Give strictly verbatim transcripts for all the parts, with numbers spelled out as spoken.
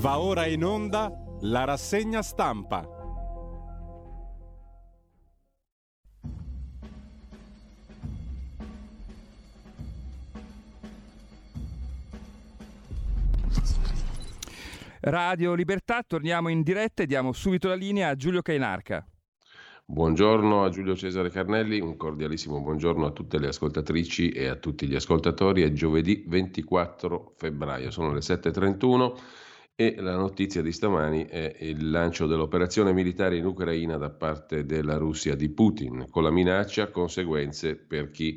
Va ora in onda la rassegna stampa. Radio Libertà, torniamo in diretta e diamo subito la linea a Giulio Cainarca. Buongiorno a Giulio Cesare Carnelli, un cordialissimo buongiorno a tutte le ascoltatrici e a tutti gli ascoltatori. È giovedì ventiquattro febbraio, sono le sette e trentuno e la notizia di stamani è il lancio dell'operazione militare in Ucraina da parte della Russia di Putin, con la minaccia conseguenze per chi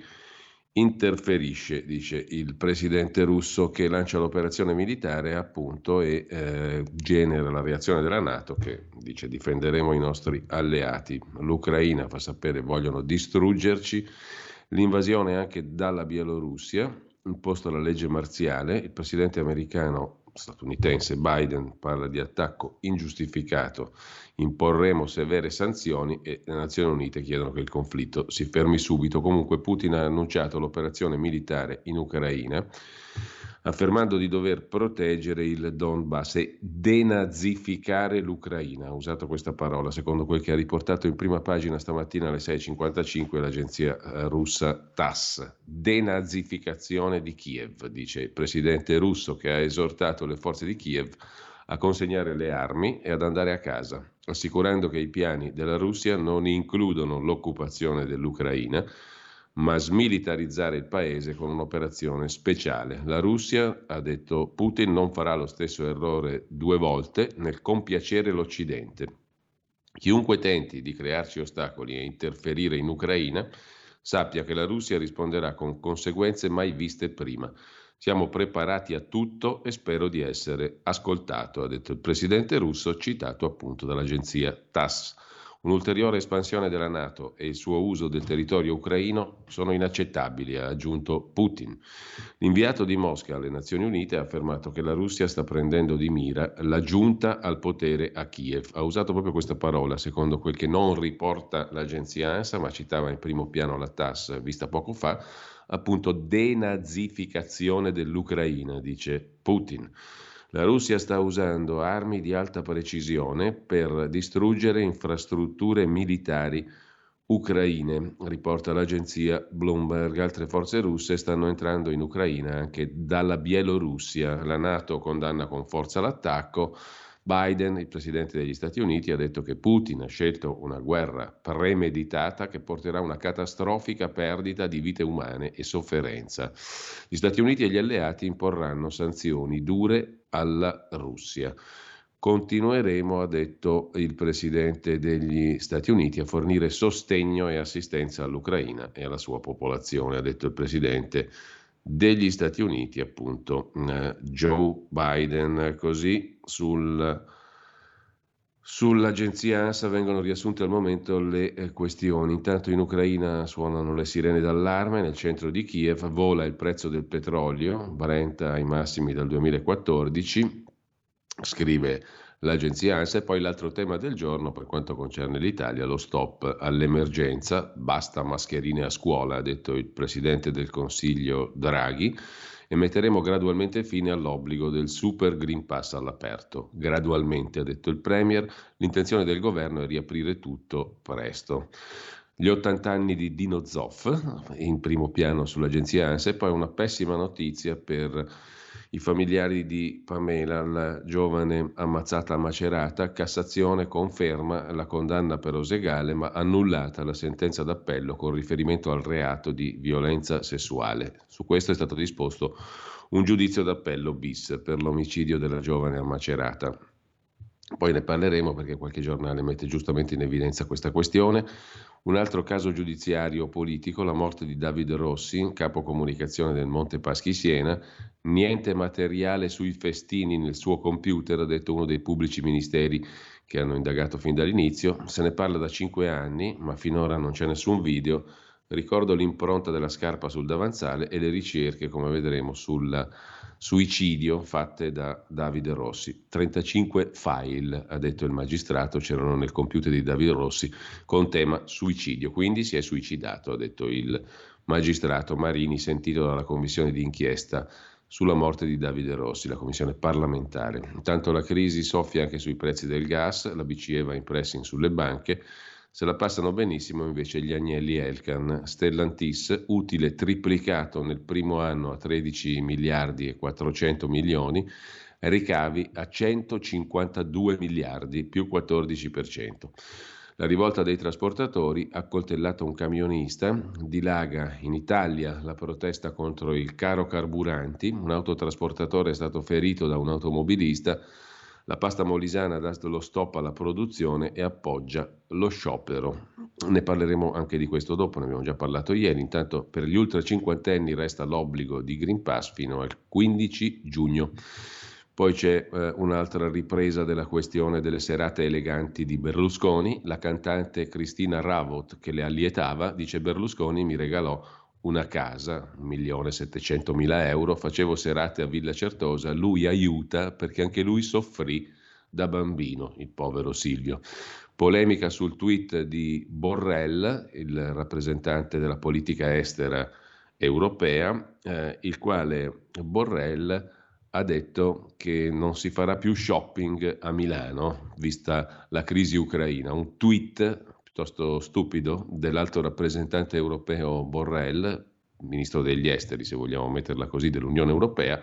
interferisce, dice il presidente russo che lancia l'operazione militare appunto e eh, genera la reazione della NATO che dice difenderemo i nostri alleati. L'Ucraina, fa sapere, vogliono distruggerci, l'invasione anche dalla Bielorussia, imposta la legge marziale, il presidente americano statunitense Biden parla di attacco ingiustificato, imporremo severe sanzioni e le Nazioni Unite chiedono che il conflitto si fermi subito. Comunque Putin ha annunciato l'operazione militare in Ucraina, affermando di dover proteggere il Donbass e denazificare l'Ucraina. Ha usato questa parola, secondo quel che ha riportato in prima pagina stamattina alle sei e cinquantacinque l'agenzia russa TASS. Denazificazione di Kiev, dice il presidente russo, che ha esortato le forze di Kiev a consegnare le armi e ad andare a casa, assicurando che i piani della Russia non includono l'occupazione dell'Ucraina, ma smilitarizzare il paese con un'operazione speciale. La Russia, ha detto Putin, non farà lo stesso errore due volte nel compiacere l'Occidente. Chiunque tenti di crearci ostacoli e interferire in Ucraina sappia che la Russia risponderà con conseguenze mai viste prima. Siamo preparati a tutto e spero di essere ascoltato, ha detto il presidente russo, citato appunto dall'agenzia TASS. Un'ulteriore espansione della NATO e il suo uso del territorio ucraino sono inaccettabili, ha aggiunto Putin. L'inviato di Mosca alle Nazioni Unite ha affermato che la Russia sta prendendo di mira la giunta al potere a Kiev. Ha usato proprio questa parola, secondo quel che non riporta l'agenzia ANSA, ma citava in primo piano la TASS vista poco fa, appunto denazificazione dell'Ucraina, dice Putin. La Russia sta usando armi di alta precisione per distruggere infrastrutture militari ucraine, riporta l'agenzia Bloomberg. Altre forze russe stanno entrando in Ucraina anche dalla Bielorussia. La NATO condanna con forza l'attacco. Biden, il presidente degli Stati Uniti, ha detto che Putin ha scelto una guerra premeditata che porterà a una catastrofica perdita di vite umane e sofferenza. Gli Stati Uniti e gli alleati imporranno sanzioni dure alla Russia. Continueremo, ha detto il presidente degli Stati Uniti, a fornire sostegno e assistenza all'Ucraina e alla sua popolazione, ha detto il presidente degli Stati Uniti, appunto eh, Joe Biden. Così sul, sull'agenzia ANSA vengono riassunte al momento le eh, questioni. Intanto in Ucraina suonano le sirene d'allarme, nel centro di Kiev vola il prezzo del petrolio, Brent ai massimi dal duemilaquattordici, scrive l'agenzia ANSA. E poi l'altro tema del giorno per quanto concerne l'Italia, lo stop all'emergenza, basta mascherine a scuola, ha detto il presidente del Consiglio Draghi, e metteremo gradualmente fine all'obbligo del Super Green Pass all'aperto. Gradualmente, ha detto il Premier, l'intenzione del governo è riaprire tutto presto. Gli ottanta anni di Dino Zoff, in primo piano sull'agenzia ANSA, e poi una pessima notizia per i familiari di Pamela, la giovane ammazzata a Macerata. Cassazione conferma la condanna per Osegale, ma annullata la sentenza d'appello con riferimento al reato di violenza sessuale. Su questo è stato disposto un giudizio d'appello bis per l'omicidio della giovane a Macerata. Poi ne parleremo perché qualche giornale mette giustamente in evidenza questa questione. Un altro caso giudiziario politico, la morte di David Rossi, capo comunicazione del Monte Paschi Siena. Niente materiale sui festini nel suo computer, ha detto uno dei pubblici ministeri che hanno indagato fin dall'inizio. Se ne parla da cinque anni, ma finora non c'è nessun video. Ricordo l'impronta della scarpa sul davanzale e le ricerche, come vedremo, sul suicidio fatte da Davide Rossi. trentacinque file, ha detto il magistrato, c'erano nel computer di Davide Rossi con tema suicidio, quindi si è suicidato, ha detto il magistrato Marini, sentito dalla commissione di inchiesta sulla morte di Davide Rossi, la commissione parlamentare. Intanto la crisi soffia anche sui prezzi del gas, la B C E va in pressing sulle banche, se la passano benissimo invece gli Agnelli Elkann. Stellantis, utile triplicato nel primo anno a tredici miliardi e quattrocento milioni, ricavi a centocinquantadue miliardi, più quattordici per cento. La rivolta dei trasportatori ha accoltellato un camionista, dilaga in Italia la protesta contro il caro carburanti, un autotrasportatore è stato ferito da un automobilista, la pasta molisana dà lo stop alla produzione e appoggia lo sciopero. Ne parleremo anche di questo dopo, ne abbiamo già parlato ieri. Intanto per gli ultra cinquantenni resta l'obbligo di Green Pass fino al quindici giugno. Poi c'è eh, un'altra ripresa della questione delle serate eleganti di Berlusconi. La cantante Cristina Ravot, che le allietava, dice: Berlusconi mi regalò una casa, un milione settecentomila euro, facevo serate a Villa Certosa, lui aiuta perché anche lui soffrì da bambino, il povero Silvio. Polemica sul tweet di Borrell, il rappresentante della politica estera europea, eh, il quale Borrell ha detto che non si farà più shopping a Milano, vista la crisi ucraina. Un tweet piuttosto stupido dell'alto rappresentante europeo Borrell, ministro degli esteri, se vogliamo metterla così, dell'Unione Europea.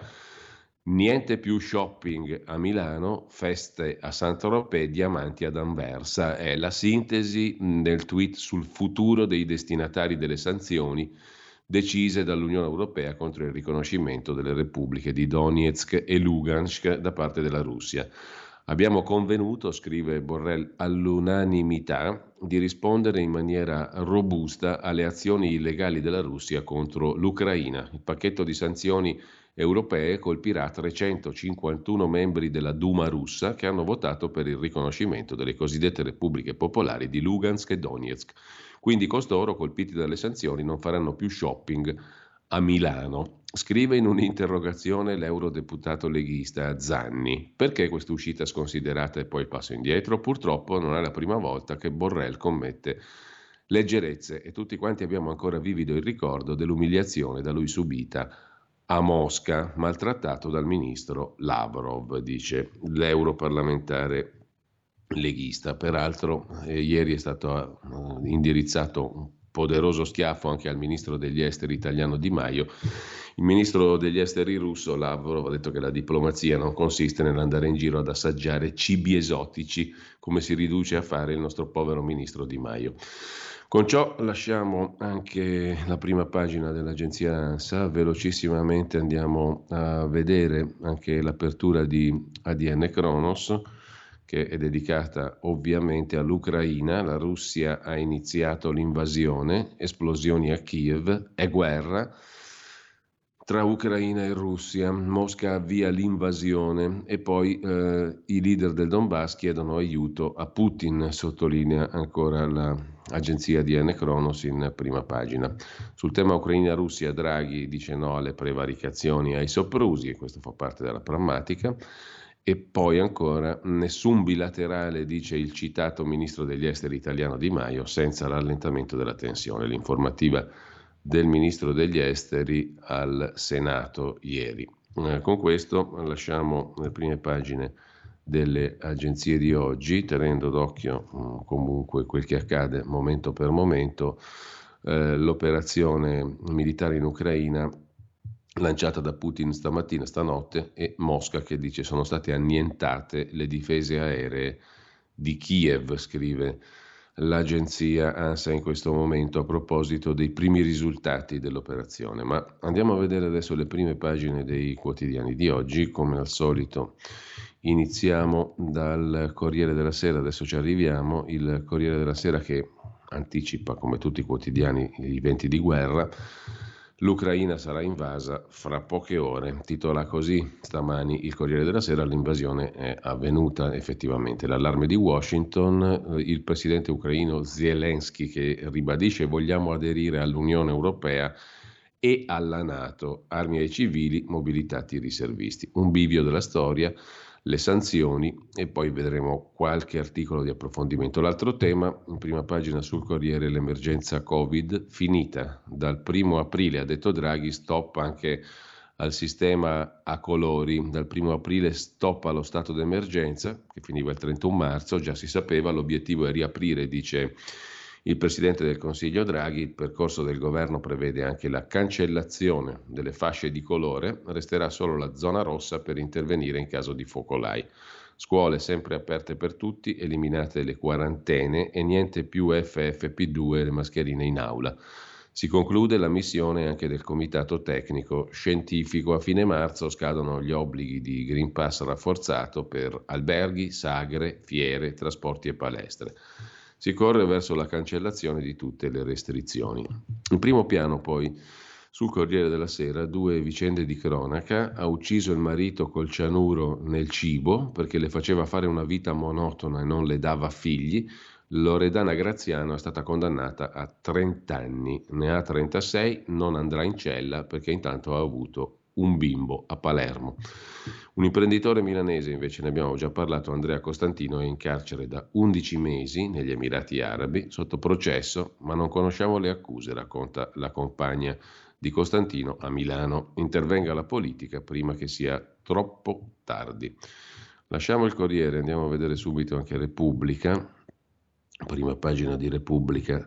Niente più shopping a Milano, feste a Saint-Tropez, diamanti ad Anversa. È la sintesi del tweet sul futuro dei destinatari delle sanzioni decise dall'Unione Europea contro il riconoscimento delle repubbliche di Donetsk e Lugansk da parte della Russia. Abbiamo convenuto, scrive Borrell, all'unanimità di rispondere in maniera robusta alle azioni illegali della Russia contro l'Ucraina. Il pacchetto di sanzioni europee colpirà trecentocinquantuno membri della Duma russa che hanno votato per il riconoscimento delle cosiddette repubbliche popolari di Lugansk e Donetsk. Quindi costoro, colpiti dalle sanzioni, non faranno più shopping a Milano. Scrive in un'interrogazione l'eurodeputato leghista Zanni. Perché questa uscita sconsiderata e poi il passo indietro? Purtroppo non è la prima volta che Borrell commette leggerezze e tutti quanti abbiamo ancora vivido il ricordo dell'umiliazione da lui subita a Mosca, maltrattato dal ministro Lavrov, dice l'europarlamentare leghista. Peraltro eh, ieri è stato eh, indirizzato un poderoso schiaffo anche al ministro degli esteri italiano Di Maio. Il ministro degli esteri russo Lavrov ha detto che la diplomazia non consiste nell'andare in giro ad assaggiare cibi esotici come si riduce a fare il nostro povero ministro Di Maio. Con ciò lasciamo anche la prima pagina dell'agenzia ANSA, velocissimamente andiamo a vedere anche l'apertura di A D N Kronos, che è dedicata ovviamente all'Ucraina. La Russia ha iniziato l'invasione, esplosioni a Kiev, è guerra tra Ucraina e Russia, Mosca avvia l'invasione e poi eh, i leader del Donbass chiedono aiuto a Putin, sottolinea ancora l'agenzia A D N Kronos in prima pagina. Sul tema Ucraina-Russia Draghi dice no alle prevaricazioni e ai soprusi, e questo fa parte della prammatica. E poi ancora, nessun bilaterale, dice il citato ministro degli esteri italiano Di Maio, senza rallentamento della tensione. L'informativa del ministro degli esteri al Senato ieri. Eh, con questo lasciamo le prime pagine delle agenzie di oggi, tenendo d'occhio mh, comunque quel che accade momento per momento, eh, l'operazione militare in Ucraina lanciata da Putin stamattina, stanotte, e Mosca che dice sono state annientate le difese aeree di Kiev, scrive l'agenzia ANSA in questo momento a proposito dei primi risultati dell'operazione. Ma andiamo a vedere adesso le prime pagine dei quotidiani di oggi. Come al solito iniziamo dal Corriere della Sera, adesso ci arriviamo, il Corriere della Sera che anticipa come tutti i quotidiani i venti di guerra. L'Ucraina sarà invasa fra poche ore, titola così stamani il Corriere della Sera. L'invasione è avvenuta effettivamente. L'allarme di Washington, il presidente ucraino Zelensky che ribadisce vogliamo aderire all'Unione Europea e alla NATO, armi ai civili, mobilitati i riservisti. Un bivio della storia, le sanzioni e poi vedremo qualche articolo di approfondimento. L'altro tema, in prima pagina sul Corriere, l'emergenza Covid finita. Dal primo aprile, ha detto Draghi, stop anche al sistema a colori. Dal primo aprile stoppa lo stato d'emergenza, che finiva il trentuno marzo, già si sapeva, l'obiettivo è riaprire, dice il Presidente del Consiglio Draghi. Il percorso del governo prevede anche la cancellazione delle fasce di colore, resterà solo la zona rossa per intervenire in caso di focolai. Scuole sempre aperte per tutti, eliminate le quarantene e niente più F F P due, le mascherine in aula. Si conclude la missione anche del Comitato Tecnico Scientifico. A fine marzo scadono gli obblighi di Green Pass rafforzato per alberghi, sagre, fiere, trasporti e palestre. Si corre verso la cancellazione di tutte le restrizioni. In primo piano poi, sul Corriere della Sera, due vicende di cronaca. Ha ucciso il marito col cianuro nel cibo perché le faceva fare una vita monotona e non le dava figli. Loredana Graziano è stata condannata a trenta anni, ne ha trentasei, non andrà in cella perché intanto ha avuto un bimbo a Palermo. Un imprenditore milanese, invece ne abbiamo già parlato, Andrea Costantino, è in carcere da undici mesi negli Emirati Arabi, sotto processo, ma non conosciamo le accuse, racconta la compagna di Costantino a Milano. Intervenga la politica prima che sia troppo tardi. Lasciamo il Corriere, andiamo a vedere subito anche Repubblica. Prima pagina di Repubblica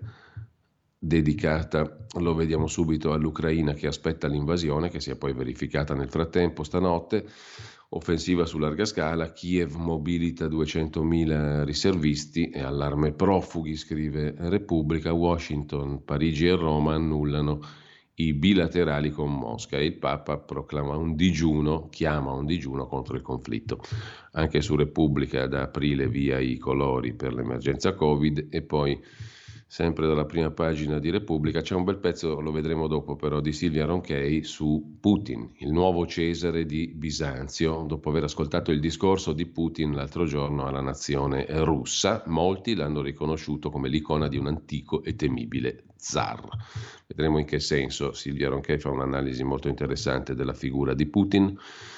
dedicata, lo vediamo subito, all'Ucraina che aspetta l'invasione, che si è poi verificata nel frattempo stanotte. Offensiva su larga scala, Kiev mobilita duecentomila riservisti e allarme profughi, scrive Repubblica. Washington, Parigi e Roma annullano i bilaterali con Mosca e il Papa proclama un digiuno, chiama un digiuno contro il conflitto. Anche su Repubblica da aprile via i colori per l'emergenza Covid. E poi sempre dalla prima pagina di Repubblica c'è un bel pezzo, lo vedremo dopo però, di Silvia Ronchey su Putin, il nuovo Cesare di Bisanzio. Dopo aver ascoltato il discorso di Putin l'altro giorno alla nazione russa, molti l'hanno riconosciuto come l'icona di un antico e temibile zar. Vedremo in che senso. Silvia Ronchey fa un'analisi molto interessante della figura di Putin.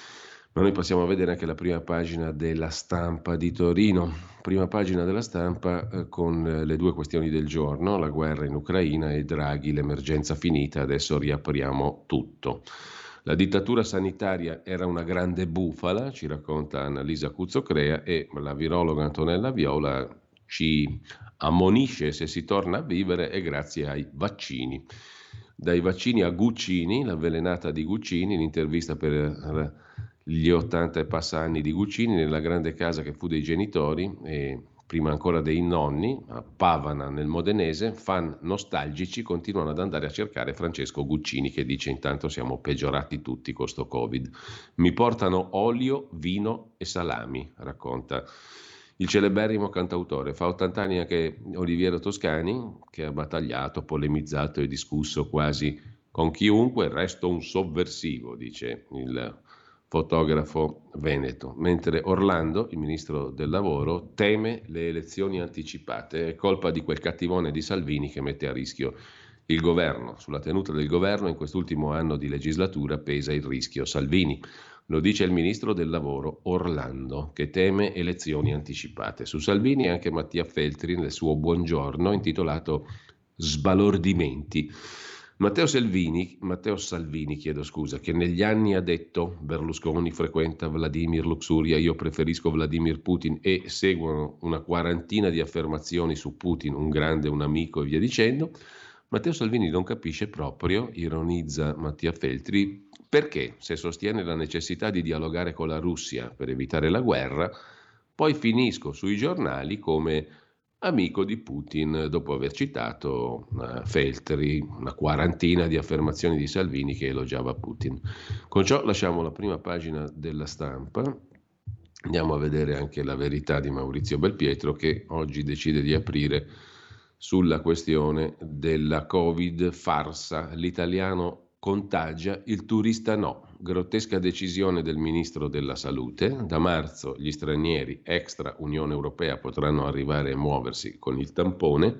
Ma noi passiamo a vedere anche la prima pagina della Stampa di Torino. Prima pagina della Stampa eh, con eh, le due questioni del giorno, la guerra in Ucraina e Draghi, l'emergenza finita, adesso riapriamo tutto. La dittatura sanitaria era una grande bufala, ci racconta Annalisa Cuzzocrea, e la virologa Antonella Viola ci ammonisce: se si torna a vivere è grazie ai vaccini. Dai vaccini a Guccini, l'avvelenata di Guccini, l'intervista per gli ottanta e passa anni di Guccini nella grande casa che fu dei genitori e prima ancora dei nonni, a Pavana nel Modenese. Fan nostalgici continuano ad andare a cercare Francesco Guccini, che dice: intanto siamo peggiorati tutti con sto Covid. Mi portano olio, vino e salami, racconta il celeberrimo cantautore. Fa ottanta anni anche Oliviero Toscani, che ha battagliato, polemizzato e discusso quasi con chiunque. Resto un sovversivo, dice il fotografo veneto, mentre Orlando, il ministro del lavoro, teme le elezioni anticipate. È colpa di quel cattivone di Salvini che mette a rischio il governo. Sulla tenuta del governo in quest'ultimo anno di legislatura pesa il rischio Salvini. Lo dice il ministro del lavoro Orlando, che teme elezioni anticipate. Su Salvini anche Mattia Feltri nel suo buongiorno intitolato Sbalordimenti. Matteo Salvini, Matteo Salvini, chiedo scusa, che negli anni ha detto Berlusconi frequenta Vladimir Luxuria, io preferisco Vladimir Putin, e seguono una quarantina di affermazioni su Putin, un grande, un amico e via dicendo. Matteo Salvini non capisce proprio, ironizza Mattia Feltri, perché se sostiene la necessità di dialogare con la Russia per evitare la guerra, poi finisco sui giornali come amico di Putin, dopo aver citato uh, Feltri, una quarantina di affermazioni di Salvini che elogiava Putin. Con ciò lasciamo la prima pagina della Stampa, andiamo a vedere anche La Verità di Maurizio Belpietro, che oggi decide di aprire sulla questione della Covid farsa. L'italiano contagia, il turista no. Grottesca decisione del ministro della Salute. Da marzo gli stranieri extra Unione Europea potranno arrivare e muoversi con il tampone.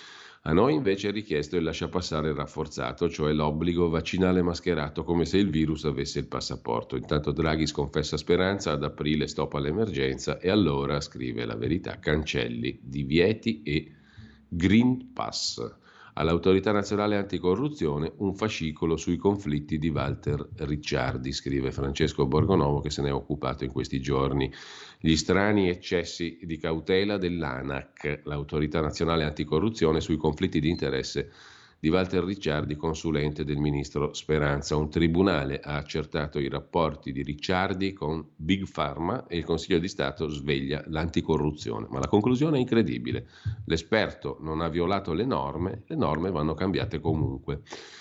A noi invece è richiesto il lasciapassare rafforzato, cioè l'obbligo vaccinale mascherato, come se il virus avesse il passaporto. Intanto Draghi sconfessa Speranza, ad aprile stop all'emergenza e allora, scrive La Verità, cancelli, divieti e Green Pass. All'Autorità Nazionale Anticorruzione un fascicolo sui conflitti di Walter Ricciardi, scrive Francesco Borgonovo che se ne è occupato in questi giorni. Gli strani eccessi di cautela dell'ANAC, l'Autorità Nazionale Anticorruzione, sui conflitti di interesse di Walter Ricciardi, consulente del ministro Speranza. Un tribunale ha accertato i rapporti di Ricciardi con Big Pharma e il Consiglio di Stato sveglia l'anticorruzione. Ma la conclusione è incredibile. L'esperto non ha violato le norme, le norme vanno cambiate comunque.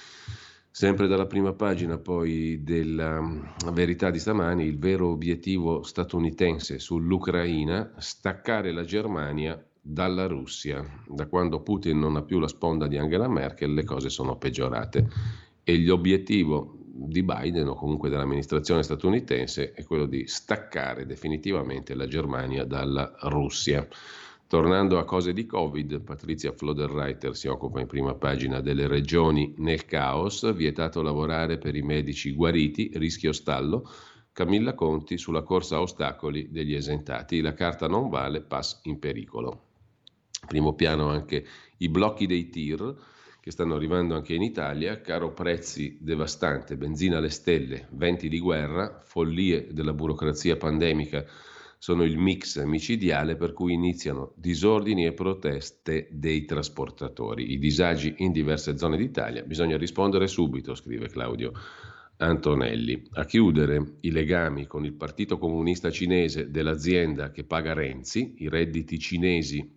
Sempre dalla prima pagina poi della Verità di stamani, il vero obiettivo statunitense sull'Ucraina, staccare la Germania dalla Russia. Da quando Putin non ha più la sponda di Angela Merkel le cose sono peggiorate e l'obiettivo di Biden o comunque dell'amministrazione statunitense è quello di staccare definitivamente la Germania dalla Russia. Tornando a cose di Covid, Patrizia Floderreiter si occupa in prima pagina delle regioni nel caos, vietato lavorare per i medici guariti, rischio stallo. Camilla Conti sulla corsa a ostacoli degli esentati, la carta non vale, pass in pericolo. Primo piano anche i blocchi dei tir che stanno arrivando anche in Italia, caro prezzi devastante, benzina alle stelle, venti di guerra, follie della burocrazia pandemica sono il mix micidiale per cui iniziano disordini e proteste dei trasportatori. I disagi in diverse zone d'Italia, bisogna rispondere subito, scrive Claudio Antonelli. A chiudere i legami con il Partito Comunista Cinese dell'azienda che paga Renzi, i redditi cinesi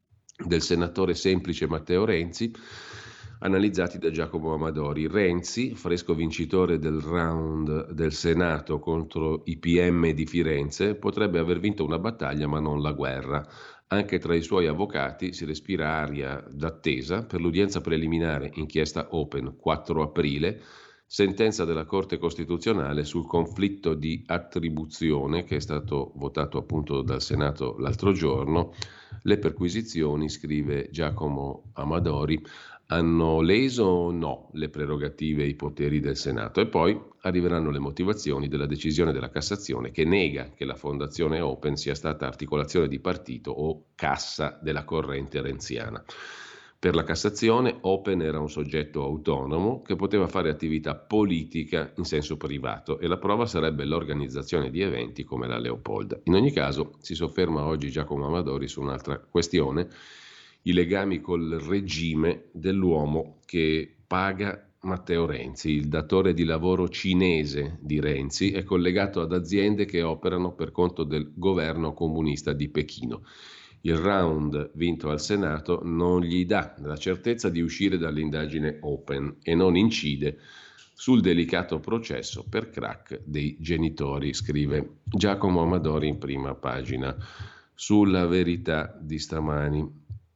del senatore semplice Matteo Renzi, analizzati da Giacomo Amadori. Renzi, fresco vincitore del round del Senato contro i P M di Firenze, potrebbe aver vinto una battaglia ma non la guerra. Anche tra i suoi avvocati si respira aria d'attesa per l'udienza preliminare, inchiesta Open, quattro aprile, sentenza della Corte Costituzionale sul conflitto di attribuzione che è stato votato appunto dal Senato l'altro giorno. Le perquisizioni, scrive Giacomo Amadori, hanno leso o no le prerogative e i poteri del Senato, e poi arriveranno le motivazioni della decisione della Cassazione che nega che la Fondazione Open sia stata articolazione di partito o cassa della corrente renziana. Per la Cassazione Open era un soggetto autonomo che poteva fare attività politica in senso privato e la prova sarebbe l'organizzazione di eventi come la Leopolda. In ogni caso si sofferma oggi Giacomo Amadori su un'altra questione, i legami col regime dell'uomo che paga Matteo Renzi. Il datore di lavoro cinese di Renzi è collegato ad aziende che operano per conto del governo comunista di Pechino. Il round vinto al Senato non gli dà la certezza di uscire dall'indagine Open e non incide sul delicato processo per crack dei genitori, scrive Giacomo Amadori in prima pagina sulla Verità di stamani.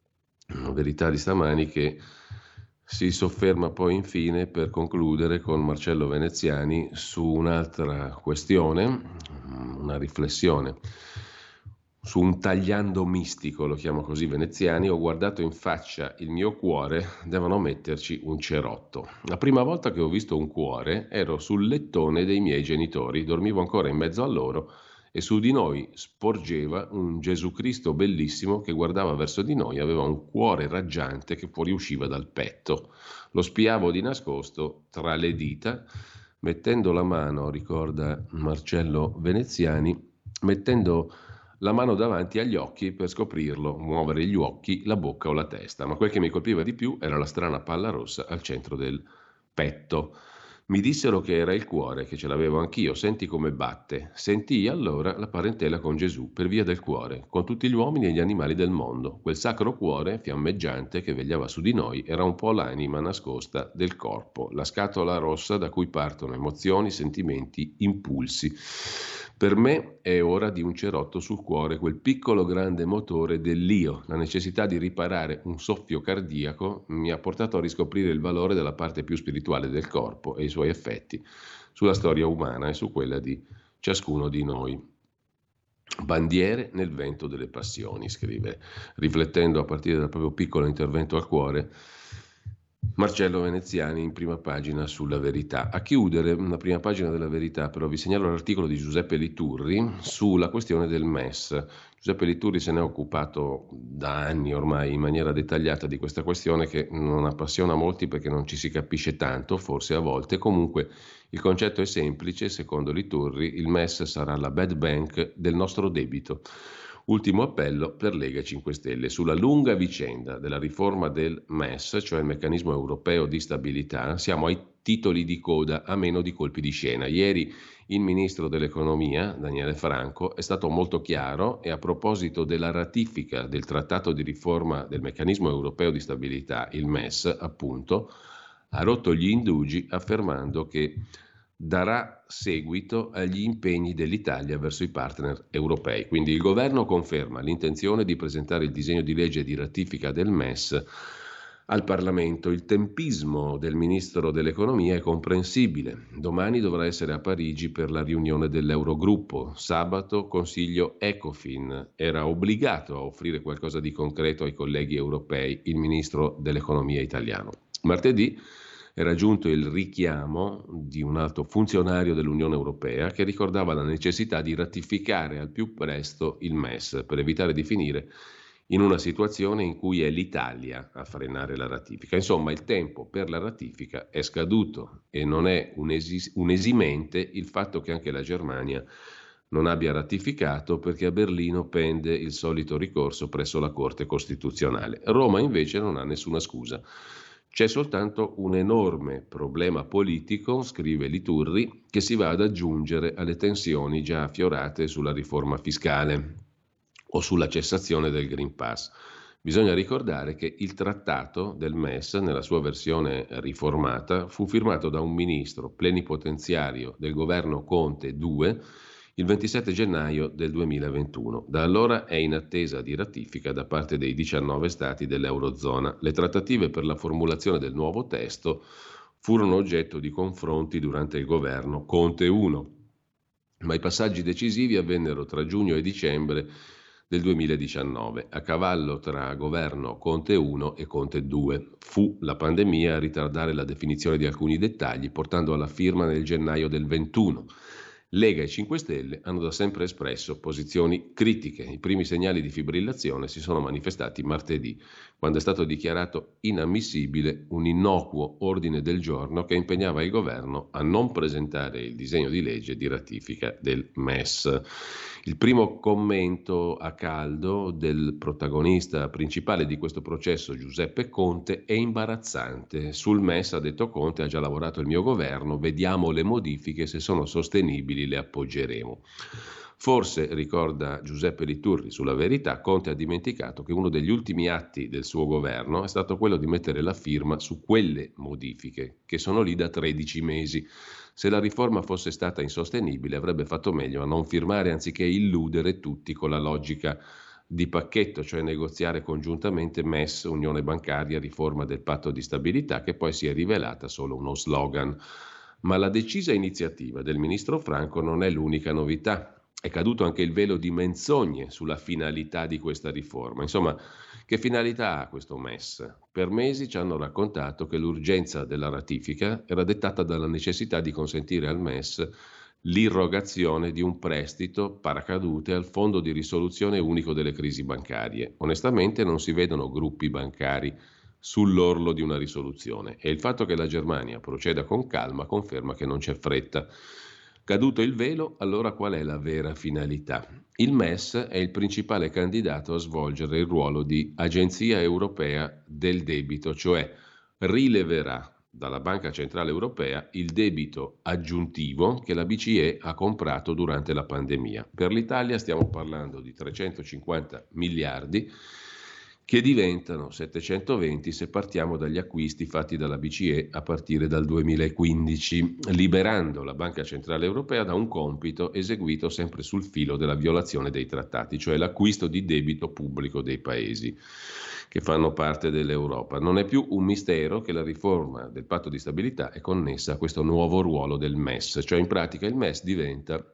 Verità di stamani che si sofferma poi infine per concludere con Marcello Veneziani su un'altra questione, una riflessione su un tagliando mistico, lo chiamo così Veneziani. Ho guardato in faccia il mio cuore, devono metterci un cerotto. La prima volta che ho visto un cuore ero sul lettone dei miei genitori, dormivo ancora in mezzo a loro e su di noi sporgeva un Gesù Cristo bellissimo che guardava verso di noi, aveva un cuore raggiante che fuoriusciva dal petto. Lo spiavo di nascosto tra le dita, mettendo la mano, ricorda Marcello Veneziani, mettendo la mano davanti agli occhi per scoprirlo, muovere gli occhi, la bocca o la testa. Ma quel che mi colpiva di più era la strana palla rossa al centro del petto. Mi dissero che era il cuore, che ce l'avevo anch'io, senti come batte. Sentii allora la parentela con Gesù per via del cuore, con tutti gli uomini e gli animali del mondo. Quel sacro cuore fiammeggiante che vegliava su di noi era un po' l'anima nascosta del corpo, la scatola rossa da cui partono emozioni, sentimenti, impulsi. Per me è ora di un cerotto sul cuore, quel piccolo grande motore dell'io. La necessità di riparare un soffio cardiaco mi ha portato a riscoprire il valore della parte più spirituale del corpo e i suoi effetti sulla storia umana e su quella di ciascuno di noi. Bandiere nel vento delle passioni, scrive, riflettendo a partire dal proprio piccolo intervento al cuore, Marcello Veneziani in prima pagina sulla Verità. A chiudere una prima pagina della Verità, però vi segnalo l'articolo di Giuseppe Liturri sulla questione del M E S. Giuseppe Liturri se ne è occupato da anni ormai in maniera dettagliata di questa questione che non appassiona molti perché non ci si capisce tanto, forse a volte. Comunque il concetto è semplice, secondo Liturri il M E S sarà la bad bank del nostro debito. Ultimo appello per Lega e cinque Stelle sulla lunga vicenda della riforma del M E S, cioè il meccanismo europeo di stabilità. Siamo ai titoli di coda a meno di colpi di scena. Ieri il ministro dell'economia, Daniele Franco, è stato molto chiaro e a proposito della ratifica del trattato di riforma del meccanismo europeo di stabilità, il M E S, appunto, ha rotto gli indugi affermando che darà seguito agli impegni dell'Italia verso i partner europei. Quindi il governo conferma l'intenzione di presentare il disegno di legge di ratifica del M E S al Parlamento. Il tempismo del ministro dell'economia è comprensibile. Domani dovrà essere a Parigi per la riunione dell'Eurogruppo. Sabato Consiglio Ecofin. Era obbligato a offrire qualcosa di concreto ai colleghi europei il ministro dell'economia italiano. Martedì era giunto il richiamo di un alto funzionario dell'Unione Europea che ricordava la necessità di ratificare al più presto il M E S per evitare di finire in una situazione in cui è l'Italia a frenare la ratifica. Insomma, il tempo per la ratifica è scaduto e non è un, esi- un esimente il fatto che anche la Germania non abbia ratificato perché a Berlino pende il solito ricorso presso la Corte Costituzionale. Roma invece non ha nessuna scusa. C'è soltanto un enorme problema politico, scrive Liturri, che si va ad aggiungere alle tensioni già affiorate sulla riforma fiscale o sulla cessazione del Green Pass. Bisogna ricordare che il trattato del M E S, nella sua versione riformata, fu firmato da un ministro plenipotenziario del governo Conte due il ventisette gennaio del duemilaventuno. Da allora è in attesa di ratifica da parte dei diciannove stati dell'Eurozona. Le trattative per la formulazione del nuovo testo furono oggetto di confronti durante il governo Conte uno, ma i passaggi decisivi avvennero tra giugno e dicembre del duemiladiciannove, a cavallo tra governo Conte uno e Conte due. Fu la pandemia a ritardare la definizione di alcuni dettagli, portando alla firma nel gennaio del ventuno. Lega e cinque Stelle hanno da sempre espresso posizioni critiche. I primi segnali di fibrillazione si sono manifestati martedì, quando è stato dichiarato inammissibile un innocuo ordine del giorno che impegnava il governo a non presentare il disegno di legge di ratifica del M E S. Il primo commento a caldo del protagonista principale di questo processo, Giuseppe Conte, è imbarazzante. Sul M E S, ha detto Conte, ha già lavorato il mio governo, vediamo le modifiche, se sono sostenibili le appoggeremo. Forse, ricorda Giuseppe Liturri sulla Verità, Conte ha dimenticato che uno degli ultimi atti del suo governo è stato quello di mettere la firma su quelle modifiche, che sono lì da tredici mesi. Se la riforma fosse stata insostenibile avrebbe fatto meglio a non firmare anziché illudere tutti con la logica di pacchetto, cioè negoziare congiuntamente M E S, Unione Bancaria, riforma del Patto di Stabilità, che poi si è rivelata solo uno slogan. Ma la decisa iniziativa del ministro Franco non è l'unica novità. È caduto anche il velo di menzogne sulla finalità di questa riforma. Insomma, che finalità ha questo M E S? Per mesi ci hanno raccontato che l'urgenza della ratifica era dettata dalla necessità di consentire al M E S l'irrogazione di un prestito paracadute al Fondo di risoluzione unico delle crisi bancarie. Onestamente non si vedono gruppi bancari sull'orlo di una risoluzione e il fatto che la Germania proceda con calma conferma che non c'è fretta. Caduto il velo, allora qual è la vera finalità? Il M E S è il principale candidato a svolgere il ruolo di agenzia europea del debito, cioè rileverà dalla Banca Centrale Europea il debito aggiuntivo che la B C E ha comprato durante la pandemia. Per l'Italia stiamo parlando di trecentocinquanta miliardi che diventano settecentoventi se partiamo dagli acquisti fatti dalla B C E a partire dal duemilaquindici, liberando la Banca Centrale Europea da un compito eseguito sempre sul filo della violazione dei trattati, cioè l'acquisto di debito pubblico dei paesi che fanno parte dell'Europa. Non è più un mistero che la riforma del Patto di Stabilità è connessa a questo nuovo ruolo del M E S, cioè in pratica il M E S diventa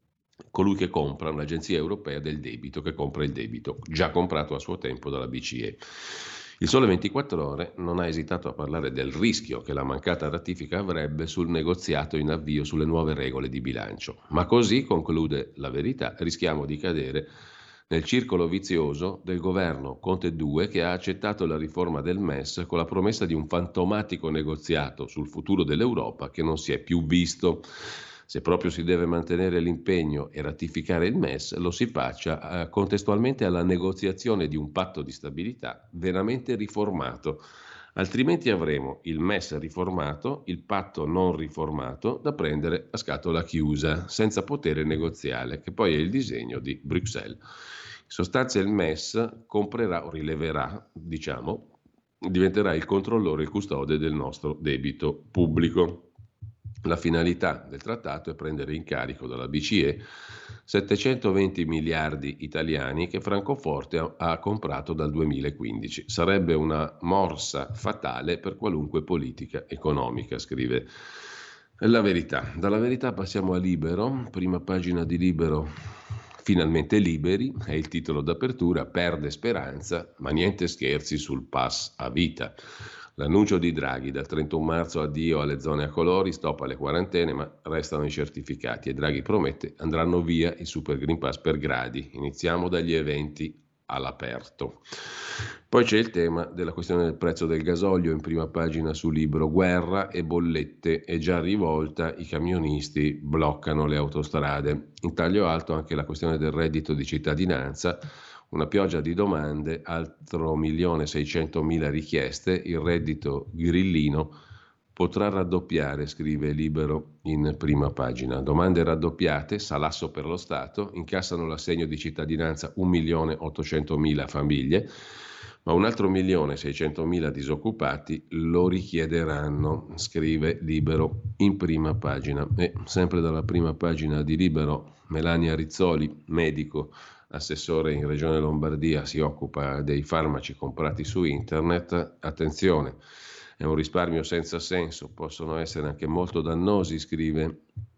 colui che compra, un'agenzia europea del debito, che compra il debito, già comprato a suo tempo dalla B C E. Il Sole ventiquattro Ore non ha esitato a parlare del rischio che la mancata ratifica avrebbe sul negoziato in avvio sulle nuove regole di bilancio. Ma così, conclude La Verità, rischiamo di cadere nel circolo vizioso del governo Conte due, che ha accettato la riforma del M E S con la promessa di un fantomatico negoziato sul futuro dell'Europa che non si è più visto. Se proprio si deve mantenere l'impegno e ratificare il M E S, lo si faccia eh, contestualmente alla negoziazione di un patto di stabilità veramente riformato. Altrimenti avremo il M E S riformato, il patto non riformato, da prendere a scatola chiusa, senza potere negoziale, che poi è il disegno di Bruxelles. In sostanza il M E S comprerà o rileverà, diciamo, diventerà il controllore e il custode del nostro debito pubblico. La finalità del trattato è prendere in carico dalla B C E settecentoventi miliardi italiani che Francoforte ha, ha comprato dal duemilaquindici. Sarebbe una morsa fatale per qualunque politica economica, scrive La Verità. Dalla Verità passiamo a Libero, prima pagina di Libero. Finalmente liberi, è il titolo d'apertura, perde speranza, ma niente scherzi sul pass a vita. L'annuncio di Draghi dal trentuno marzo, addio alle zone a colori, stop alle quarantene, ma restano i certificati e Draghi promette andranno via i Super Green Pass per gradi. Iniziamo dagli eventi all'aperto. Poi c'è il tema della questione del prezzo del gasolio in prima pagina su Libero. Guerra e bollette, è già rivolta, i camionisti bloccano le autostrade. In taglio alto anche la questione del reddito di cittadinanza. Una pioggia di domande, altro milione seicentomila richieste, il reddito grillino potrà raddoppiare, scrive Libero in prima pagina. Domande raddoppiate, salasso per lo Stato, incassano l'assegno di cittadinanza un milione ottocentomila famiglie, ma un altro milione seicentomila disoccupati lo richiederanno, scrive Libero in prima pagina. E sempre dalla prima pagina di Libero, Melania Rizzoli, medico, assessore in Regione Lombardia, si occupa dei farmaci comprati su internet. Attenzione, è un risparmio senza senso, possono essere anche molto dannosi, scrive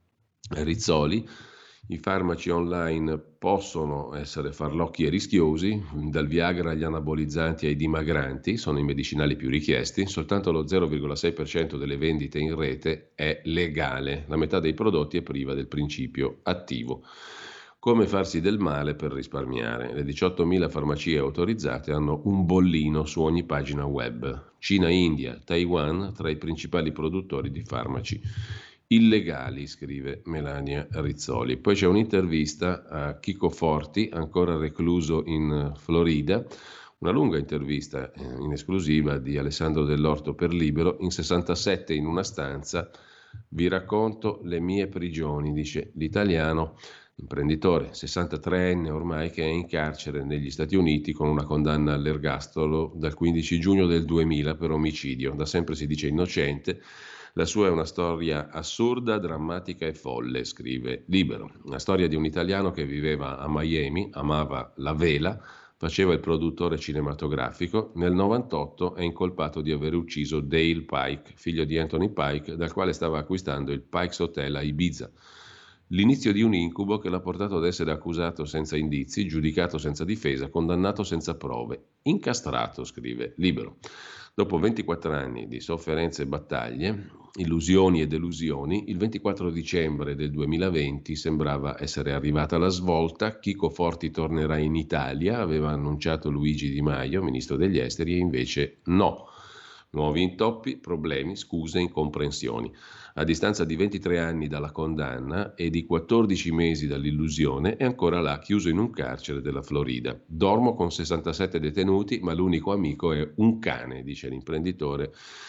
Rizzoli. I farmaci online possono essere farlocchi e rischiosi, dal Viagra agli anabolizzanti ai dimagranti, sono i medicinali più richiesti, soltanto lo zero virgola sei per cento delle vendite in rete è legale, la metà dei prodotti è priva del principio attivo. Come farsi del male per risparmiare? Le diciottomila farmacie autorizzate hanno un bollino su ogni pagina web. Cina, India, Taiwan tra i principali produttori di farmaci illegali, scrive Melania Rizzoli. Poi c'è un'intervista a Chico Forti, ancora recluso in Florida, una lunga intervista in esclusiva di Alessandro Dell'Orto per Libero. In sessantasette in una stanza vi racconto le mie prigioni, dice l'italiano. Imprenditore, sessantatreenne ormai, che è in carcere negli Stati Uniti con una condanna all'ergastolo dal quindici giugno del duemila per omicidio. Da sempre si dice innocente. La sua è una storia assurda, drammatica e folle, scrive Libero. La storia di un italiano che viveva a Miami, amava la vela, faceva il produttore cinematografico. Nel novantotto è incolpato di aver ucciso Dale Pike, figlio di Anthony Pike, dal quale stava acquistando il Pike's Hotel a Ibiza. L'inizio di un incubo che l'ha portato ad essere accusato senza indizi, giudicato senza difesa, condannato senza prove, incastrato, scrive Libero. Dopo ventiquattro anni di sofferenze e battaglie, illusioni e delusioni, il ventiquattro dicembre del duemilaventi sembrava essere arrivata la svolta. Chico Forti tornerà in Italia, aveva annunciato Luigi Di Maio, ministro degli esteri, e invece no. Nuovi intoppi, problemi, scuse, incomprensioni. A distanza di ventitré anni dalla condanna e di quattordici mesi dall'illusione, è ancora là, chiuso in un carcere della Florida. Dormo con sessantasette detenuti, ma l'unico amico è un cane, dice l'imprenditore,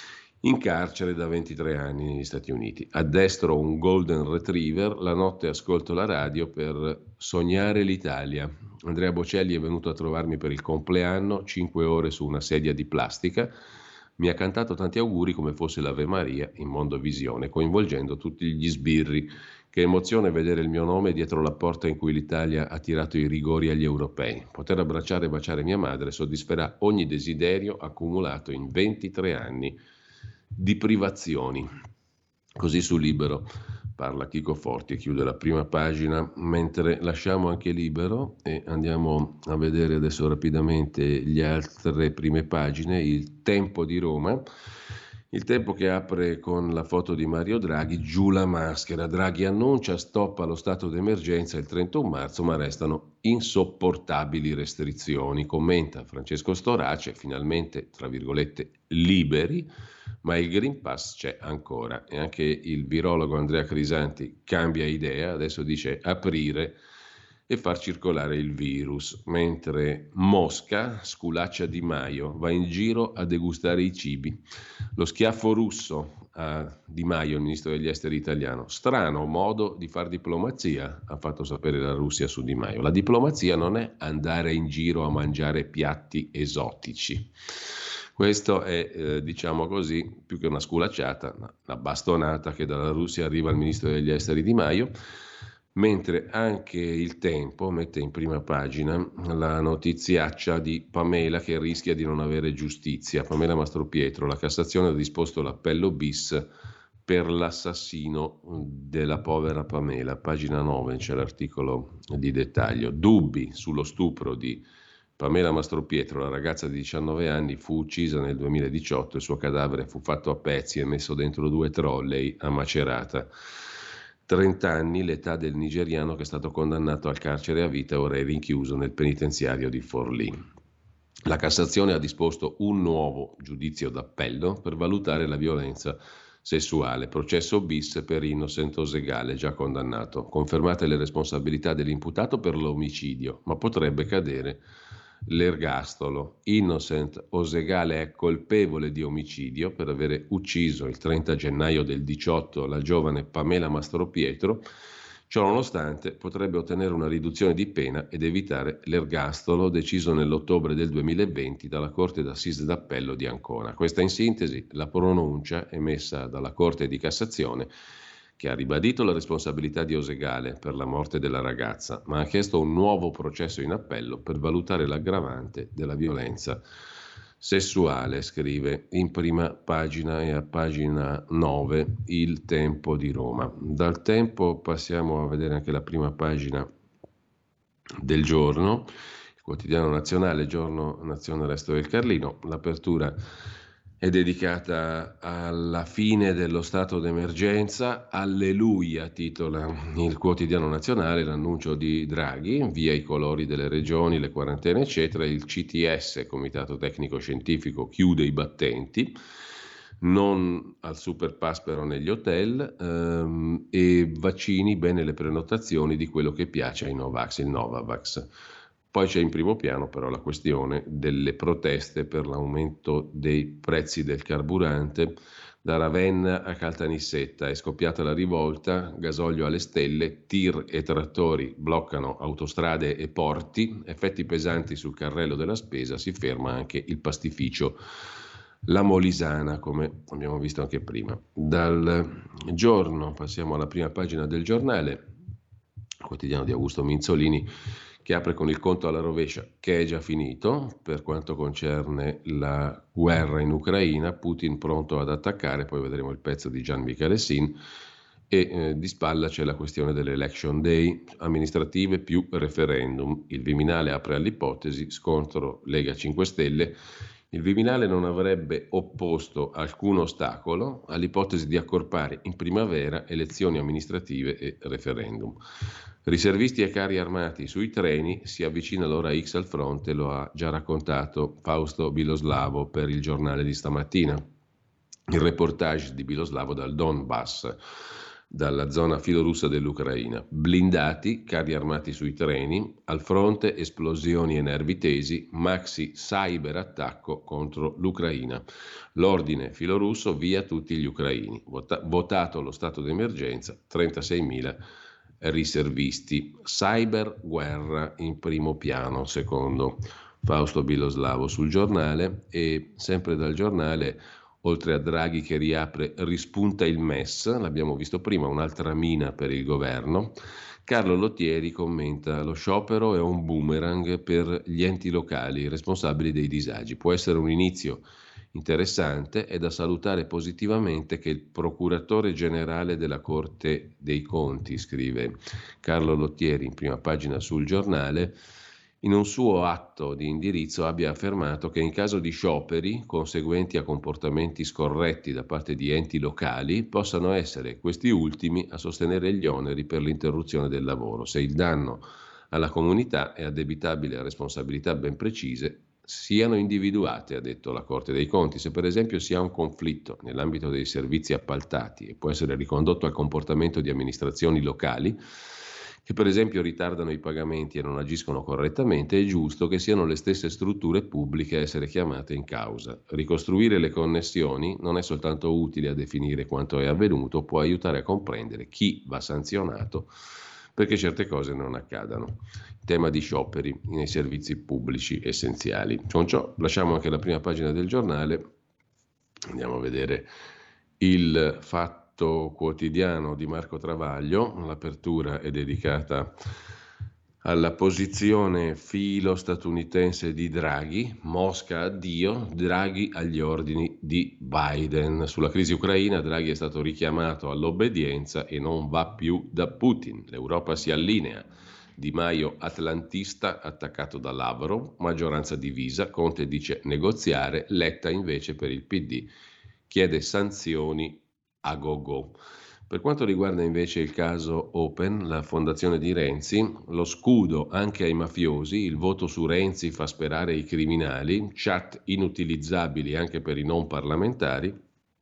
in carcere da ventitré anni negli Stati Uniti. Addestro un golden retriever, la notte ascolto la radio per sognare l'Italia. Andrea Bocelli è venuto a trovarmi per il compleanno, cinque ore su una sedia di plastica. Mi ha cantato tanti auguri come fosse l'Ave Maria in Mondovisione, coinvolgendo tutti gli sbirri. Che emozione vedere il mio nome dietro la porta in cui l'Italia ha tirato i rigori agli europei. Poter abbracciare e baciare mia madre soddisferà ogni desiderio accumulato in ventitré anni di privazioni. Così su Libero. parla Chico Forti e chiude la prima pagina, mentre lasciamo anche libero e andiamo a vedere adesso rapidamente le altre prime pagine. Il Tempo di Roma, il Tempo che apre con la foto di Mario Draghi, giù la maschera, Draghi annuncia stop allo stato d'emergenza il trentuno marzo, ma restano insopportabili restrizioni, commenta Francesco Storace, finalmente tra virgolette liberi, ma il Green Pass c'è ancora. E anche il virologo Andrea Crisanti cambia idea, adesso dice aprire e far circolare il virus, mentre Mosca sculaccia Di Maio, va in giro a degustare i cibi. Lo schiaffo russo a Di Maio, il ministro degli esteri italiano, strano modo di far diplomazia, ha fatto sapere la Russia su Di Maio. La diplomazia non è andare in giro a mangiare piatti esotici. Questo è, eh, diciamo così, più che una sculacciata, una bastonata che dalla Russia arriva al ministro degli esteri Di Maio, mentre anche il Tempo mette in prima pagina la notiziaccia di Pamela che rischia di non avere giustizia. Pamela Mastropietro, la Cassazione ha disposto l'appello bis per l'assassino della povera Pamela. Pagina nove c'è l'articolo di dettaglio. Dubbi sullo stupro di Pamela Mastropietro, la ragazza di diciannove anni, fu uccisa nel duemiladiciotto, il suo cadavere fu fatto a pezzi e messo dentro due trolley a Macerata. trenta anni l'età del nigeriano che è stato condannato al carcere a vita e ora è rinchiuso nel penitenziario di Forlì. La Cassazione ha disposto un nuovo giudizio d'appello per valutare la violenza sessuale, processo bis per Innocent Osegale, già condannato. Confermate le responsabilità dell'imputato per l'omicidio, ma potrebbe cadere l'ergastolo. Innocent Osegale è colpevole di omicidio per avere ucciso il trenta gennaio del diciotto la giovane Pamela Mastropietro. Ciò nonostante potrebbe ottenere una riduzione di pena ed evitare l'ergastolo deciso nell'ottobre del duemilaventi dalla Corte d'Assise d'Appello di Ancona. Questa in sintesi la pronuncia emessa dalla Corte di Cassazione, che ha ribadito la responsabilità di Osegale per la morte della ragazza, ma ha chiesto un nuovo processo in appello per valutare l'aggravante della violenza sessuale, scrive in prima pagina e a pagina nove il Tempo di Roma. Dal Tempo passiamo a vedere anche la prima pagina del Giorno, il quotidiano nazionale, Giorno, Nazione, Resto del Carlino. L'apertura è dedicata alla fine dello stato d'emergenza. Alleluia, titola il quotidiano nazionale, l'annuncio di Draghi, via i colori delle regioni, le quarantene eccetera. Il C T S, Comitato Tecnico Scientifico, chiude i battenti, non al super pass però negli hotel, ehm, e vaccini, bene le prenotazioni di quello che piace ai Novax, il Novavax. Poi c'è in primo piano però la questione delle proteste per l'aumento dei prezzi del carburante. Da Ravenna a Caltanissetta è scoppiata la rivolta, gasolio alle stelle, tir e trattori bloccano autostrade e porti, effetti pesanti sul carrello della spesa, si ferma anche il pastificio La Molisana, come abbiamo visto anche prima. Dal Giorno passiamo alla prima pagina del Giornale, quotidiano di Augusto Minzolini, che apre con il conto alla rovescia, che è già finito per quanto concerne la guerra in Ucraina, Putin pronto ad attaccare, poi vedremo il pezzo di Gian Michele Sin, e eh, di spalla c'è la questione dell'election day, amministrative più referendum. Il Viminale apre all'ipotesi, scontro Lega cinque Stelle. Il Viminale non avrebbe opposto alcun ostacolo all'ipotesi di accorpare in primavera elezioni amministrative e referendum. Riservisti e carri armati sui treni, si avvicina l'ora X al fronte, lo ha già raccontato Fausto Biloslavo per il giornale di stamattina. Il reportage di Biloslavo dal Donbass, dalla zona filorussa dell'Ucraina. Blindati, carri armati sui treni, al fronte esplosioni e nervi tesi, maxi cyberattacco contro l'Ucraina. L'ordine filorusso via tutti gli ucraini. Vota- votato lo stato d'emergenza, trentaseimila riservisti. Cyberguerra in primo piano, secondo Fausto Biloslavo sul giornale. E sempre dal giornale, oltre a Draghi che riapre, rispunta il M E S, l'abbiamo visto prima, un'altra mina per il governo. Carlo Lottieri commenta: lo sciopero è un boomerang per gli enti locali responsabili dei disagi. Può essere un inizio Interessante, è da salutare positivamente che il procuratore generale della Corte dei Conti, scrive Carlo Lottieri in prima pagina sul Giornale, in un suo atto di indirizzo abbia affermato che in caso di scioperi conseguenti a comportamenti scorretti da parte di enti locali possano essere questi ultimi a sostenere gli oneri per l'interruzione del lavoro, se il danno alla comunità è addebitabile a responsabilità ben precise siano individuate, ha detto la Corte dei Conti. Se per esempio si ha un conflitto nell'ambito dei servizi appaltati e può essere ricondotto al comportamento di amministrazioni locali che per esempio ritardano i pagamenti e non agiscono correttamente, è giusto che siano le stesse strutture pubbliche a essere chiamate in causa. Ricostruire le connessioni non è soltanto utile a definire quanto è avvenuto, può aiutare a comprendere chi va sanzionato perché certe cose non accadano. Tema di scioperi nei servizi pubblici essenziali. Con ciò lasciamo anche la prima pagina del giornale, andiamo a vedere il Fatto Quotidiano di Marco Travaglio. L'apertura è dedicata alla posizione filo-statunitense di Draghi, Mosca addio, Draghi agli ordini di Biden. Sulla crisi ucraina Draghi è stato richiamato all'obbedienza e non va più da Putin. L'Europa si allinea. Di Maio atlantista attaccato da Lavrov, maggioranza divisa, Conte dice negoziare, Letta invece per il P D chiede sanzioni a go-go. Per quanto riguarda invece il caso Open, la fondazione di Renzi, lo scudo anche ai mafiosi, il voto su Renzi fa sperare i criminali, chat inutilizzabili anche per i non parlamentari,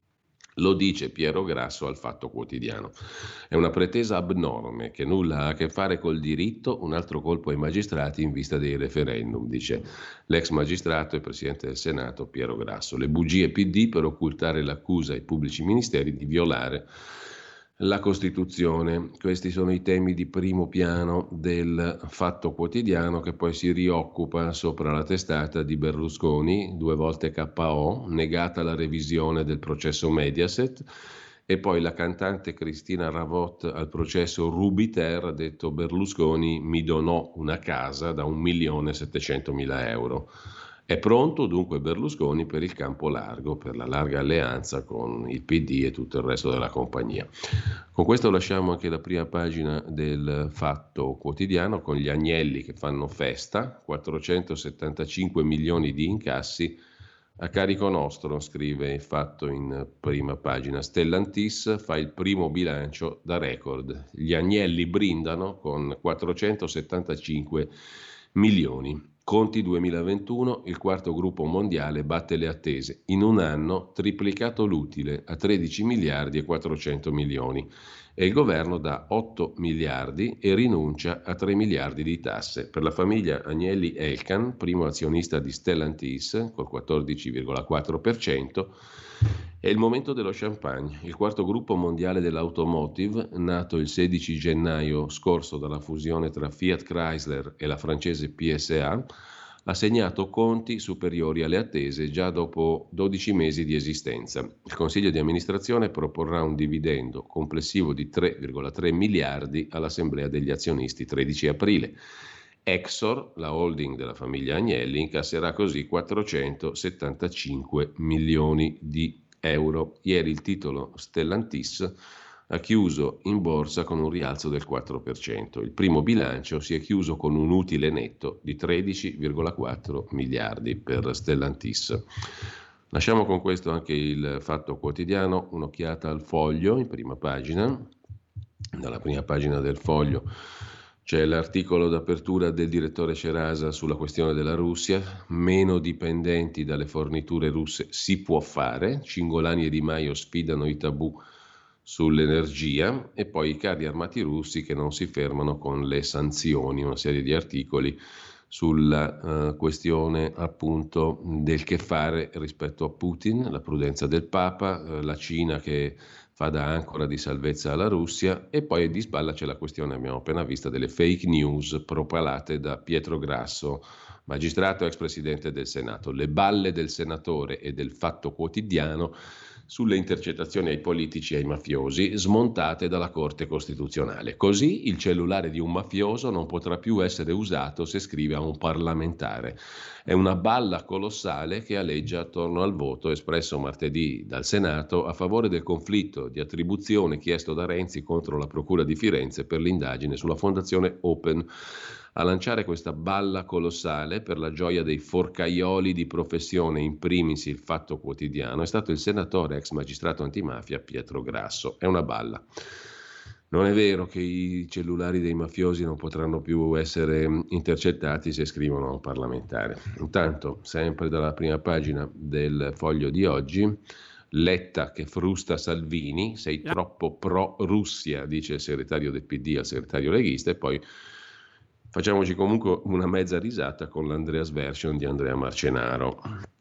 lo dice Piero Grasso al Fatto Quotidiano. È una pretesa abnorme che nulla ha a che fare col diritto, un altro colpo ai magistrati in vista dei referendum, dice l'ex magistrato e presidente del Senato Piero Grasso. Le bugie P D per occultare l'accusa ai pubblici ministeri di violare la Costituzione. Questi sono i temi di primo piano del Fatto Quotidiano, che poi si rioccupa sopra la testata di Berlusconi, due volte K O, negata la revisione del processo Mediaset, e poi la cantante Cristina Ravot al processo Rubiter, ha detto Berlusconi mi donò una casa da un milione e settecentomila euro. È pronto dunque Berlusconi per il campo largo, per la larga alleanza con il P D e tutto il resto della compagnia. Con questo lasciamo anche la prima pagina del Fatto Quotidiano con gli agnelli che fanno festa, quattrocentosettantacinque milioni di incassi a carico nostro, scrive il Fatto in prima pagina. Stellantis fa il primo bilancio da record. Gli agnelli brindano con quattrocentosettantacinque milioni. Conti duemilaventuno, il quarto gruppo mondiale batte le attese. In un anno triplicato l'utile a tredici miliardi e quattrocento milioni e il governo dà otto miliardi e rinuncia a tre miliardi di tasse. Per la famiglia Agnelli Elkann, primo azionista di Stellantis col quattordici virgola quattro per cento, è il momento dello champagne. Il quarto gruppo mondiale dell'automotive, nato il sedici gennaio scorso dalla fusione tra Fiat Chrysler e la francese P S A, ha segnato conti superiori alle attese già dopo dodici mesi di esistenza. Il Consiglio di amministrazione proporrà un dividendo complessivo di tre virgola tre miliardi all'Assemblea degli azionisti tredici aprile. Exor, la holding della famiglia Agnelli, incasserà così quattrocentosettantacinque milioni di euro. Ieri il titolo Stellantis ha chiuso in borsa con un rialzo del quattro per cento. Il primo bilancio si è chiuso con un utile netto di tredici virgola quattro miliardi per Stellantis. Lasciamo con questo anche il Fatto Quotidiano, un'occhiata al Foglio in prima pagina. Dalla prima pagina del Foglio c'è l'articolo d'apertura del direttore Cerasa sulla questione della Russia, meno dipendenti dalle forniture russe si può fare, Cingolani e Di Maio sfidano i tabù sull'energia e poi i carri armati russi che non si fermano con le sanzioni, una serie di articoli sulla uh, questione appunto del che fare rispetto a Putin, la prudenza del Papa, uh, la Cina che fa da ancora di salvezza alla Russia e poi di spalla c'è la questione, abbiamo appena vista, delle fake news propalate da Pietro Grasso, magistrato e ex presidente del Senato. Le balle del senatore e del Fatto Quotidiano sulle intercettazioni ai politici e ai mafiosi smontate dalla Corte Costituzionale. Così il cellulare di un mafioso non potrà più essere usato se scrive a un parlamentare. È una balla colossale che aleggia attorno al voto espresso martedì dal Senato a favore del conflitto di attribuzione chiesto da Renzi contro la Procura di Firenze per l'indagine sulla Fondazione Open. A lanciare questa balla colossale per la gioia dei forcaioli di professione, in primis il Fatto Quotidiano, è stato il senatore ex magistrato antimafia Pietro Grasso. È una balla. Non è vero che i cellulari dei mafiosi non potranno più essere intercettati se scrivono a un parlamentare. Intanto, sempre dalla prima pagina del Foglio di oggi, Letta che frusta Salvini, sei troppo pro-Russia, dice il segretario del P D al segretario leghista, e poi facciamoci comunque una mezza risata con l'Andreas Version di Andrea Marcenaro.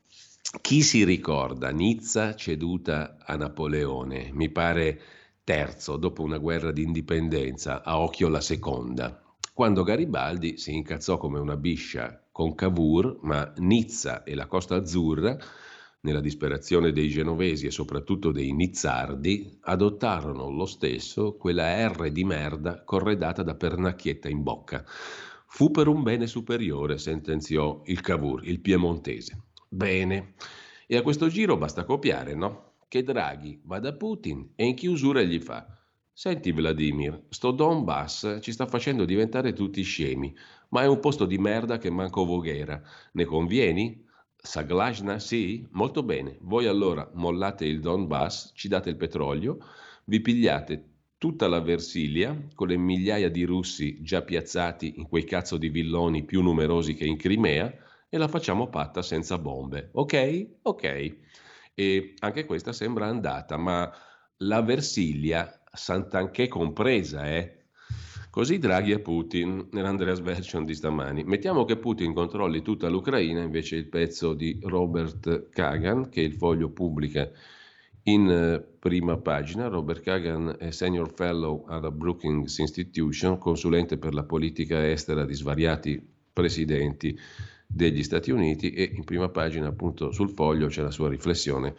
Chi si ricorda Nizza ceduta a Napoleone? Mi pare terzo, dopo una guerra di indipendenza, a occhio la seconda. Quando Garibaldi si incazzò come una biscia con Cavour, ma Nizza e la Costa Azzurra, nella disperazione dei genovesi e soprattutto dei nizzardi, adottarono lo stesso quella R di merda corredata da pernacchietta in bocca. Fu per un bene superiore, sentenziò il Cavour, il piemontese. Bene, e a questo giro basta copiare, no? Che Draghi va da Putin e in chiusura gli fa: senti Vladimir, sto Donbass ci sta facendo diventare tutti scemi, ma è un posto di merda che manco Voghera. Ne convieni? Saglajna sì? Molto bene. Voi allora mollate il Donbass, ci date il petrolio, vi pigliate tutta la Versilia con le migliaia di russi già piazzati in quei cazzo di villoni più numerosi che in Crimea e la facciamo patta senza bombe. Ok? Ok. E anche questa sembra andata, ma la Versilia, Sant'Anché compresa, eh? Così Draghi e Putin nell'Andreas Version di stamani. Mettiamo che Putin controlli tutta l'Ucraina, invece il pezzo di Robert Kagan, che il Foglio pubblica in eh, prima pagina. Robert Kagan è Senior Fellow alla Brookings Institution, consulente per la politica estera di svariati presidenti degli Stati Uniti, e in prima pagina appunto sul Foglio c'è la sua riflessione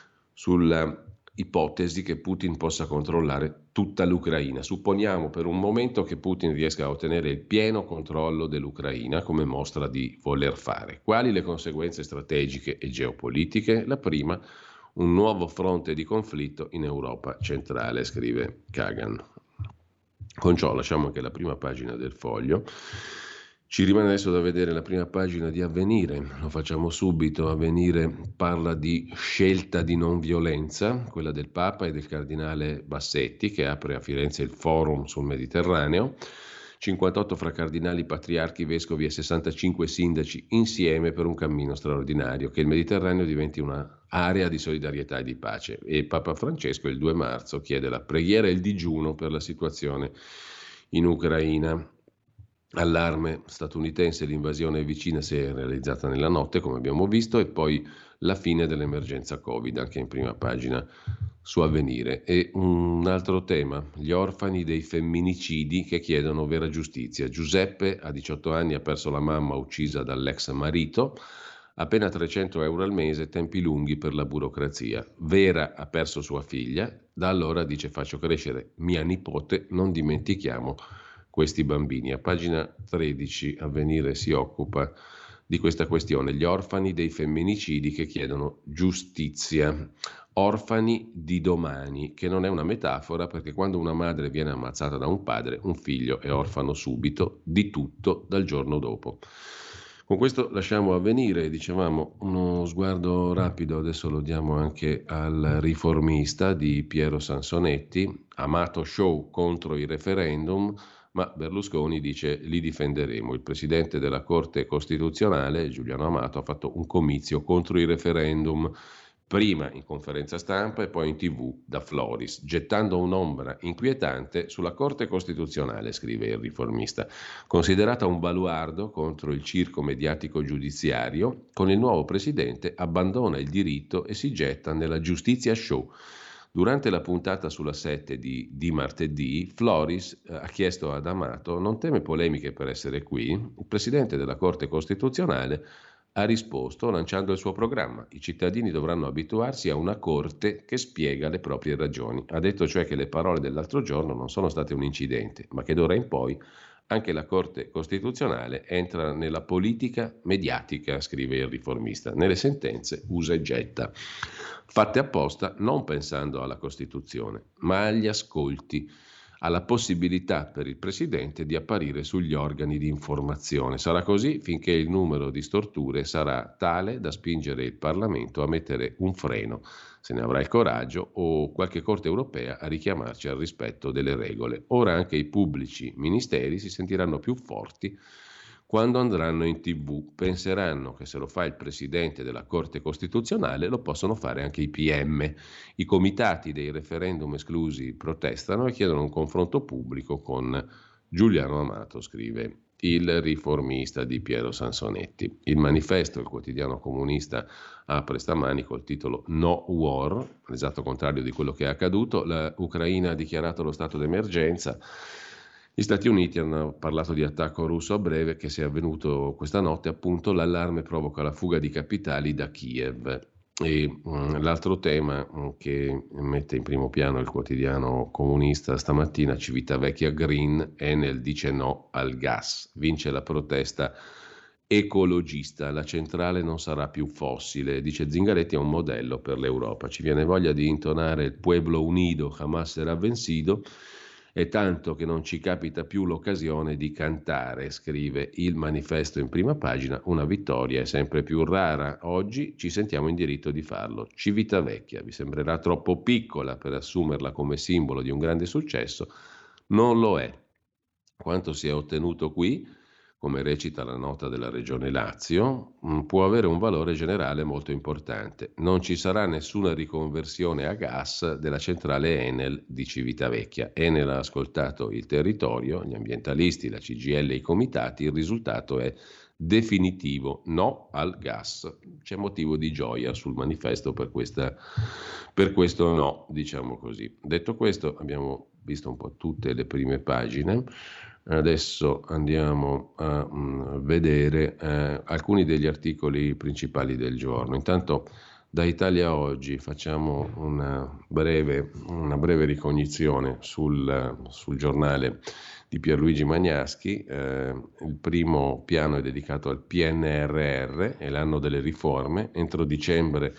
sulla ipotesi che Putin possa controllare tutta l'Ucraina. Supponiamo per un momento che Putin riesca a ottenere il pieno controllo dell'Ucraina, come mostra di voler fare. Quali le conseguenze strategiche e geopolitiche? La prima, un nuovo fronte di conflitto in Europa centrale, scrive Kagan. Con ciò lasciamo anche la prima pagina del Foglio. Ci rimane adesso da vedere la prima pagina di Avvenire, lo facciamo subito. Avvenire parla di scelta di non violenza, quella del Papa e del Cardinale Bassetti, che apre a Firenze il Forum sul Mediterraneo. cinquantotto fra cardinali, patriarchi, vescovi e sessantacinque sindaci insieme per un cammino straordinario, che il Mediterraneo diventi un'area di solidarietà e di pace. E Papa Francesco il due marzo chiede la preghiera e il digiuno per la situazione in Ucraina. Allarme statunitense, l'invasione vicina si è realizzata nella notte, come abbiamo visto, e poi la fine dell'emergenza Covid, anche in prima pagina su Avvenire. E un altro tema, gli orfani dei femminicidi che chiedono vera giustizia. Giuseppe, a diciotto anni, ha perso la mamma uccisa dall'ex marito, appena trecento euro al mese, tempi lunghi per la burocrazia. Vera ha perso sua figlia, da allora dice faccio crescere mia nipote, non dimentichiamo questi bambini. A pagina tredici Avvenire si occupa di questa questione, gli orfani dei femminicidi che chiedono giustizia. Orfani di domani, che non è una metafora, perché quando una madre viene ammazzata da un padre, un figlio è orfano subito di tutto dal giorno dopo. Con questo lasciamo Avvenire, dicevamo uno sguardo rapido, adesso lo diamo anche al Riformista di Piero Sansonetti. Amato show contro i referendum, ma Berlusconi dice li difenderemo. Il presidente della Corte Costituzionale, Giuliano Amato, ha fatto un comizio contro i referendum, prima in conferenza stampa e poi in tv da Floris, gettando un'ombra inquietante sulla Corte Costituzionale, scrive il Riformista. Considerata un baluardo contro il circo mediatico giudiziario, con il nuovo presidente abbandona il diritto e si getta nella giustizia show. Durante la puntata sulla sette di, di martedì, Floris eh, ha chiesto ad Amato: non teme polemiche per essere qui? Il presidente della Corte Costituzionale ha risposto lanciando il suo programma. I cittadini dovranno abituarsi a una corte che spiega le proprie ragioni. Ha detto cioè che le parole dell'altro giorno non sono state un incidente, ma che d'ora in poi anche la Corte Costituzionale entra nella politica mediatica, scrive il Riformista, nelle sentenze usa e getta, fatte apposta non pensando alla Costituzione, ma agli ascolti, alla possibilità per il Presidente di apparire sugli organi di informazione. Sarà così finché il numero di storture sarà tale da spingere il Parlamento a mettere un freno, se ne avrà il coraggio, o qualche Corte europea a richiamarci al rispetto delle regole. Ora anche i pubblici ministeri si sentiranno più forti quando andranno in tivù. Penseranno che se lo fa il Presidente della Corte Costituzionale lo possono fare anche i P M. I comitati dei referendum esclusi protestano e chiedono un confronto pubblico con Giuliano Amato, scrive il Riformista di Piero Sansonetti. Il Manifesto, il quotidiano comunista, apre stamani col titolo No War, l'esatto contrario di quello che è accaduto. L'Ucraina ha dichiarato lo stato d'emergenza. Gli Stati Uniti hanno parlato di attacco russo a breve che se è avvenuto questa notte, appunto. L'allarme provoca la fuga di capitali da Kiev. E um, l'altro tema um, che mette in primo piano il quotidiano comunista stamattina, Civitavecchia Green, Enel dice no al gas, vince la protesta ecologista, la centrale non sarà più fossile, dice Zingaretti, è un modello per l'Europa. Ci viene voglia di intonare il Pueblo Unido, jamás será vencido. È tanto che non ci capita più l'occasione di cantare, scrive il Manifesto in prima pagina, una vittoria è sempre più rara, oggi ci sentiamo in diritto di farlo. Civitavecchia vi sembrerà troppo piccola per assumerla come simbolo di un grande successo, non lo è. Quanto si è ottenuto qui, come recita la nota della Regione Lazio, può avere un valore generale molto importante. Non ci sarà nessuna riconversione a gas della centrale Enel di Civitavecchia. Enel ha ascoltato il territorio, gli ambientalisti, la C G I L e i comitati, il risultato è definitivo, no al gas. C'è motivo di gioia sul Manifesto per, questa, per questo no, diciamo così. Detto questo, abbiamo visto un po' tutte le prime pagine. Adesso andiamo a mh, vedere eh, alcuni degli articoli principali del giorno. Intanto da Italia Oggi facciamo una breve, una breve ricognizione sul, sul giornale di Pierluigi Magnaschi. Eh, il primo piano è dedicato al P N R R, è l'anno delle riforme. Entro dicembre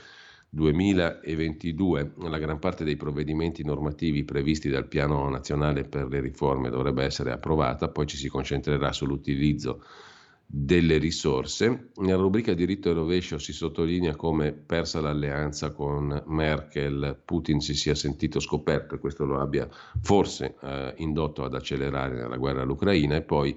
duemilaventidue la gran parte dei provvedimenti normativi previsti dal Piano Nazionale per le Riforme dovrebbe essere approvata, poi ci si concentrerà sull'utilizzo delle risorse. Nella rubrica diritto e rovescio si sottolinea come, persa l'alleanza con Merkel, Putin si sia sentito scoperto e questo lo abbia forse eh, indotto ad accelerare la guerra all'Ucraina. E poi,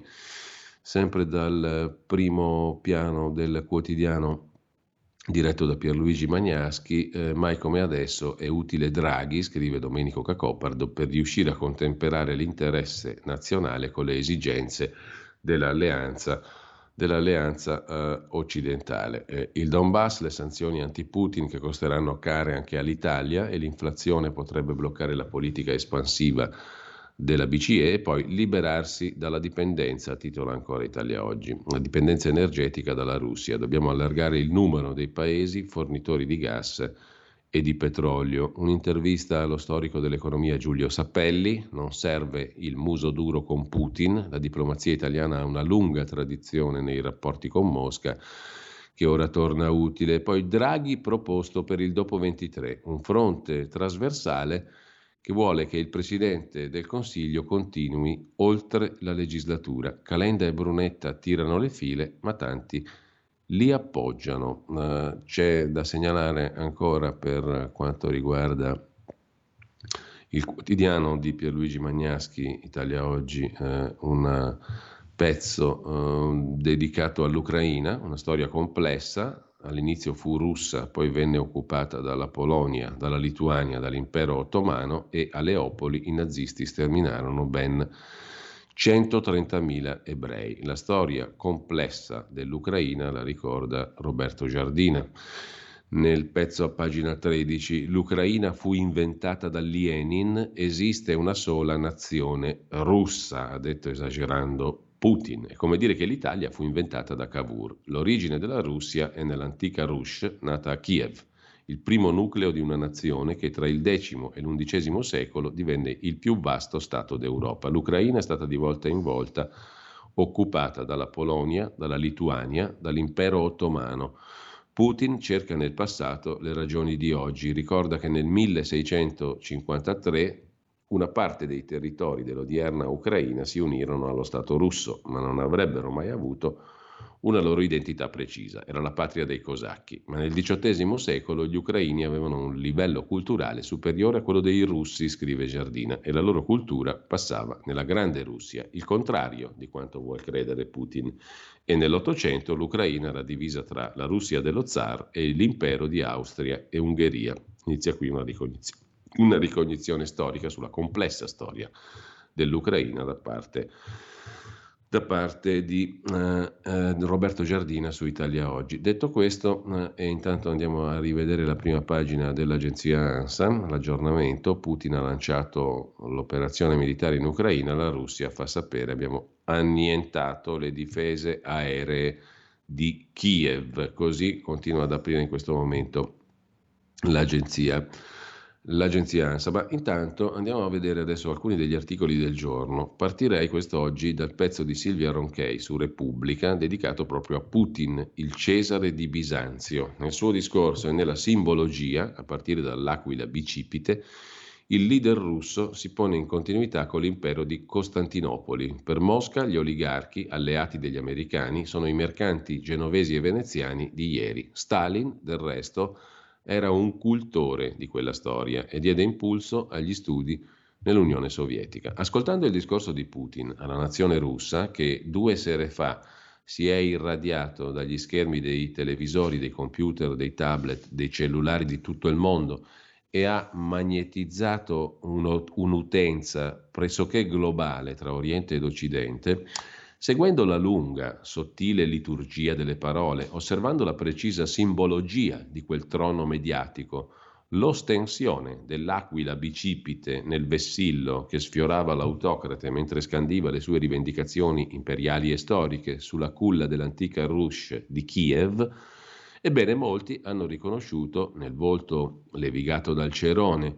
sempre dal primo piano del quotidiano diretto da Pierluigi Magnaschi, eh, mai come adesso è utile Draghi, scrive Domenico Cacopardo, per riuscire a contemperare l'interesse nazionale con le esigenze dell'alleanza, dell'alleanza eh, occidentale. Eh, il Donbass, le sanzioni anti-Putin che costeranno care anche all'Italia e l'inflazione potrebbe bloccare la politica espansiva della B C E, e poi liberarsi dalla dipendenza, titola ancora Italia Oggi, la dipendenza energetica dalla Russia. Dobbiamo allargare il numero dei paesi fornitori di gas e di petrolio. Un'intervista allo storico dell'economia Giulio Sappelli: non serve il muso duro con Putin, la diplomazia italiana ha una lunga tradizione nei rapporti con Mosca che ora torna utile. Poi Draghi proposto per il dopo ventitré, un fronte trasversale che vuole che il Presidente del Consiglio continui oltre la legislatura. Calenda e Brunetta tirano le file, ma tanti li appoggiano. Uh, c'è da segnalare ancora, per quanto riguarda il quotidiano di Pierluigi Magnaschi, Italia Oggi, uh, un pezzo uh, dedicato all'Ucraina, una storia complessa. All'inizio fu russa, poi venne occupata dalla Polonia, dalla Lituania, dall'impero ottomano, e a Leopoli i nazisti sterminarono ben centotrentamila ebrei. La storia complessa dell'Ucraina la ricorda Roberto Giardina. Nel pezzo a pagina tredici, l'Ucraina fu inventata da Lenin, esiste una sola nazione russa, ha detto esagerando Putin. È come dire che l'Italia fu inventata da Cavour. L'origine della Russia è nell'antica Rush, nata a Kiev, il primo nucleo di una nazione che tra il X e l'undicesimo secolo divenne il più vasto stato d'Europa. L'Ucraina è stata di volta in volta occupata dalla Polonia, dalla Lituania, dall'impero ottomano. Putin cerca nel passato le ragioni di oggi. Ricorda che nel milleseicentocinquantatré una parte dei territori dell'odierna Ucraina si unirono allo Stato russo, ma non avrebbero mai avuto una loro identità precisa. Era la patria dei cosacchi. Ma nel diciottesimo secolo gli ucraini avevano un livello culturale superiore a quello dei russi, scrive Giardina, e la loro cultura passava nella grande Russia, il contrario di quanto vuol credere Putin. E nell'Ottocento l'Ucraina era divisa tra la Russia dello zar e l'impero di Austria e Ungheria. Inizia qui una ricognizione. Una ricognizione storica sulla complessa storia dell'Ucraina da parte, da parte di eh, eh, Roberto Giardina su Italia Oggi. Detto questo, eh, e intanto andiamo a rivedere la prima pagina dell'agenzia ANSA, l'aggiornamento. Putin ha lanciato l'operazione militare in Ucraina, la Russia fa sapere abbiamo annientato le difese aeree di Kiev, così continua ad aprire in questo momento l'agenzia. L'agenzia ANSA, ma intanto andiamo a vedere adesso alcuni degli articoli del giorno. Partirei quest'oggi dal pezzo di Silvia Ronchey su Repubblica dedicato proprio a Putin, il Cesare di Bisanzio. Nel suo discorso e nella simbologia, a partire dall'aquila bicipite, il leader russo si pone in continuità con l'impero di Costantinopoli. Per Mosca gli oligarchi, alleati degli americani, sono i mercanti genovesi e veneziani di ieri. Stalin, del resto, era un cultore di quella storia e diede impulso agli studi nell'Unione Sovietica. Ascoltando il discorso di Putin alla nazione russa, che due sere fa si è irradiato dagli schermi dei televisori, dei computer, dei tablet, dei cellulari di tutto il mondo e ha magnetizzato uno, un'utenza pressoché globale tra Oriente ed Occidente, seguendo la lunga, sottile liturgia delle parole, osservando la precisa simbologia di quel trono mediatico, l'ostensione dell'aquila bicipite nel vessillo che sfiorava l'autocrate mentre scandiva le sue rivendicazioni imperiali e storiche sulla culla dell'antica Rush di Kiev, ebbene molti hanno riconosciuto nel volto levigato dal cerone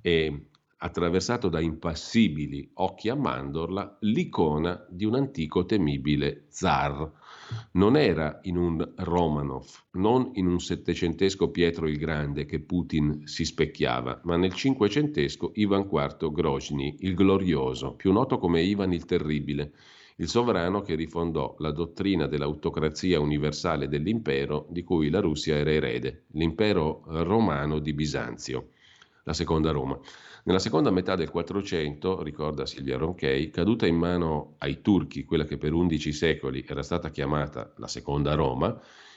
e attraversato da impassibili occhi a mandorla, l'icona di un antico temibile zar. Non era in un Romanov, non in un settecentesco Pietro il Grande che Putin si specchiava, ma nel cinquecentesco Ivan quarto Grozny, il glorioso, più noto come Ivan il Terribile, il sovrano che rifondò la dottrina dell'autocrazia universale dell'impero di cui la Russia era erede, l'impero romano di Bisanzio, la seconda Roma. Nella seconda metà del Quattrocento, ricorda Silvia Ronchey, caduta in mano ai turchi quella che per undici secoli era stata chiamata la seconda Roma,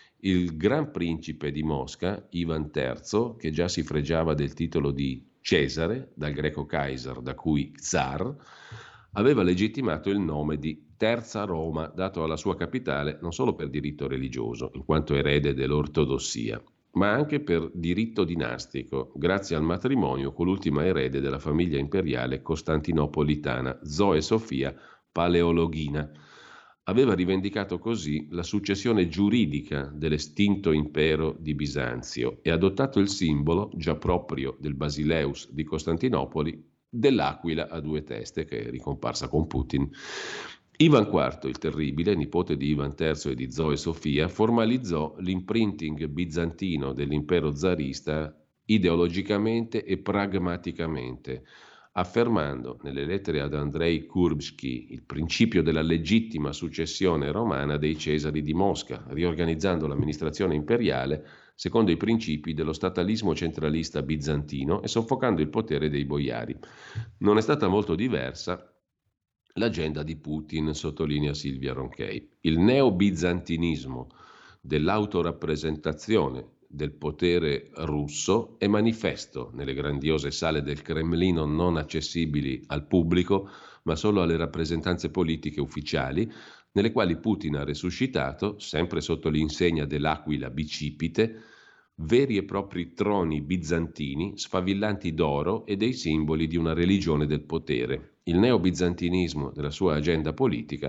il gran principe di Mosca, Ivan terzo, che già si fregiava del titolo di Cesare, dal greco Kaiser, da cui Zar, aveva legittimato il nome di Terza Roma, dato alla sua capitale non solo per diritto religioso, in quanto erede dell'ortodossia, ma anche per diritto dinastico, grazie al matrimonio con l'ultima erede della famiglia imperiale costantinopolitana, Zoe Sofia Paleologhina. Aveva rivendicato così la successione giuridica dell'estinto impero di Bisanzio e adottato il simbolo, già proprio del Basileus di Costantinopoli, dell'aquila a due teste che è ricomparsa con Putin. Ivan quarto, il Terribile, nipote di Ivan terzo e di Zoe Sofia, formalizzò l'imprinting bizantino dell'impero zarista ideologicamente e pragmaticamente, affermando nelle lettere ad Andrei Kurbsky il principio della legittima successione romana dei Cesari di Mosca, riorganizzando l'amministrazione imperiale secondo i principi dello statalismo centralista bizantino e soffocando il potere dei boiari. Non è stata molto diversa l'agenda di Putin, sottolinea Silvia Ronchey. Il neobizantinismo dell'autorappresentazione del potere russo è manifesto nelle grandiose sale del Cremlino non accessibili al pubblico, ma solo alle rappresentanze politiche ufficiali, nelle quali Putin ha resuscitato, sempre sotto l'insegna dell'aquila bicipite, veri e propri troni bizantini sfavillanti d'oro e dei simboli di una religione del potere. Il neobizantinismo della sua agenda politica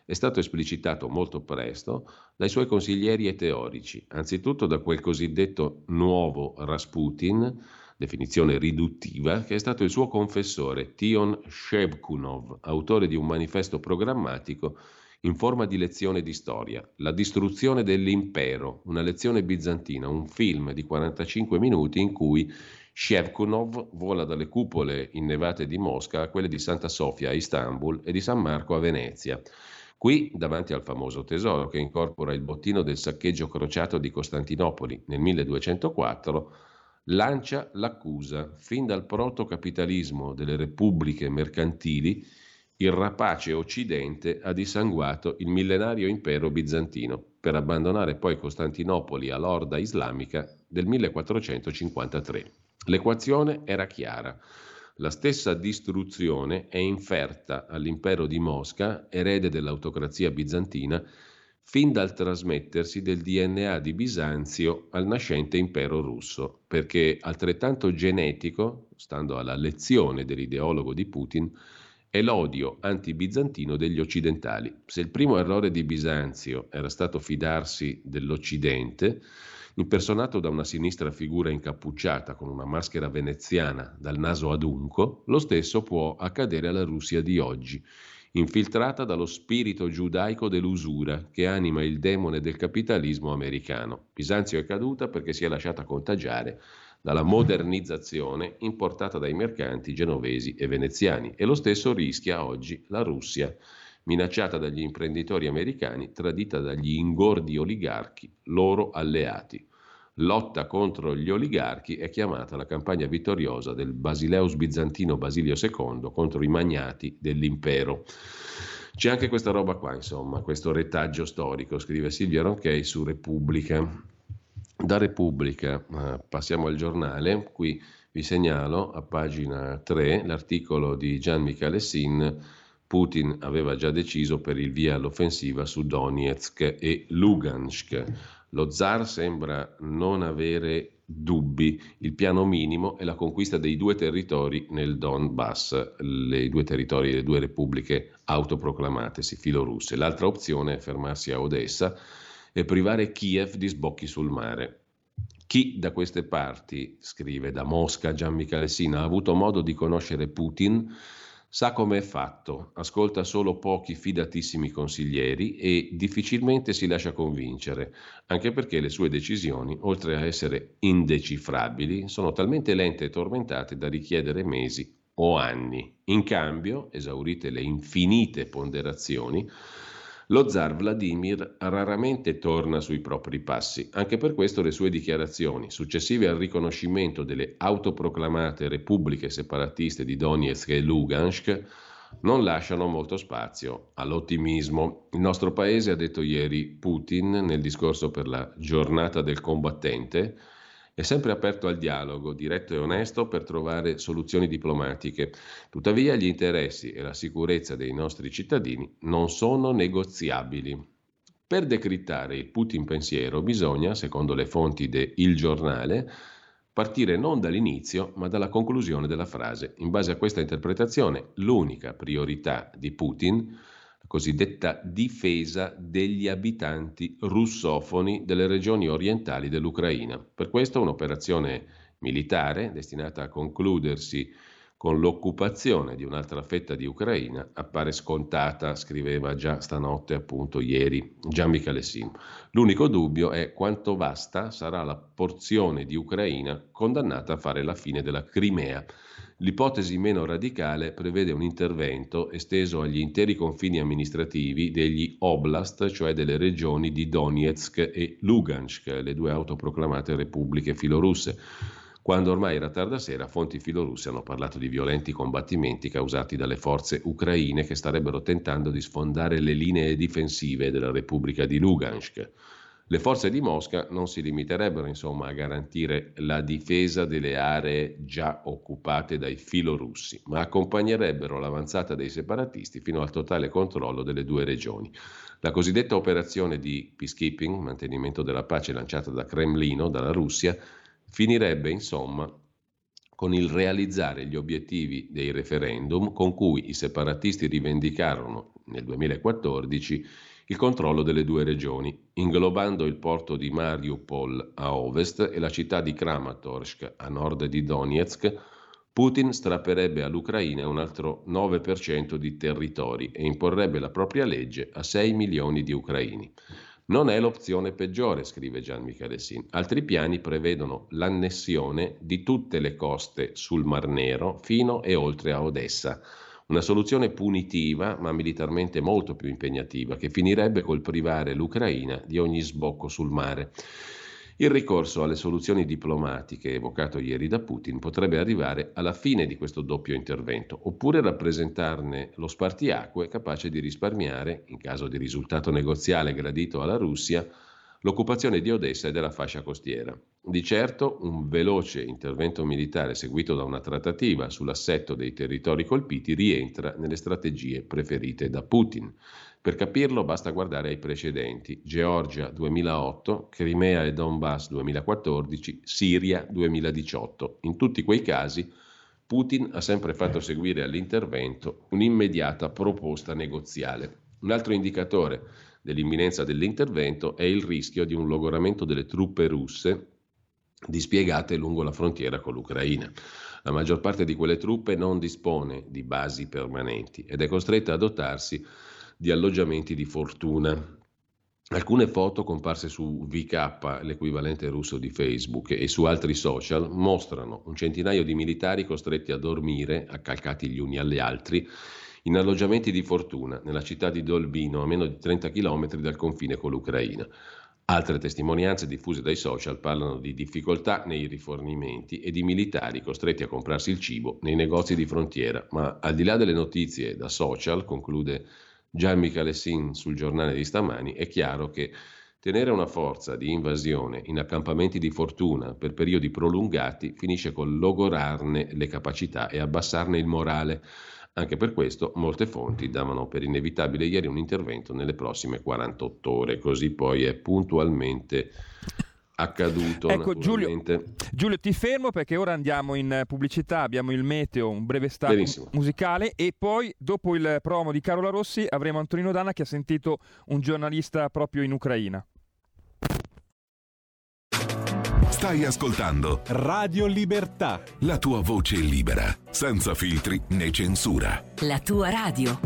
è stato esplicitato molto presto dai suoi consiglieri e teorici, anzitutto da quel cosiddetto nuovo Rasputin, definizione riduttiva, che è stato il suo confessore Tion Shevkunov, autore di un manifesto programmatico in forma di lezione di storia, La distruzione dell'impero, una lezione bizantina, un film di quarantacinque minuti in cui Shevkunov vola dalle cupole innevate di Mosca a quelle di Santa Sofia a Istanbul e di San Marco a Venezia. Qui, davanti al famoso tesoro che incorpora il bottino del saccheggio crociato di Costantinopoli nel milleduecentoquattro, lancia l'accusa: fin dal protocapitalismo delle repubbliche mercantili, il rapace Occidente ha dissanguato il millenario impero bizantino, per abbandonare poi Costantinopoli all'orda islamica del millequattrocentocinquantatré. L'equazione era chiara. La stessa distruzione è inferta all'impero di Mosca, erede dell'autocrazia bizantina, fin dal trasmettersi del D N A di Bisanzio al nascente impero russo, perché altrettanto genetico, stando alla lezione dell'ideologo di Putin, è l'odio anti-bizantino degli occidentali. Se il primo errore di Bisanzio era stato fidarsi dell'Occidente, impersonato da una sinistra figura incappucciata con una maschera veneziana dal naso adunco, lo stesso può accadere alla Russia di oggi, infiltrata dallo spirito giudaico dell'usura che anima il demone del capitalismo americano. Bisanzio è caduta perché si è lasciata contagiare dalla modernizzazione importata dai mercanti genovesi e veneziani, e lo stesso rischia oggi la Russia, minacciata dagli imprenditori americani, tradita dagli ingordi oligarchi, loro alleati. Lotta contro gli oligarchi è chiamata la campagna vittoriosa del Basileus bizantino Basilio secondo contro i magnati dell'impero. C'è anche questa roba qua, insomma, questo retaggio storico, scrive Silvia Ronchey su Repubblica. Da Repubblica eh, passiamo al Giornale. Qui vi segnalo a pagina tre l'articolo di Gian Michalessin. Putin aveva già deciso per il via all'offensiva su Donetsk e Lugansk. Lo zar sembra non avere dubbi. Il piano minimo è la conquista dei due territori nel Donbass, le due territori delle due repubbliche autoproclamatesi filorusse. L'altra opzione è fermarsi a Odessa e privare Kiev di sbocchi sul mare. Chi da queste parti, scrive da Mosca Gian Michalessin, ha avuto modo di conoscere Putin sa come è fatto, ascolta solo pochi fidatissimi consiglieri e difficilmente si lascia convincere, anche perché le sue decisioni, oltre a essere indecifrabili, sono talmente lente e tormentate da richiedere mesi o anni. In cambio, esaurite le infinite ponderazioni, lo zar Vladimir raramente torna sui propri passi. Anche per questo le sue dichiarazioni, successive al riconoscimento delle autoproclamate repubbliche separatiste di Donetsk e Lugansk, non lasciano molto spazio all'ottimismo. Il nostro paese, ha detto ieri Putin nel discorso per la giornata del combattente, è sempre aperto al dialogo, diretto e onesto, per trovare soluzioni diplomatiche. Tuttavia gli interessi e la sicurezza dei nostri cittadini non sono negoziabili. Per decrittare il Putin pensiero bisogna, secondo le fonti de Il Giornale, partire non dall'inizio ma dalla conclusione della frase. In base a questa interpretazione, l'unica priorità di Putin, cosiddetta difesa degli abitanti russofoni delle regioni orientali dell'Ucraina. Per questo un'operazione militare destinata a concludersi con l'occupazione di un'altra fetta di Ucraina appare scontata, scriveva già stanotte, appunto ieri, Gian Michalessin. L'unico dubbio è quanto vasta sarà la porzione di Ucraina condannata a fare la fine della Crimea. L'ipotesi meno radicale prevede un intervento esteso agli interi confini amministrativi degli oblast, cioè delle regioni di Donetsk e Lugansk, le due autoproclamate repubbliche filorusse. Quando ormai era tarda sera, fonti filorusse hanno parlato di violenti combattimenti causati dalle forze ucraine che starebbero tentando di sfondare le linee difensive della Repubblica di Lugansk. Le forze di Mosca non si limiterebbero, insomma, a garantire la difesa delle aree già occupate dai filorussi, ma accompagnerebbero l'avanzata dei separatisti fino al totale controllo delle due regioni. La cosiddetta operazione di peacekeeping, mantenimento della pace lanciata da Cremlino, dalla Russia, finirebbe, insomma, con il realizzare gli obiettivi dei referendum con cui i separatisti rivendicarono nel duemilaquattordici il controllo delle due regioni, inglobando il porto di Mariupol a ovest e la città di Kramatorsk a nord di Donetsk. Putin strapperebbe all'Ucraina un altro nove per cento di territori e imporrebbe la propria legge a sei milioni di ucraini. Non è l'opzione peggiore, scrive Gian Michalessin. Altri piani prevedono l'annessione di tutte le coste sul Mar Nero fino e oltre a Odessa. Una soluzione punitiva, ma militarmente molto più impegnativa, che finirebbe col privare l'Ucraina di ogni sbocco sul mare. Il ricorso alle soluzioni diplomatiche evocato ieri da Putin potrebbe arrivare alla fine di questo doppio intervento, oppure rappresentarne lo spartiacque capace di risparmiare, in caso di risultato negoziale gradito alla Russia, l'occupazione di Odessa e della fascia costiera. Di certo un veloce intervento militare seguito da una trattativa sull'assetto dei territori colpiti rientra nelle strategie preferite da Putin. Per capirlo basta guardare ai precedenti: Georgia duemilaotto, Crimea e Donbass duemilaquattordici, Siria duemiladiciotto. In tutti quei casi Putin ha sempre fatto seguire all'intervento un'immediata proposta negoziale. Un altro indicatore dell'imminenza dell'intervento è il rischio di un logoramento delle truppe russe dispiegate lungo la frontiera con l'Ucraina. La maggior parte di quelle truppe non dispone di basi permanenti ed è costretta a dotarsi di alloggiamenti di fortuna. Alcune foto comparse su V K, l'equivalente russo di Facebook, e su altri social mostrano un centinaio di militari costretti a dormire, accalcati gli uni agli altri, in alloggiamenti di fortuna nella città di Dolbino, a meno di trenta chilometri dal confine con l'Ucraina. Altre testimonianze diffuse dai social parlano di difficoltà nei rifornimenti e di militari costretti a comprarsi il cibo nei negozi di frontiera. Ma al di là delle notizie da social, conclude Gian Michalessin sul giornale di stamani, è chiaro che tenere una forza di invasione in accampamenti di fortuna per periodi prolungati finisce col logorarne le capacità e abbassarne il morale. Anche per questo molte fonti davano per inevitabile ieri un intervento nelle prossime quarantotto ore, così poi è puntualmente accaduto. Ecco Giulio, Giulio, ti fermo perché ora andiamo in pubblicità, abbiamo il meteo, un breve stacco Benissimo. musicale e poi dopo il promo di Carola Rossi avremo Antonino Danna che ha sentito un giornalista proprio in Ucraina. Stai ascoltando Radio Libertà, la tua voce libera, senza filtri né censura. La tua radio.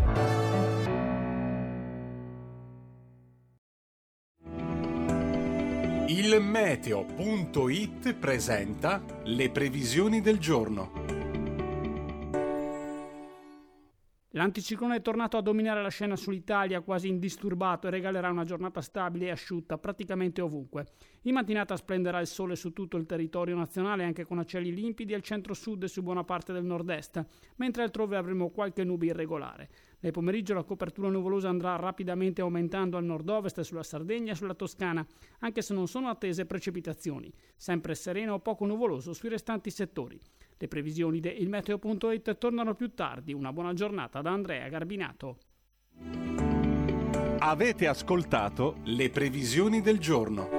Il meteo punto it presenta le previsioni del giorno. L'anticiclone è tornato a dominare la scena sull'Italia quasi indisturbato e regalerà una giornata stabile e asciutta praticamente ovunque. In mattinata splenderà il sole su tutto il territorio nazionale anche con cieli limpidi al centro-sud e su buona parte del nord-est, mentre altrove avremo qualche nube irregolare. Nel pomeriggio la copertura nuvolosa andrà rapidamente aumentando al nord-ovest e sulla Sardegna e sulla Toscana, anche se non sono attese precipitazioni. Sempre sereno o poco nuvoloso sui restanti settori. Le previsioni di il meteo punto it tornano più tardi. Una buona giornata da Andrea Garbinato. Avete ascoltato le previsioni del giorno.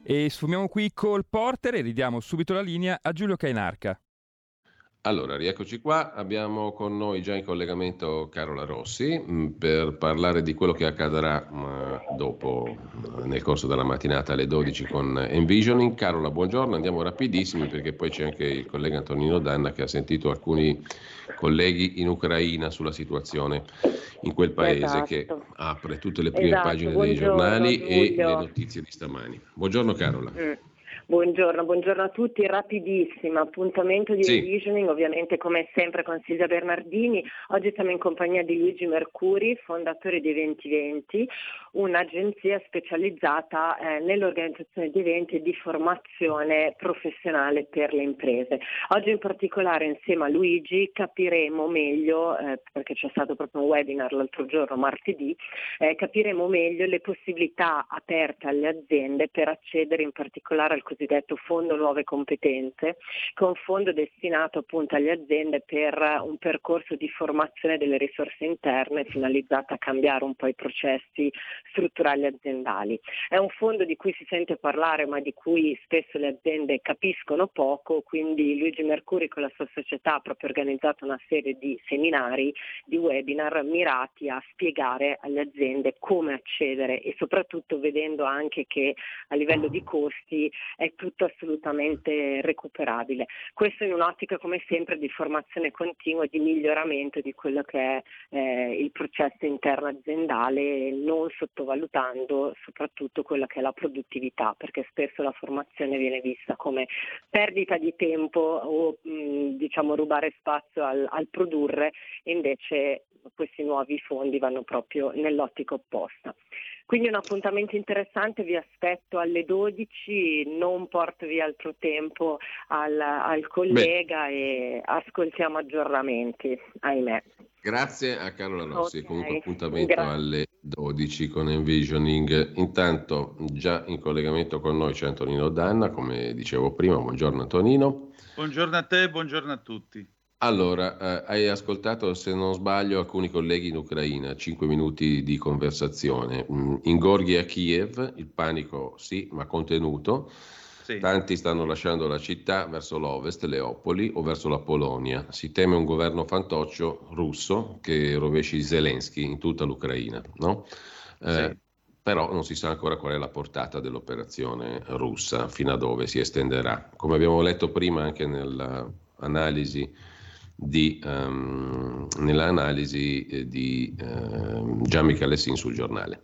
E sfumiamo qui col Porter e ridiamo subito la linea a Giulio Cainarca. Allora, rieccoci qua, abbiamo con noi già in collegamento Carola Rossi mh, per parlare di quello che accadrà mh, dopo, mh, nel corso della mattinata alle dodici con Envisioning. Carola, buongiorno, andiamo rapidissimi perché poi c'è anche il collega Antonino Danna che ha sentito alcuni colleghi in Ucraina sulla situazione in quel paese, esatto, che apre tutte le prime esatto. pagine Buongiorno, dei giornali Giulio. e le notizie di stamani. Buongiorno Carola. Mm. Buongiorno, buongiorno a tutti, rapidissimo appuntamento di sì. Envisioning, ovviamente come sempre con Silvia Bernardini. Oggi siamo in compagnia di Luigi Mercuri, fondatore di Eventi venti, un'agenzia specializzata eh, nell'organizzazione di eventi e di formazione professionale per le imprese. Oggi in particolare insieme a Luigi capiremo meglio, eh, perché c'è stato proprio un webinar l'altro giorno, martedì, eh, capiremo meglio le possibilità aperte alle aziende per accedere in particolare al cosiddetto Fondo Nuove Competenze, che è un fondo destinato appunto alle aziende per un percorso di formazione delle risorse interne finalizzato a cambiare un po' i processi strutturali aziendali. È un fondo di cui si sente parlare ma di cui spesso le aziende capiscono poco, quindi Luigi Mercuri con la sua società ha proprio organizzato una serie di seminari, di webinar mirati a spiegare alle aziende come accedere e soprattutto vedendo anche che a livello di costi è tutto assolutamente recuperabile. Questo in un'ottica come sempre di formazione continua e di miglioramento di quello che è eh, il processo interno aziendale, non sottovalutando soprattutto quella che è la produttività, perché spesso la formazione viene vista come perdita di tempo o mh, diciamo rubare spazio al, al produrre, e invece questi nuovi fondi vanno proprio nell'ottica opposta. Quindi un appuntamento interessante, vi aspetto alle dodici, non porto via altro tempo al, al collega Beh. e ascoltiamo aggiornamenti, ahimè. Grazie a Carola Rossi, Okay. comunque appuntamento Gra- alle dodici con Envisioning. Intanto già in collegamento con noi c'è Antonino Danna, come dicevo prima, buongiorno Antonino. Buongiorno a te, buongiorno a tutti. Allora, eh, hai ascoltato, se non sbaglio, alcuni colleghi in Ucraina, cinque minuti di conversazione. In Gorghi a Kiev, il panico sì, ma contenuto. Sì. Tanti stanno lasciando la città verso l'ovest, Leopoli, o verso la Polonia. Si teme un governo fantoccio russo che rovesci Zelensky in tutta l'Ucraina, no? Eh, sì. Però non si sa ancora qual è la portata dell'operazione russa, fino a dove si estenderà. Come abbiamo letto prima anche nell'analisi Di, um, nell'analisi eh, di uh, Gian Michalessin sul giornale.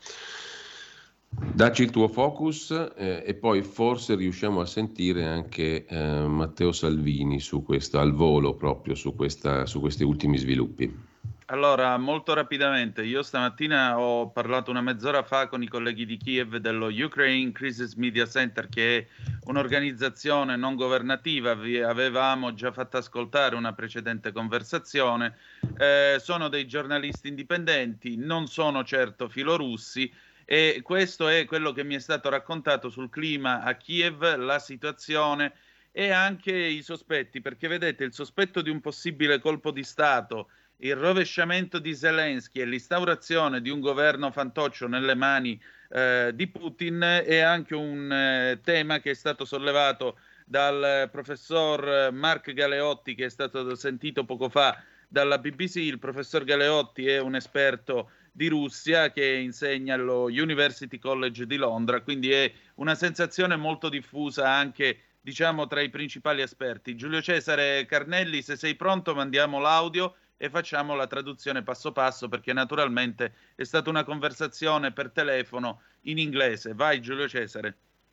Dacci il tuo focus eh, e poi forse riusciamo a sentire anche eh, Matteo Salvini su questo, al volo proprio su, questa, su questi ultimi sviluppi. Allora, molto rapidamente, io stamattina ho parlato una mezz'ora fa con i colleghi di Kiev dello Ukraine Crisis Media Center, che è un'organizzazione non governativa. Vi avevamo già fatto ascoltare una precedente conversazione. Eh, sono dei giornalisti indipendenti, non sono certo filorussi, e questo è quello che mi è stato raccontato sul clima a Kiev, la situazione e anche i sospetti, perché vedete, il sospetto di un possibile colpo di Stato, il rovesciamento di Zelensky e l'instaurazione di un governo fantoccio nelle mani eh, di Putin è anche un eh, tema che è stato sollevato dal eh, professor Mark Galeotti, che è stato sentito poco fa dalla B B C. Il professor Galeotti è un esperto di Russia che insegna allo University College di Londra, quindi è una sensazione molto diffusa anche, diciamo, tra i principali esperti. Giulio Cesare Carnelli, se sei pronto mandiamo l'audio e facciamo la traduzione passo passo, perché naturalmente è stata una conversazione per telefono in inglese. Vai Giulio Cesare.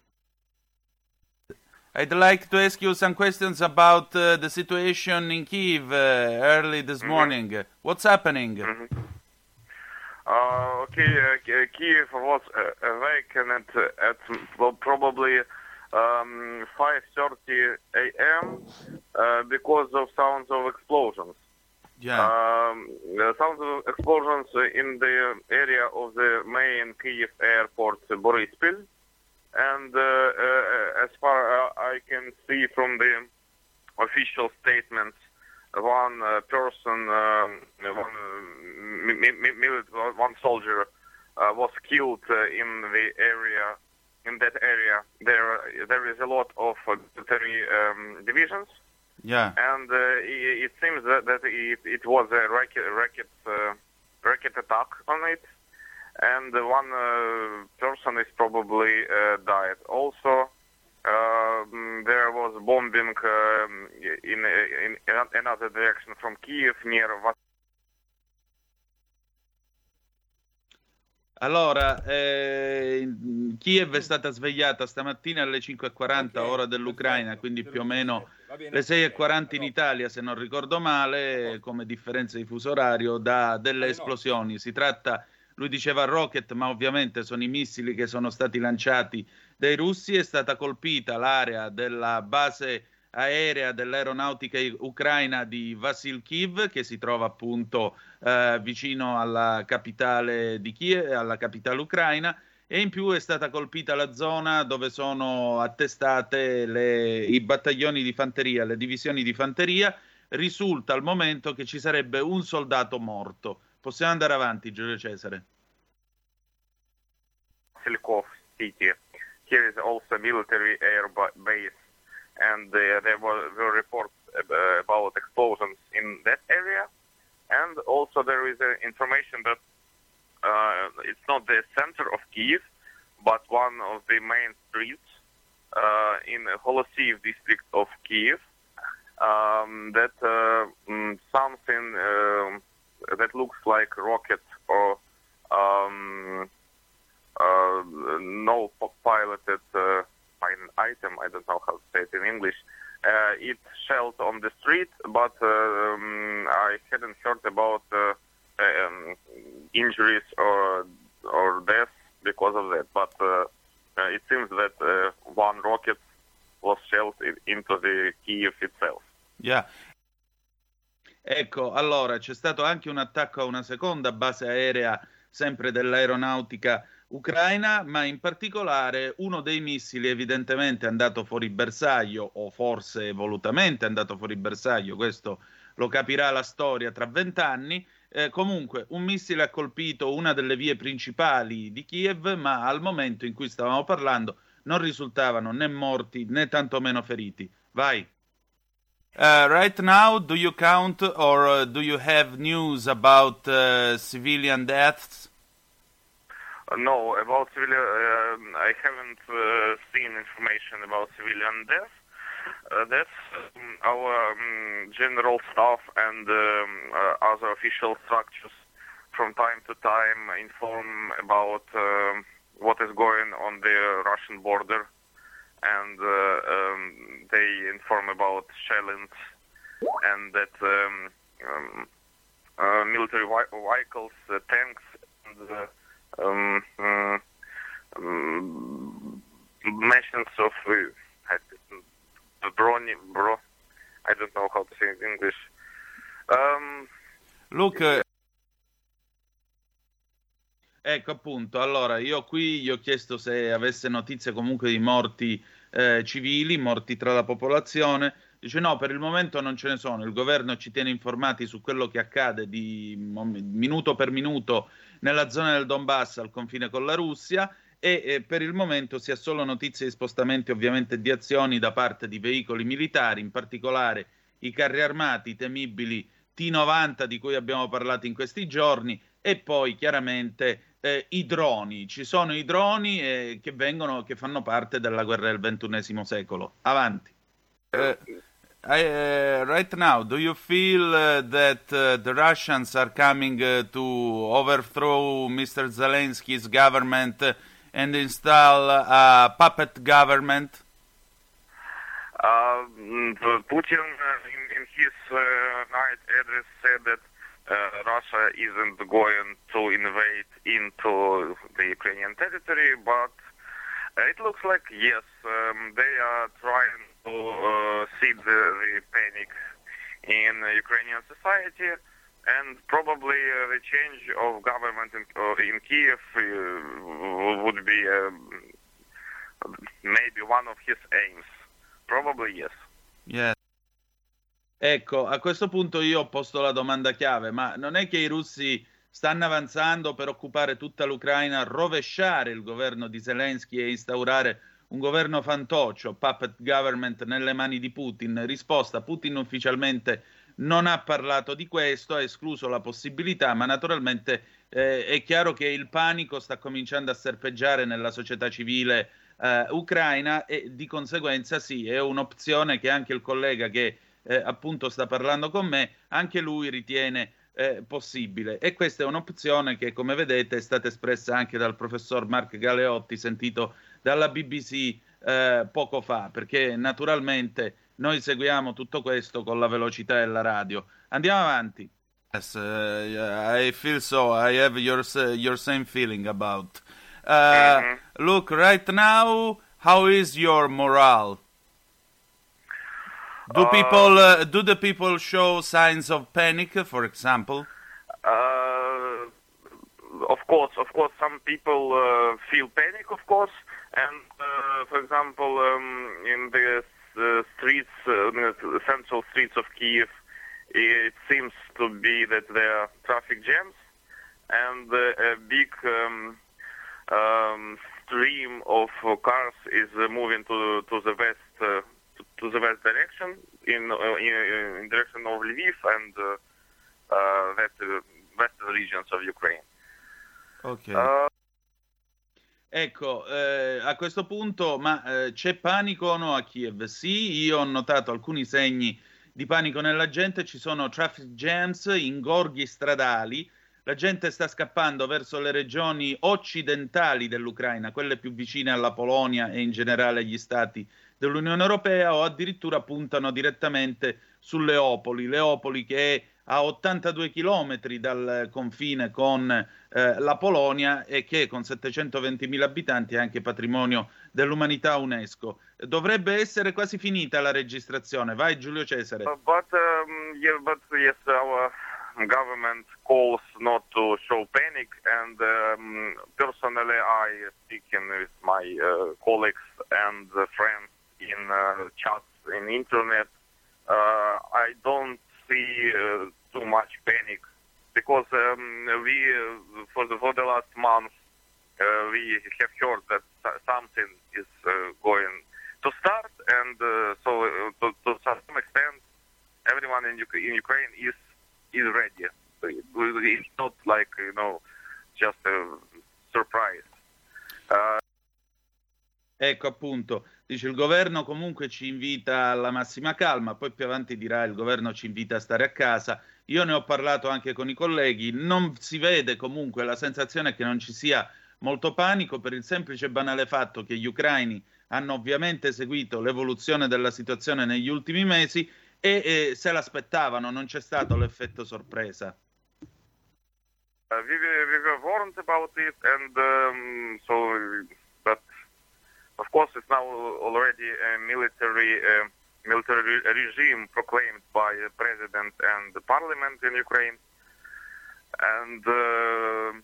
I'd like to ask you some questions about uh, the situation in Kyiv uh, early this mm-hmm. morning. What's happening? Mm-hmm. Uh, okay, uh, Kyiv was uh, awakened at well, probably um, five thirty a.m. Uh, because of sounds of explosions. Yeah. Um, the sounds of explosions in the area of the main Kyiv airport, Boryspil. And uh, uh, as far as I can see from the official statements, one uh, person, um, one, mi- mi- mi- one soldier uh, was killed uh, in the area in that area there there is a lot of uh, military um, divisions. Yeah. And uh, it, it seems that, that it, it was a racket racket uh, racket attack on it, and one uh, person is probably uh, died. Also, uh, there was bombing uh, in, in in another direction from Kiev near. Allora, eh, Kiev è stata svegliata stamattina alle cinque e quaranta, okay, ora dell'Ucraina, quindi più o meno le sei e quaranta in Italia, se non ricordo male, come differenza di fuso orario, da delle esplosioni. Si tratta, lui diceva rocket, ma ovviamente sono i missili che sono stati lanciati dai russi. È stata colpita l'area della base aerea dell'aeronautica ucraina di Vasylkiv, che si trova appunto eh, vicino alla capitale di Kiev, alla capitale ucraina, e in più è stata colpita la zona dove sono attestate le, i battaglioni di fanteria, le divisioni di fanteria. Risulta al momento che ci sarebbe un soldato morto. Possiamo andare avanti, Giulio Cesare. Vasylkov city. Here is also military air base. And uh, there were, were reports uh, about explosions in that area, and also there is uh, information that uh, it's not the center of Kiev, but one of the main streets uh, in Holosiv district of Kiev, um, that uh, um, something uh, that looks like rocket or um, uh, no piloted uh, an item, I don't know how to say it in English, uh, it shelled on the street, but uh, um, I hadn't heard about uh, um, injuries or or deaths because of that. But uh, uh, it seems that uh, one rocket was shelled into the Kiev itself. Yeah. Ecco, allora c'è stato anche un attacco a una seconda base aerea, sempre dell'aeronautica ucraina, ma in particolare uno dei missili evidentemente è andato fuori bersaglio, o forse volutamente è andato fuori bersaglio, questo lo capirà la storia tra vent'anni. Eh, comunque un missile ha colpito una delle vie principali di Kiev, ma al momento in cui stavamo parlando non risultavano né morti né tantomeno feriti. Vai. Uh, right now, do you count or uh, do you have news about uh, civilian deaths? No, about civilian, uh, I haven't uh, seen information about civilian deaths. Uh, that's um, our um, general staff and um, uh, other official structures from time to time inform about uh, what is going on the Russian border, and uh, um, they inform about shellings and that um, um, uh, military vehicles, uh, tanks, and uh, Um, um, um, mentions of uh, brony, bro, I don't know how to say it in English. Um, Look, uh, ecco appunto, allora io qui gli ho chiesto se avesse notizie comunque di morti eh, civili, morti tra la popolazione. Dice no, per il momento non ce ne sono, il governo ci tiene informati su quello che accade di minuto per minuto nella zona del Donbass al confine con la Russia, e eh, per il momento si ha solo notizie di spostamenti, ovviamente di azioni da parte di veicoli militari, in particolare i carri armati, i temibili T novanta di cui abbiamo parlato in questi giorni, e poi chiaramente eh, i droni. Ci sono i droni eh, che vengono, che fanno parte della guerra del ventunesimo secolo. Avanti. Uh, I, uh, right now, do you feel uh, that uh, the Russians are coming uh, to overthrow Mister Zelensky's government uh, and install a puppet government? Uh, Putin, uh, in, in his uh, night address, said that uh, Russia isn't going to invade into the Ukrainian territory, but uh, it looks like, yes, um, they are trying to uh, seed the, the panic in uh, Ukrainian society, and probably uh, the change of government in, uh, in Kiev uh, would be uh, maybe one of his aims. Probably yes. Yes. Ecco, a questo punto io ho posto la domanda chiave, ma non è che i russi stanno avanzando per occupare tutta l'Ucraina, rovesciare il governo di Zelensky e instaurare un governo fantoccio, puppet government nelle mani di Putin. Risposta: Putin ufficialmente non ha parlato di questo, ha escluso la possibilità, ma naturalmente eh, è chiaro che il panico sta cominciando a serpeggiare nella società civile eh, ucraina e di conseguenza sì, è un'opzione che anche il collega che eh, appunto sta parlando con me, anche lui ritiene eh, possibile. E questa è un'opzione che, come vedete, è stata espressa anche dal professor Mark Galeotti, sentito dalla B B C eh, poco fa, perché naturalmente noi seguiamo tutto questo con la velocità della radio. Andiamo avanti. Yes, uh, I feel so. I have your your same feeling about. Uh, mm-hmm. Look, right now, how is your morale? Do uh, people uh, do the people show signs of panic, for example? Uh, of course, of course, some people uh, feel panic, of course, and uh, for example, um, in the uh, streets, uh, the central streets of Kiev, it seems to be that there are traffic jams, and uh, a big um, um, stream of uh, cars is uh, moving to to the west uh, to, to the west direction, in uh, in, in direction of Lviv and uh, uh, west, uh, western regions of Ukraine. Okay. Uh, Ecco, eh, a questo punto, ma eh, c'è panico o no a Kiev? Sì, io ho notato alcuni segni di panico nella gente, ci sono traffic jams, ingorghi stradali, la gente sta scappando verso le regioni occidentali dell'Ucraina, quelle più vicine alla Polonia e in generale agli stati dell'Unione Europea, o addirittura puntano direttamente su Leopoli, Leopoli che è a ottantadue chilometri dal confine con eh, la Polonia e che con settecentoventimila abitanti è anche patrimonio dell'umanità UNESCO. Dovrebbe essere quasi finita la registrazione. Vai Giulio Cesare. Uh, but, um, yeah, but yes, our government calls not to show panic, and um, personally I speaking with my uh, colleagues and uh, friends in uh, chats in internet. Uh, I don't see uh, too much panic because um, we uh, for the for the last month uh, we have heard that something is uh, going to start, and uh, so uh, to, to some extent everyone in, U- in Ukraine is is ready. It's not like, you know, just a surprise. Uh, Ecco appunto, dice il governo comunque ci invita alla massima calma, poi più avanti dirà il governo ci invita a stare a casa. Io ne ho parlato anche con i colleghi, non si vede comunque, la sensazione è che non ci sia molto panico per il semplice e banale fatto che gli ucraini hanno ovviamente seguito l'evoluzione della situazione negli ultimi mesi e, e se l'aspettavano, non c'è stato l'effetto sorpresa. Uh, we, we were warned about it, and um, so, but of course, it's now already a military uh, military regime proclaimed by the president and the parliament in Ukraine, and uh,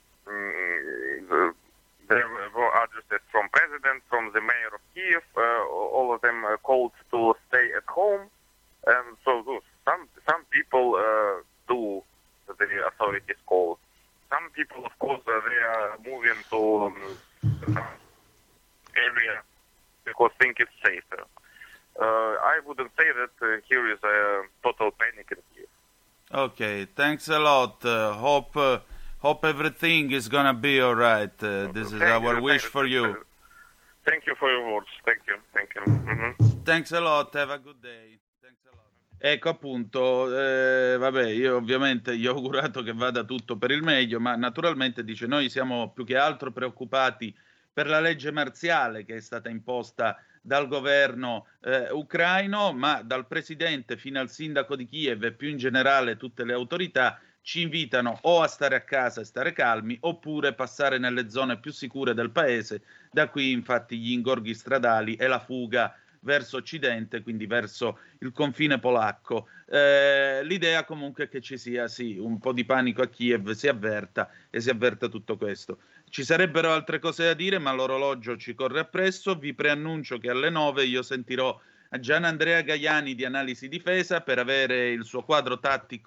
mm, there were addresses from president, from the mayor of Kiev. Uh, all of them uh, called to stay at home, and so some some people uh, do the authorities call. Some people, of course, uh, they are moving to um, area because think it's safer. Uh, I wouldn't say that uh, here is a total panic in Kiev. Okay, thanks a lot. Uh, hope uh, hope everything is gonna be all right. Uh, this is Thank our you, wish thank for you. you. Thank you for your words. Thank you. Thank you. Mm-hmm. Thanks a lot. Have a good day. Thanks a lot. Ecco appunto, eh, vabbè, io ovviamente gli ho augurato che vada tutto per il meglio, ma naturalmente dice noi siamo più che altro preoccupati per la legge marziale che è stata imposta dal governo eh, ucraino, ma dal presidente fino al sindaco di Kiev e più in generale tutte le autorità ci invitano o a stare a casa e stare calmi oppure passare nelle zone più sicure del paese. Da qui infatti gli ingorghi stradali e la fuga verso occidente, quindi verso il confine polacco. Eh, l'idea comunque è che ci sia sì un po' di panico a Kiev, si avverta e si avverta tutto questo. Ci sarebbero altre cose da dire, ma l'orologio ci corre appresso. Vi preannuncio che alle nove io sentirò Gian Andrea Gaiani di Analisi Difesa per avere il suo quadro tattico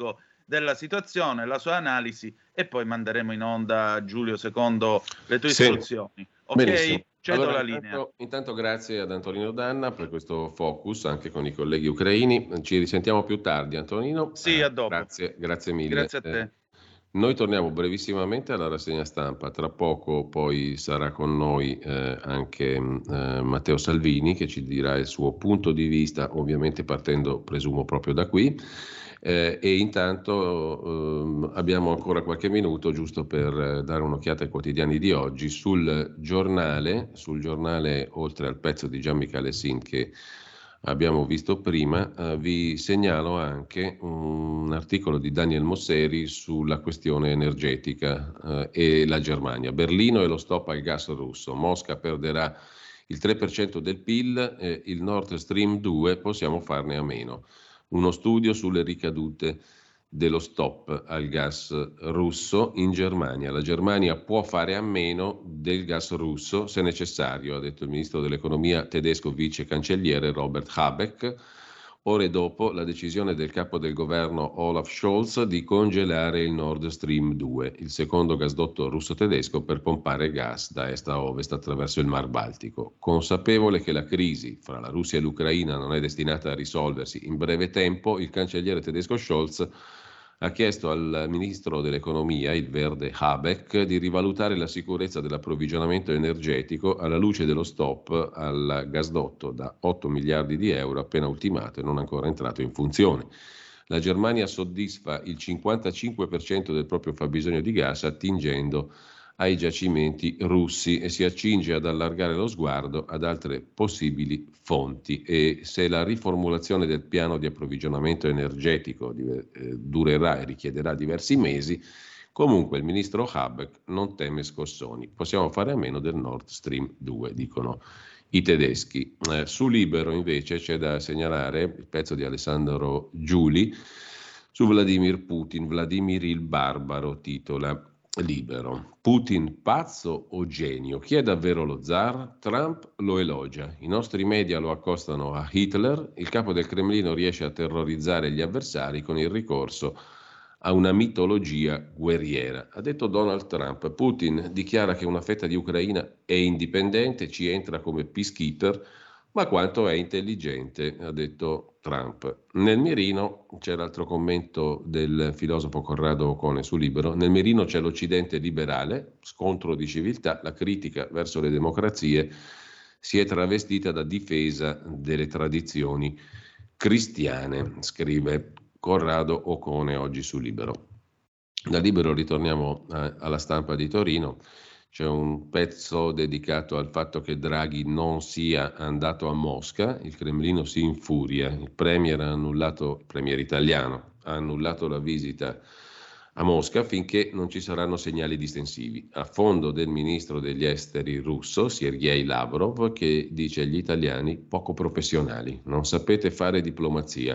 della situazione, la sua analisi e poi manderemo in onda, Giulio, secondo le tue sì. istruzioni. Ok? Benissimo. Cedo allora, la linea. Intanto, intanto grazie ad Antonino Danna per questo focus anche con i colleghi ucraini. Ci risentiamo più tardi, Antonino. Sì, a dopo. Grazie, grazie mille. Grazie a te. Eh, noi torniamo brevissimamente alla rassegna stampa. Tra poco poi sarà con noi eh, anche eh, Matteo Salvini che ci dirà il suo punto di vista, ovviamente partendo, presumo, proprio da qui. Eh, e intanto eh, abbiamo ancora qualche minuto giusto per eh, dare un'occhiata ai quotidiani di oggi. Sul giornale, sul giornale oltre al pezzo di Gianmichele Sin che abbiamo visto prima, eh, vi segnalo anche un articolo di Daniel Mosseri sulla questione energetica eh, e la Germania. Berlino e lo stop al gas russo. Mosca perderà il tre per cento del P I L, eh, il Nord Stream due possiamo farne a meno. Uno studio sulle ricadute dello stop al gas russo in Germania. La Germania può fare a meno del gas russo se necessario, ha detto il ministro dell'economia tedesco vice cancelliere Robert Habeck, ore dopo la decisione del capo del governo Olaf Scholz di congelare il Nord Stream due, il secondo gasdotto russo-tedesco per pompare gas da est a ovest attraverso il Mar Baltico. Consapevole che la crisi fra la Russia e l'Ucraina non è destinata a risolversi in breve tempo, il cancelliere tedesco Scholz ha chiesto al ministro dell'economia, il verde Habeck, di rivalutare la sicurezza dell'approvvigionamento energetico alla luce dello stop al gasdotto da otto miliardi di euro appena ultimato e non ancora entrato in funzione. La Germania soddisfa il cinquantacinque per cento del proprio fabbisogno di gas attingendo ai giacimenti russi e si accinge ad allargare lo sguardo ad altre possibili fonti, e se la riformulazione del piano di approvvigionamento energetico eh, durerà e richiederà diversi mesi, comunque il ministro Habeck non teme scossoni. Possiamo fare a meno del Nord Stream due, dicono i tedeschi. Eh, su Libero invece c'è da segnalare il pezzo di Alessandro Giuli su Vladimir Putin. Vladimir il barbaro titola Libero. Putin pazzo o genio? Chi è davvero lo zar? Trump lo elogia. I nostri media lo accostano a Hitler. Il capo del Cremlino riesce a terrorizzare gli avversari con il ricorso a una mitologia guerriera. Ha detto Donald Trump. Putin dichiara che una fetta di Ucraina è indipendente, ci entra come peacekeeper, ma quanto è intelligente, ha detto Trump. Nel mirino, c'è l'altro commento del filosofo Corrado Ocone su Libero, nel mirino c'è l'Occidente liberale, scontro di civiltà, la critica verso le democrazie si è travestita da difesa delle tradizioni cristiane, scrive Corrado Ocone oggi su Libero. Da Libero ritorniamo a, alla Stampa di Torino. C'è un pezzo dedicato al fatto che Draghi non sia andato a Mosca, il Cremlino si infuria, il premier ha annullato, il premier italiano ha annullato la visita a Mosca finché non ci saranno segnali distensivi. A fondo del ministro degli esteri russo, Sergei Lavrov, che dice agli italiani poco professionali, non sapete fare diplomazia.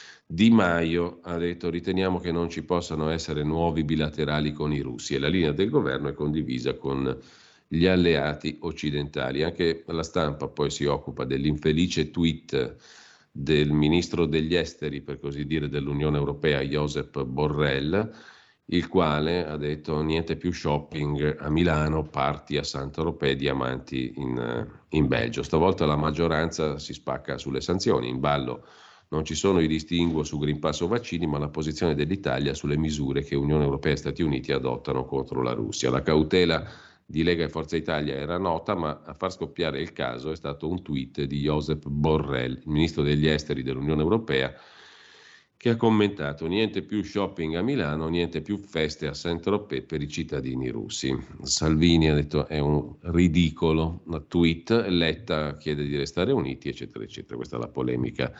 Di Maio ha detto riteniamo che non ci possano essere nuovi bilaterali con i russi e la linea del governo è condivisa con gli alleati occidentali. Anche la Stampa poi si occupa dell'infelice tweet del ministro degli esteri, per così dire, dell'Unione Europea, Josep Borrell, il quale ha detto niente più shopping a Milano, party a Saint-Tropez, diamanti in, in Belgio. Stavolta la maggioranza si spacca sulle sanzioni, in ballo non ci sono i distinguo su Green Pass o vaccini, ma la posizione dell'Italia sulle misure che Unione Europea e Stati Uniti adottano contro la Russia. La cautela di Lega e Forza Italia era nota, ma a far scoppiare il caso è stato un tweet di Josep Borrell, il ministro degli esteri dell'Unione Europea, che ha commentato niente più shopping a Milano, niente più feste a Saint-Tropez per i cittadini russi. Salvini ha detto è un ridicolo tweet, Letta chiede di restare uniti, eccetera, eccetera. Questa è la polemica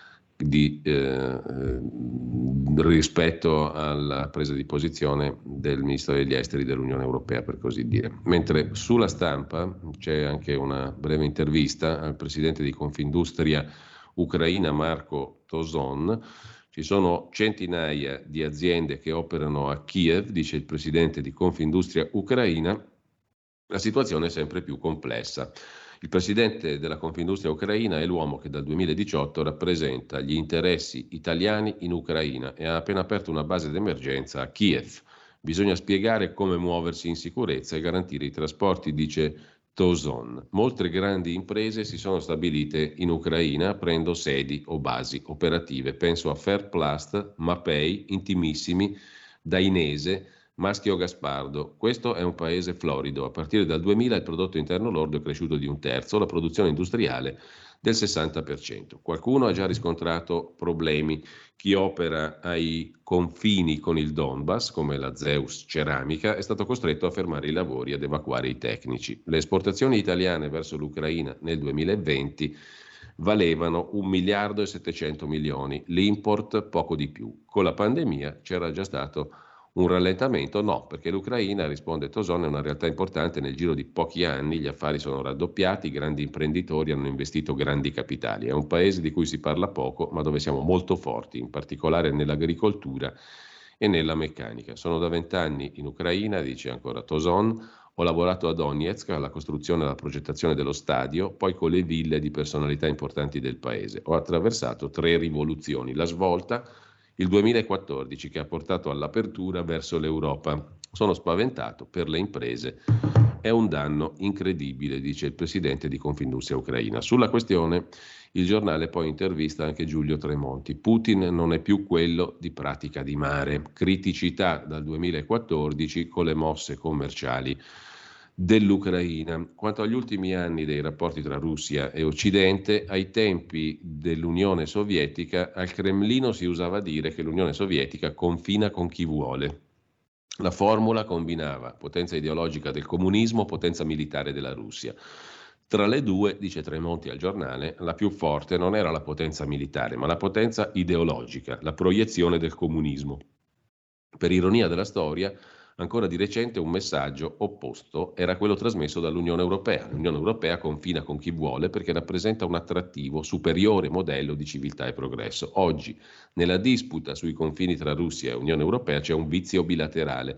di eh, rispetto alla presa di posizione del ministro degli esteri dell'Unione Europea, per così dire. Mentre sulla Stampa c'è anche una breve intervista al presidente di Confindustria Ucraina Marco Toson. Ci sono centinaia di aziende che operano a Kiev, dice il presidente di Confindustria Ucraina, La situazione è sempre più complessa. Il presidente della Confindustria ucraina è l'uomo che dal duemiladiciotto rappresenta gli interessi italiani in Ucraina e ha appena aperto una base d'emergenza a Kiev. Bisogna spiegare come muoversi in sicurezza e garantire i trasporti, dice Tozon. Molte grandi imprese si sono stabilite in Ucraina aprendo sedi o basi operative. Penso a Fairplast, Mapei, Intimissimi, Dainese, Maschio Gaspardo. Questo è un paese florido. A partire dal duemila il prodotto interno lordo è cresciuto di un terzo, la produzione industriale del sessanta per cento. Qualcuno ha già riscontrato problemi. Chi opera ai confini con il Donbass, come la Zeus Ceramica, è stato costretto a fermare i lavori e ad evacuare i tecnici. Le esportazioni italiane verso l'Ucraina nel duemilaventi valevano un miliardo e settecento milioni, l'import poco di più. Con la pandemia c'era già stato un rallentamento? No, perché l'Ucraina, risponde Tozon, è una realtà importante. Nel giro di pochi anni gli affari sono raddoppiati, i grandi imprenditori hanno investito grandi capitali. È un paese di cui si parla poco, ma dove siamo molto forti, in particolare nell'agricoltura e nella meccanica. Sono da vent'anni in Ucraina, dice ancora Tozon, ho lavorato a Donetsk alla costruzione e alla progettazione dello stadio, poi con le ville di personalità importanti del paese. Ho attraversato tre rivoluzioni, la svolta, il duemilaquattordici, che ha portato all'apertura verso l'Europa. Sono spaventato per le imprese, è un danno incredibile, dice il presidente di Confindustria ucraina. Sulla questione il giornale poi intervista anche Giulio Tremonti. Putin non è più quello di Pratica di Mare. Criticità dal duemilaquattordici con le mosse commerciali dell'Ucraina. Quanto agli ultimi anni dei rapporti tra Russia e Occidente, ai tempi dell'Unione Sovietica al Cremlino si usava dire che l'Unione Sovietica confina con chi vuole. La formula combinava potenza ideologica del comunismo, potenza militare della Russia. Tra le due, dice Tremonti al giornale, la più forte non era la potenza militare, ma la potenza ideologica, la proiezione del comunismo. Per ironia della storia, ancora di recente un messaggio opposto era quello trasmesso dall'Unione Europea. L'Unione Europea confina con chi vuole perché rappresenta un attrattivo, superiore modello di civiltà e progresso. Oggi, nella disputa sui confini tra Russia e Unione Europea, c'è un vizio bilaterale.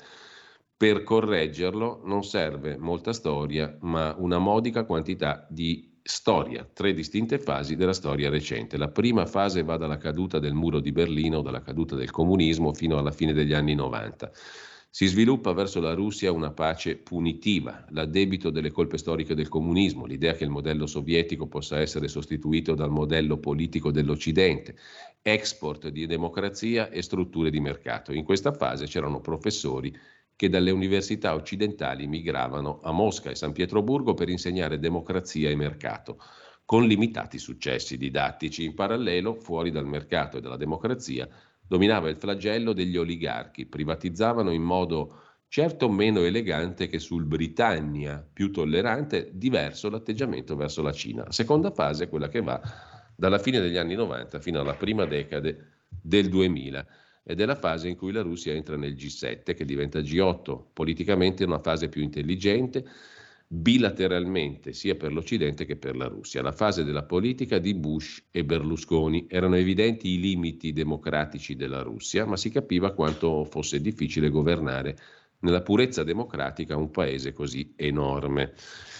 Per correggerlo non serve molta storia, ma una modica quantità di storia. Tre distinte fasi della storia recente. La prima fase va dalla caduta del muro di Berlino, dalla caduta del comunismo, fino alla fine degli anni novanta. Si sviluppa verso la Russia una pace punitiva, l'addebito delle colpe storiche del comunismo, l'idea che il modello sovietico possa essere sostituito dal modello politico dell'Occidente, export di democrazia e strutture di mercato. In questa fase c'erano professori che dalle università occidentali migravano a Mosca e San Pietroburgo per insegnare democrazia e mercato, con limitati successi didattici. In parallelo, fuori dal mercato e dalla democrazia, dominava il flagello degli oligarchi, privatizzavano in modo certo meno elegante che sul Britannia, più tollerante, diverso l'atteggiamento verso la Cina. La seconda fase è quella che va dalla fine degli anni novanta fino alla prima decade del duemila, ed è la fase in cui la Russia entra nel G sette, che diventa G otto, politicamente una fase più intelligente, bilateralmente sia per l'Occidente che per la Russia. La fase della politica di Bush e Berlusconi. Erano evidenti i limiti democratici della Russia, ma si capiva quanto fosse difficile governare nella purezza democratica un paese così enorme.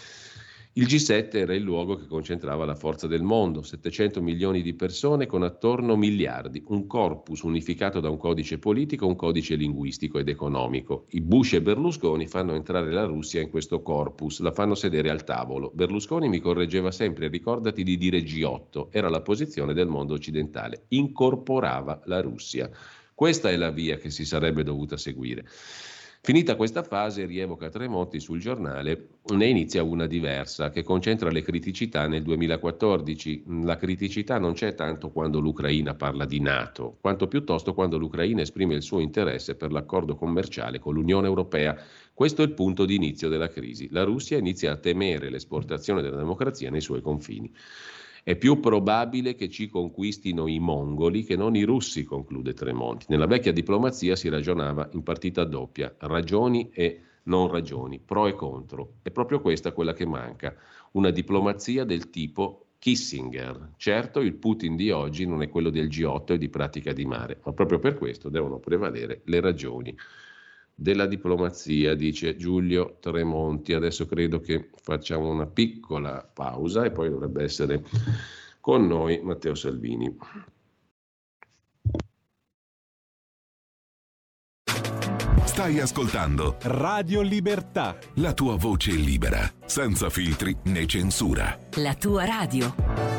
Il G sette era il luogo che concentrava la forza del mondo, settecento milioni di persone con attorno miliardi, un corpus unificato da un codice politico, un codice linguistico ed economico. I Bush e Berlusconi fanno entrare la Russia in questo corpus, la fanno sedere al tavolo. Berlusconi mi correggeva sempre: ricordati di dire G otto, era la posizione del mondo occidentale, incorporava la Russia. Questa è la via che si sarebbe dovuta seguire. Finita questa fase, rievoca Tremonti sul giornale, ne inizia una diversa che concentra le criticità nel duemilaquattordici. La criticità non c'è tanto quando l'Ucraina parla di NATO, quanto piuttosto quando l'Ucraina esprime il suo interesse per l'accordo commerciale con l'Unione Europea. Questo è il punto di inizio della crisi. La Russia inizia a temere l'esportazione della democrazia nei suoi confini. È più probabile che ci conquistino i mongoli che non i russi, conclude Tremonti. Nella vecchia diplomazia si ragionava in partita doppia, ragioni e non ragioni, pro e contro. È proprio questa quella che manca, una diplomazia del tipo Kissinger. Certo, il Putin di oggi non è quello del G otto e di Pratica di Mare, ma proprio per questo devono prevalere le ragioni della diplomazia, dice Giulio Tremonti. Adesso credo che facciamo una piccola pausa e poi dovrebbe essere con noi Matteo Salvini. Stai ascoltando Radio Libertà, la tua voce libera, senza filtri né censura. La tua radio.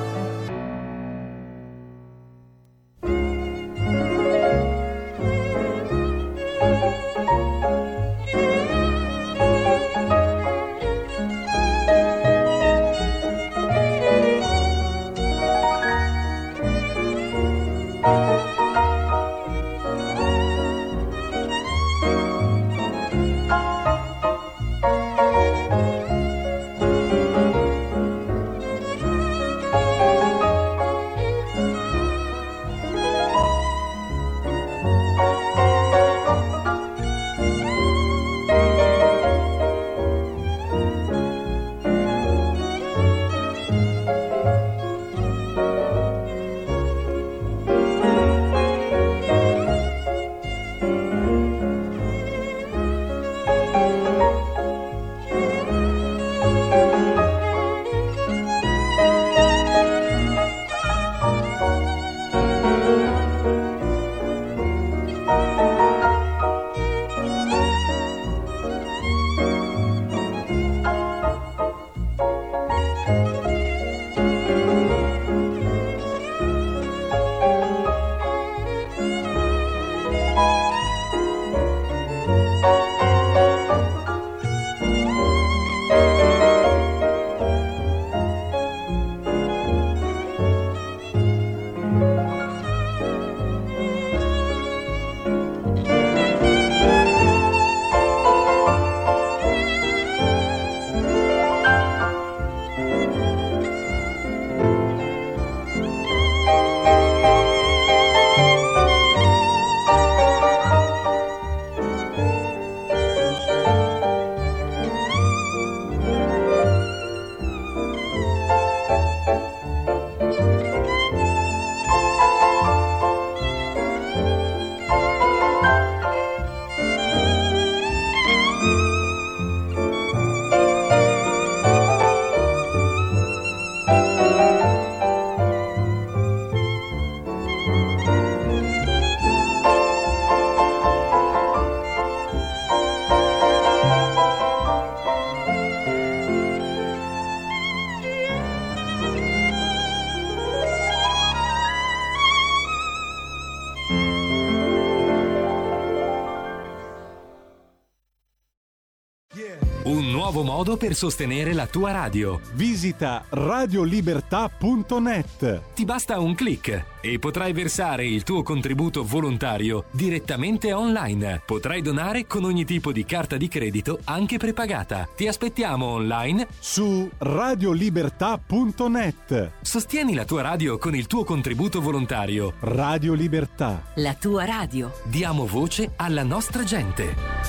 Un nuovo modo per sostenere la tua radio. Visita radiolibertà punto net. Ti basta un click e potrai versare il tuo contributo volontario direttamente online. Potrai donare con ogni tipo di carta di credito, anche prepagata. Ti aspettiamo online su radiolibertà punto net. Sostieni la tua radio con il tuo contributo volontario. Radio Libertà. La tua radio. Diamo voce alla nostra gente.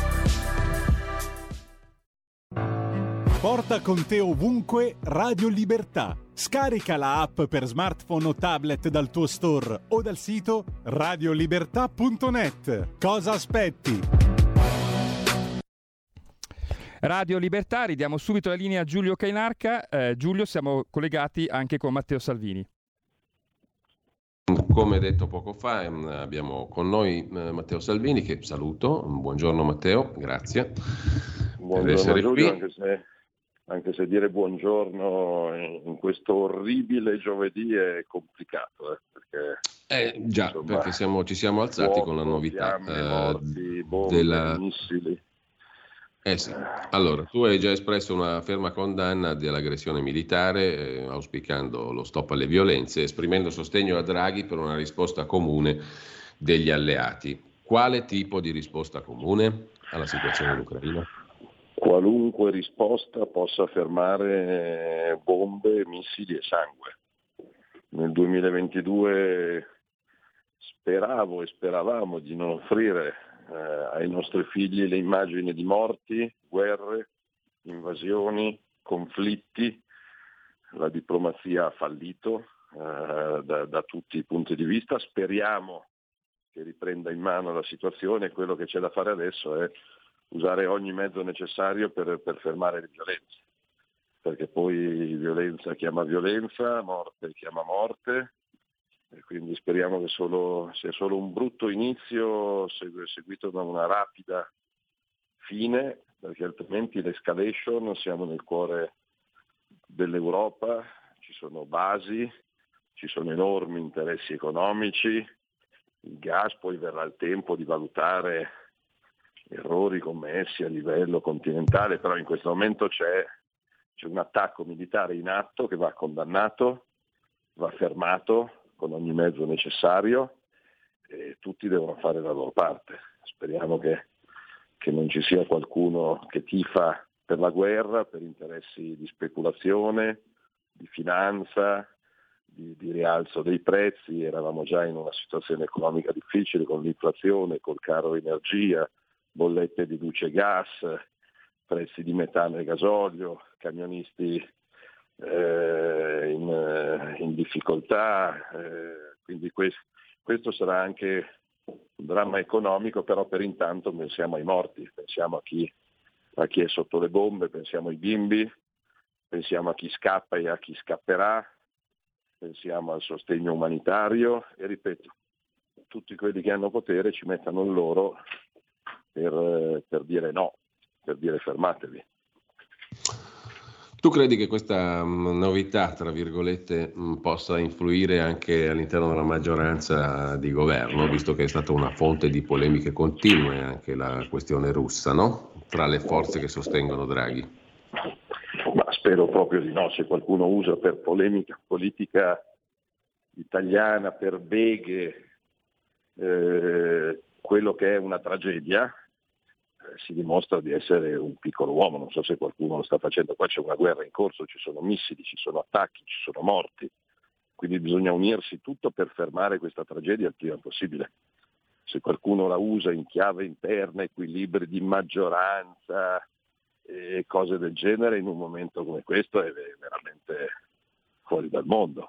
Porta con te ovunque Radio Libertà. Scarica la app per smartphone o tablet dal tuo store o dal sito radiolibertà punto net. Cosa aspetti? Radio Libertà, ridiamo subito la linea a Giulio Cainarca. Eh, Giulio, siamo collegati anche con Matteo Salvini. Come detto poco fa, abbiamo con noi Matteo Salvini, che saluto. Buongiorno Matteo, grazie. Buongiorno per essere Giulio, qui. Anche se, anche se dire buongiorno in questo orribile giovedì è complicato, eh, perché Eh, già, insomma, perché siamo, ci siamo alzati fuoco, con la novità fiamme, eh, morti, bombe, della... missili. Eh sì. Allora, tu hai già espresso una ferma condanna dell'aggressione militare, eh, auspicando lo stop alle violenze, esprimendo sostegno a Draghi per una risposta comune degli alleati. Quale tipo di risposta comune alla situazione in Ucraina? Qualunque risposta possa fermare bombe, missili e sangue. Nel duemilaventidue speravo e speravamo di non offrire eh, ai nostri figli le immagini di morti, guerre, invasioni, conflitti. La diplomazia ha fallito eh, da, da tutti i punti di vista. Speriamo che riprenda in mano la situazione, e quello che c'è da fare adesso è usare ogni mezzo necessario per, per fermare le violenze, perché poi violenza chiama violenza, morte chiama morte, e quindi speriamo che solo, sia solo un brutto inizio seguito da una rapida fine, perché altrimenti l'escalation, siamo nel cuore dell'Europa, ci sono basi, ci sono enormi interessi economici, il gas, poi verrà il tempo di valutare errori commessi a livello continentale, però in questo momento c'è, c'è un attacco militare in atto che va condannato, va fermato con ogni mezzo necessario, e tutti devono fare la loro parte. Speriamo che, che non ci sia qualcuno che tifa per la guerra, per interessi di speculazione, di finanza, di, di rialzo dei prezzi. Eravamo già in una situazione economica difficile con l'inflazione, col caro energia, bollette di luce e gas, prezzi di metano e gasolio, camionisti eh, in, in difficoltà, eh, quindi questo, questo sarà anche un dramma economico, però per intanto pensiamo ai morti, pensiamo a chi, a chi è sotto le bombe, pensiamo ai bimbi, pensiamo a chi scappa e a chi scapperà, pensiamo al sostegno umanitario e, ripeto, tutti quelli che hanno potere ci mettano il loro per, per dire no, per dire fermatevi. Tu credi che questa mh, novità, tra virgolette, mh, possa influire anche all'interno della maggioranza di governo, visto che è stata una fonte di polemiche continue anche la questione russa, no? Tra le forze che sostengono Draghi? Ma spero proprio di no. Se qualcuno usa per polemica politica italiana, per beghe, eh, quello che è una tragedia, si dimostra di essere un piccolo uomo. Non so se qualcuno lo sta facendo. Qua c'è una guerra in corso, ci sono missili, ci sono attacchi, ci sono morti, quindi bisogna unirsi tutto per fermare questa tragedia il prima possibile. Se qualcuno la usa in chiave interna, equilibri di maggioranza e cose del genere, in un momento come questo è veramente fuori dal mondo.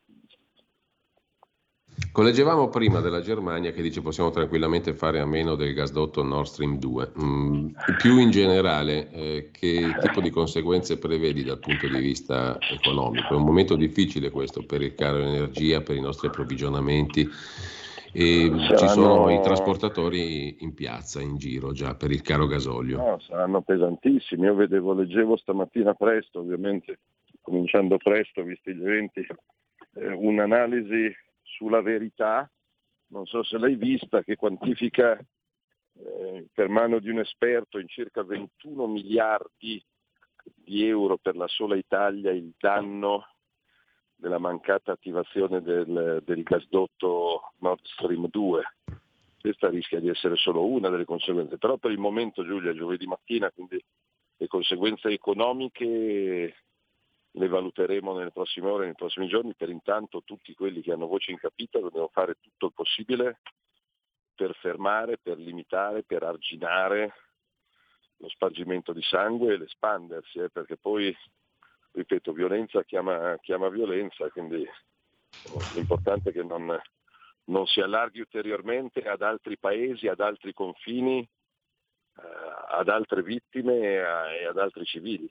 Collegevamo prima della Germania che dice possiamo tranquillamente fare a meno del gasdotto Nord Stream due. Mm, più in generale, eh, che tipo di conseguenze prevedi dal punto di vista economico? È un momento difficile questo per il caro energia, per i nostri approvvigionamenti, e saranno... ci sono i trasportatori in piazza, in giro già per il caro gasolio. No, saranno pesantissimi. Io vedevo, leggevo stamattina presto, ovviamente cominciando presto visti gli eventi, eh, un'analisi sulla Verità, non so se l'hai vista, che quantifica eh, per mano di un esperto in circa ventuno miliardi di euro per la sola Italia il danno della mancata attivazione del, del gasdotto Nord Stream due. Questa rischia di essere solo una delle conseguenze, però per il momento, Giulia, giovedì mattina, quindi le conseguenze economiche le valuteremo nelle prossime ore, nei prossimi giorni. Per intanto tutti quelli che hanno voce in capitolo devono fare tutto il possibile per fermare, per limitare, per arginare lo spargimento di sangue e l'espandersi, eh, perché poi, ripeto, violenza chiama, chiama violenza, quindi l'importante è che non, non si allarghi ulteriormente ad altri paesi, ad altri confini, eh, ad altre vittime e, a, e ad altri civili.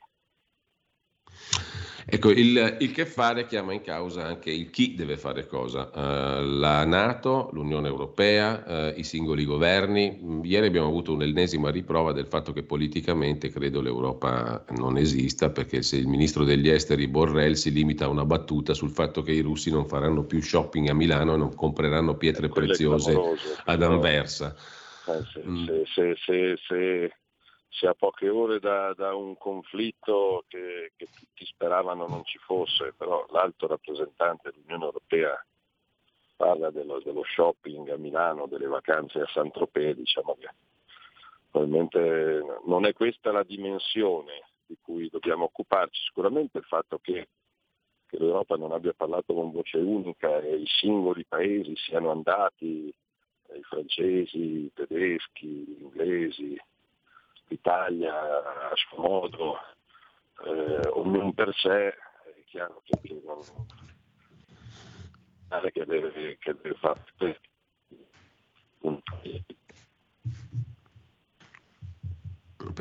Ecco, il, il che fare chiama in causa anche il chi deve fare cosa. Uh, la NATO, l'Unione Europea, uh, i singoli governi. Ieri abbiamo avuto un'ennesima riprova del fatto che politicamente credo l'Europa non esista, perché se il ministro degli esteri Borrell si limita a una battuta sul fatto che i russi non faranno più shopping a Milano e non compreranno pietre preziose ad Anversa. Eh, se, mm. se, se, se, se... Se a poche ore da, da un conflitto che, che tutti speravano non ci fosse, però l'alto rappresentante dell'Unione Europea parla dello, dello shopping a Milano, delle vacanze a Saint-Tropez, diciamo che probabilmente non è questa la dimensione di cui dobbiamo occuparci. Sicuramente il fatto che, che l'Europa non abbia parlato con voce unica e i singoli paesi siano andati, i francesi, i tedeschi, gli inglesi, l'Italia a suo modo, eh, ognuno per sé, è chiaro che, che non che deve, che deve fare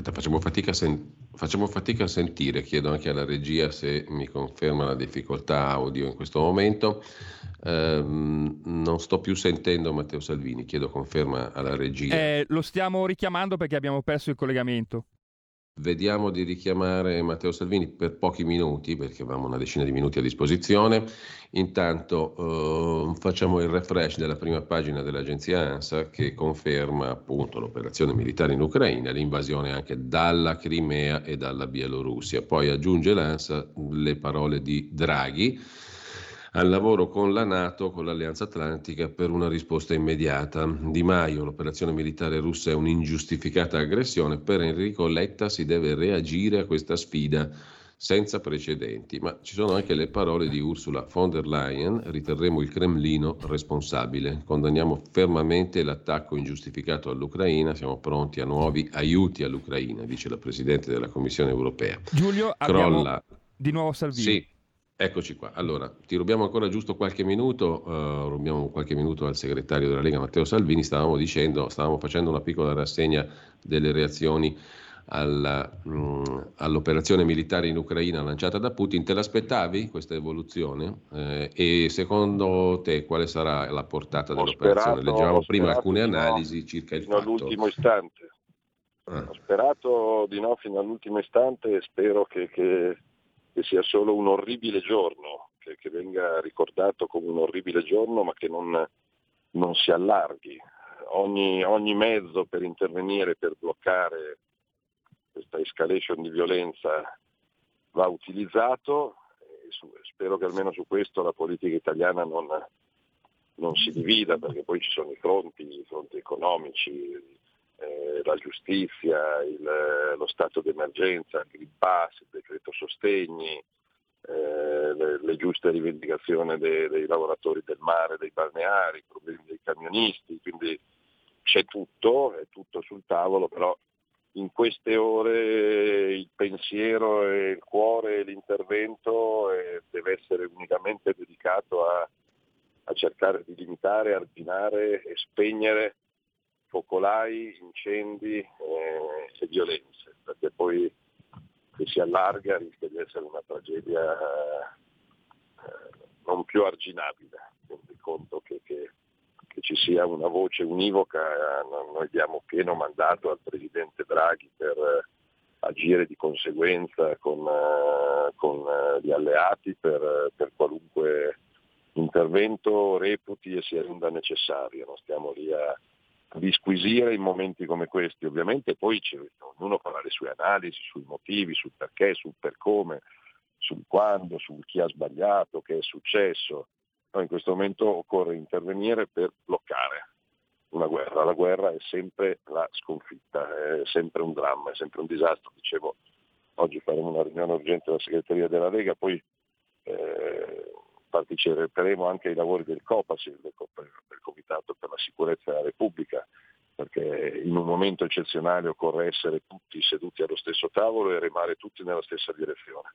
Aspetta, facciamo fatica, a sen- facciamo fatica a sentire, chiedo anche alla regia se mi conferma la difficoltà audio in questo momento. Ehm, non sto più sentendo Matteo Salvini, chiedo conferma alla regia. Eh, lo stiamo richiamando perché abbiamo perso il collegamento. Vediamo di richiamare Matteo Salvini per pochi minuti, perché avevamo una decina di minuti a disposizione. Intanto eh, facciamo il refresh della prima pagina dell'agenzia ANSA, che conferma appunto l'operazione militare in Ucraina, l'invasione anche dalla Crimea e dalla Bielorussia. Poi aggiunge l'ANSA le parole di Draghi: al lavoro con la NATO, con l'Alleanza Atlantica per una risposta immediata. Di Maio: l'operazione militare russa è un'ingiustificata aggressione. Per Enrico Letta si deve reagire a questa sfida senza precedenti. Ma ci sono anche le parole di Ursula von der Leyen: riterremo il Cremlino responsabile. Condanniamo fermamente l'attacco ingiustificato all'Ucraina, siamo pronti a nuovi aiuti all'Ucraina, dice la Presidente della Commissione europea. Giulio, Crolla. abbiamo di nuovo Salvini. Sì. Eccoci qua. Allora, ti rubiamo ancora giusto qualche minuto, uh, rubiamo qualche minuto al segretario della Lega Matteo Salvini. Stavamo dicendo, stavamo facendo una piccola rassegna delle reazioni alla, mh, all'operazione militare in Ucraina lanciata da Putin. Te l'aspettavi questa evoluzione? Eh, e secondo te quale sarà la portata Ho dell'operazione? sperato, Leggevamo prima sperato alcune no, analisi circa il fino fatto. all'ultimo istante. Ah. Ho sperato di no fino all'ultimo istante e spero che, che che sia solo un orribile giorno, che, che venga ricordato come un orribile giorno, ma che non, non si allarghi. Ogni, ogni mezzo per intervenire, per bloccare questa escalation di violenza va utilizzato, e su, spero che almeno su questo la politica italiana non, non si divida, perché poi ci sono i fronti, i fronti economici, Eh, la giustizia, il, lo stato d'emergenza, il Green Pass, il decreto sostegni, eh, le, le giuste rivendicazioni dei, dei lavoratori del mare, dei balneari, i problemi dei camionisti, quindi c'è tutto, è tutto sul tavolo, però in queste ore il pensiero e il cuore e l'intervento eh, deve essere unicamente dedicato a, a cercare di limitare, arginare e spegnere focolai, incendi eh, e violenze, perché poi se si allarga rischia di essere una tragedia eh, non più arginabile. Quindi conto che, che, che ci sia una voce univoca, eh, noi diamo pieno mandato al Presidente Draghi per eh, agire di conseguenza con, eh, con eh, gli alleati per, per qualunque intervento reputi e si renda necessario. Non stiamo lì a disquisire in momenti come questi, ovviamente poi c'è, ognuno farà le sue analisi sui motivi, sul perché, sul per come, sul quando, su chi ha sbagliato, che è successo. No, in questo momento occorre intervenire per bloccare una guerra. La guerra è sempre la sconfitta, è sempre un dramma, è sempre un disastro. Dicevo, oggi faremo una riunione urgente della segreteria della Lega, poi eh, parteciperemo anche ai lavori del COPASIR, del, del Comitato per la Sicurezza della Repubblica, perché in un momento eccezionale occorre essere tutti seduti allo stesso tavolo e remare tutti nella stessa direzione.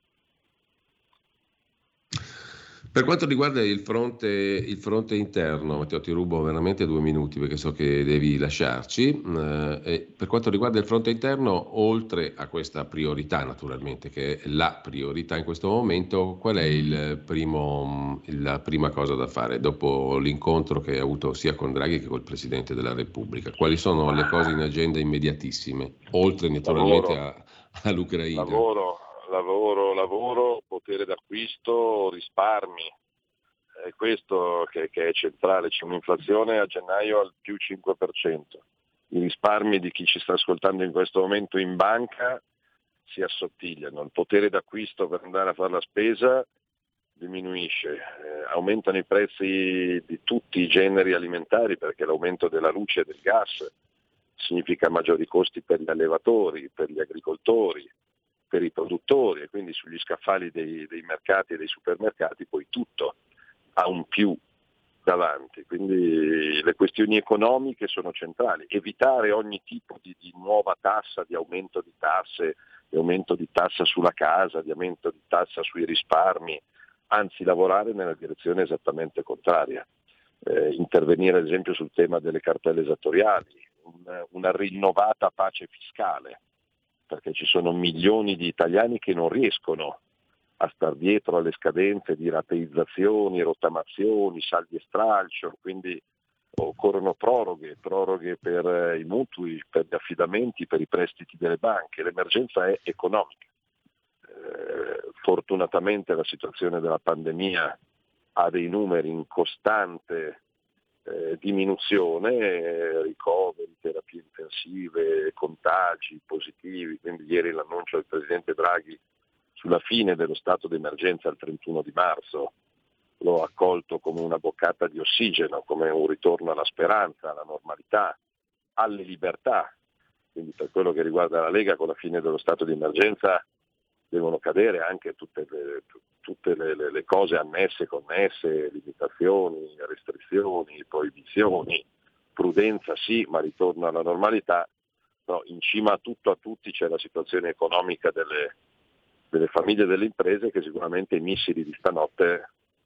Per quanto riguarda il fronte, il fronte interno, Matteo, ti rubo veramente due minuti perché so che devi lasciarci. Eh, e per quanto riguarda il fronte interno, oltre a questa priorità naturalmente, che è la priorità in questo momento, qual è il primo, la prima cosa da fare dopo l'incontro che hai avuto sia con Draghi che col Presidente della Repubblica? Quali sono le cose in agenda immediatissime, oltre naturalmente Lavoro, a, all'Ucraina? Lavoro. Lavoro, lavoro, potere d'acquisto, risparmi, è questo che, che è centrale. C'è un'inflazione a gennaio al più cinque per cento, i risparmi di chi ci sta ascoltando in questo momento in banca si assottigliano, il potere d'acquisto per andare a fare la spesa diminuisce, eh, aumentano i prezzi di tutti i generi alimentari perché l'aumento della luce e del gas significa maggiori costi per gli allevatori, per gli agricoltori, per i produttori, e quindi sugli scaffali dei, dei mercati e dei supermercati poi tutto ha un più davanti, quindi le questioni economiche sono centrali, evitare ogni tipo di, di nuova tassa, di aumento di tasse, di aumento di tassa sulla casa, di aumento di tassa sui risparmi, anzi lavorare nella direzione esattamente contraria, eh, intervenire ad esempio sul tema delle cartelle esattoriali, un, una rinnovata pace fiscale, perché ci sono milioni di italiani che non riescono a star dietro alle scadenze di rateizzazioni, rottamazioni, saldi e stralcio, quindi occorrono proroghe, proroghe per i mutui, per gli affidamenti, per i prestiti delle banche. L'emergenza è economica. Eh, fortunatamente la situazione della pandemia ha dei numeri in costante eh, diminuzione, eh, ricoveri, terapie intensive, contagi positivi, quindi ieri l'annuncio del Presidente Draghi sulla fine dello stato d'emergenza il trentuno di marzo l'ho accolto come una boccata di ossigeno, come un ritorno alla speranza, alla normalità, alle libertà. Quindi per quello che riguarda la Lega, con la fine dello stato di emergenza devono cadere anche tutte le, tutte le, le, le cose annesse, connesse, limitazioni, restrizioni, proibizioni, prudenza sì, ma ritorno alla normalità. No, in cima a tutto a tutti c'è la situazione economica delle, delle famiglie e delle imprese, che sicuramente i missili di stanotte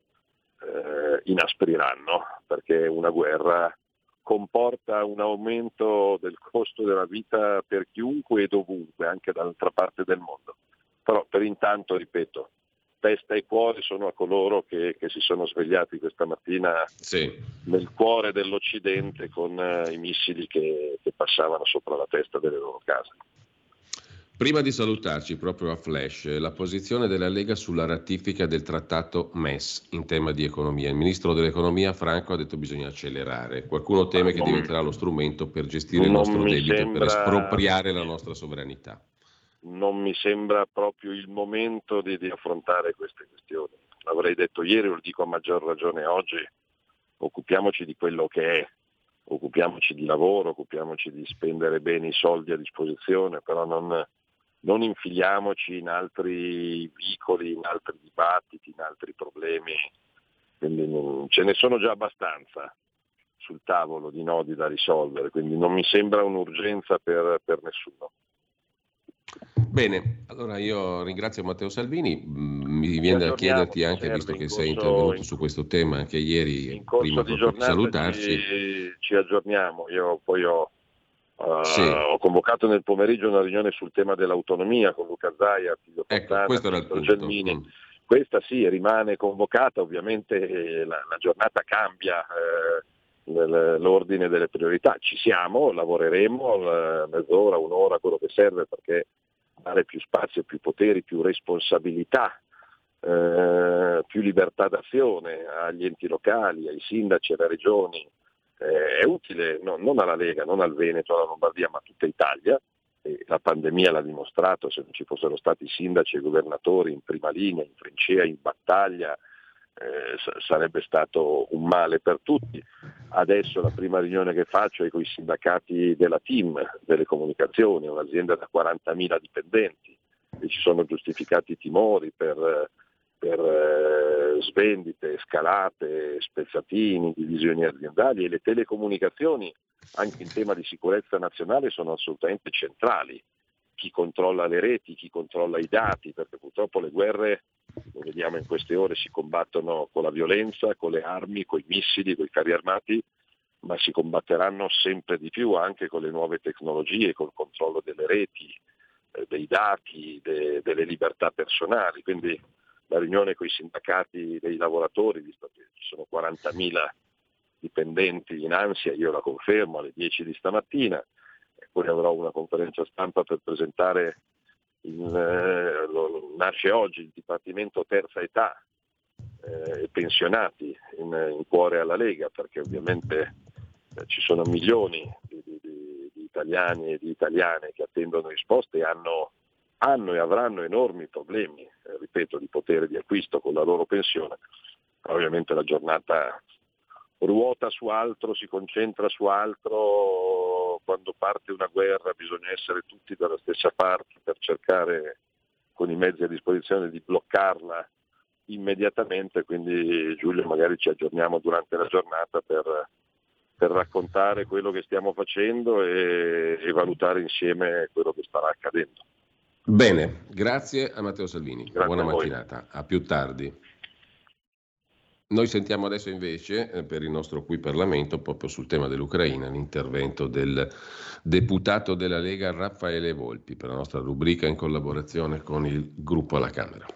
eh, inaspriranno, perché una guerra comporta un aumento del costo della vita per chiunque e dovunque, anche dall'altra parte del mondo. Però per intanto, ripeto, testa e cuore sono a coloro che, che si sono svegliati questa mattina sì. nel cuore dell'Occidente con uh, i missili che, che passavano sopra la testa delle loro case. Prima di salutarci, proprio a flash, la posizione della Lega sulla ratifica del trattato M E S in tema di economia. Il ministro dell'economia Franco ha detto che bisogna accelerare. Qualcuno teme che diventerà lo strumento per gestire il nostro debito, sembra... per espropriare la nostra sovranità. Non mi sembra proprio il momento di, di affrontare queste questioni. L'avrei detto ieri, lo dico a maggior ragione oggi: occupiamoci di quello che è, occupiamoci di lavoro, occupiamoci di spendere bene i soldi a disposizione, però non, non infiliamoci in altri vicoli, in altri dibattiti, in altri problemi. Quindi non, ce ne sono già abbastanza sul tavolo di nodi da risolvere, quindi non mi sembra un'urgenza per, per nessuno. Bene, allora io ringrazio Matteo Salvini, mi viene da chiederti anche, visto che sei intervenuto su questo tema anche ieri, prima di salutarci. Ci, ci aggiorniamo, io poi ho, uh, sì. ho convocato nel pomeriggio una riunione sul tema dell'autonomia con Luca Zaia, Figlio Fontana, ecco, questo era il punto. Gelmini. Mm. Questa sì, rimane convocata, ovviamente la, la giornata cambia, eh, l'ordine delle priorità. Ci siamo, lavoreremo mezz'ora, un'ora, quello che serve, perché dare più spazio, più poteri, più responsabilità, eh, più libertà d'azione agli enti locali, ai sindaci, alle regioni, eh, è utile no, non alla Lega, non al Veneto, alla Lombardia, ma a tutta Italia. E la pandemia l'ha dimostrato: se non ci fossero stati sindaci e governatori in prima linea, in trincea, in battaglia, Eh, sarebbe stato un male per tutti. Adesso la prima riunione che faccio è con i sindacati della T I M, delle comunicazioni, un'azienda da quarantamila dipendenti, e ci sono giustificati timori per, per eh, svendite, scalate, spezzatini, divisioni aziendali, e le telecomunicazioni anche in tema di sicurezza nazionale sono assolutamente centrali. Chi controlla le reti, chi controlla i dati, perché purtroppo le guerre, lo vediamo in queste ore, si combattono con la violenza, con le armi, con i missili, con i carri armati, ma si combatteranno sempre di più anche con le nuove tecnologie, col controllo delle reti, eh, dei dati, de, delle libertà personali. Quindi la riunione con i sindacati dei lavoratori, visto che ci sono quarantamila dipendenti in ansia, io la confermo, alle dieci di stamattina. Poi avrò una conferenza stampa per presentare, il, eh, lo, nasce oggi il Dipartimento Terza Età e eh, pensionati in, in cuore alla Lega, perché ovviamente eh, ci sono milioni di, di, di italiani e di italiane che attendono risposte e hanno, hanno e avranno enormi problemi, eh, ripeto, di potere di acquisto con la loro pensione. Ovviamente la giornata ruota su altro, si concentra su altro. Quando parte una guerra bisogna essere tutti dalla stessa parte per cercare, con i mezzi a disposizione, di bloccarla immediatamente. Quindi Giulio, magari ci aggiorniamo durante la giornata per, per raccontare quello che stiamo facendo e, e valutare insieme quello che starà accadendo. Bene, grazie a Matteo Salvini, Grazie buona a mattinata, a più tardi. Noi sentiamo adesso invece, eh, per il nostro qui Parlamento, proprio sul tema dell'Ucraina, l'intervento del deputato della Lega Raffaele Volpi, per la nostra rubrica in collaborazione con il gruppo alla Camera.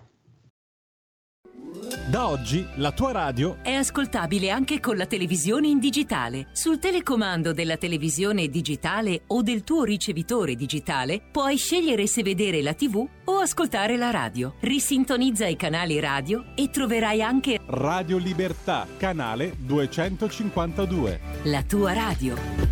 Da oggi la tua radio è ascoltabile anche con la televisione in digitale. Sul telecomando della televisione digitale o del tuo ricevitore digitale puoi scegliere se vedere la tivù o ascoltare la radio. Risintonizza i canali radio e troverai anche Radio Libertà, canale duecentocinquantadue. La tua radio.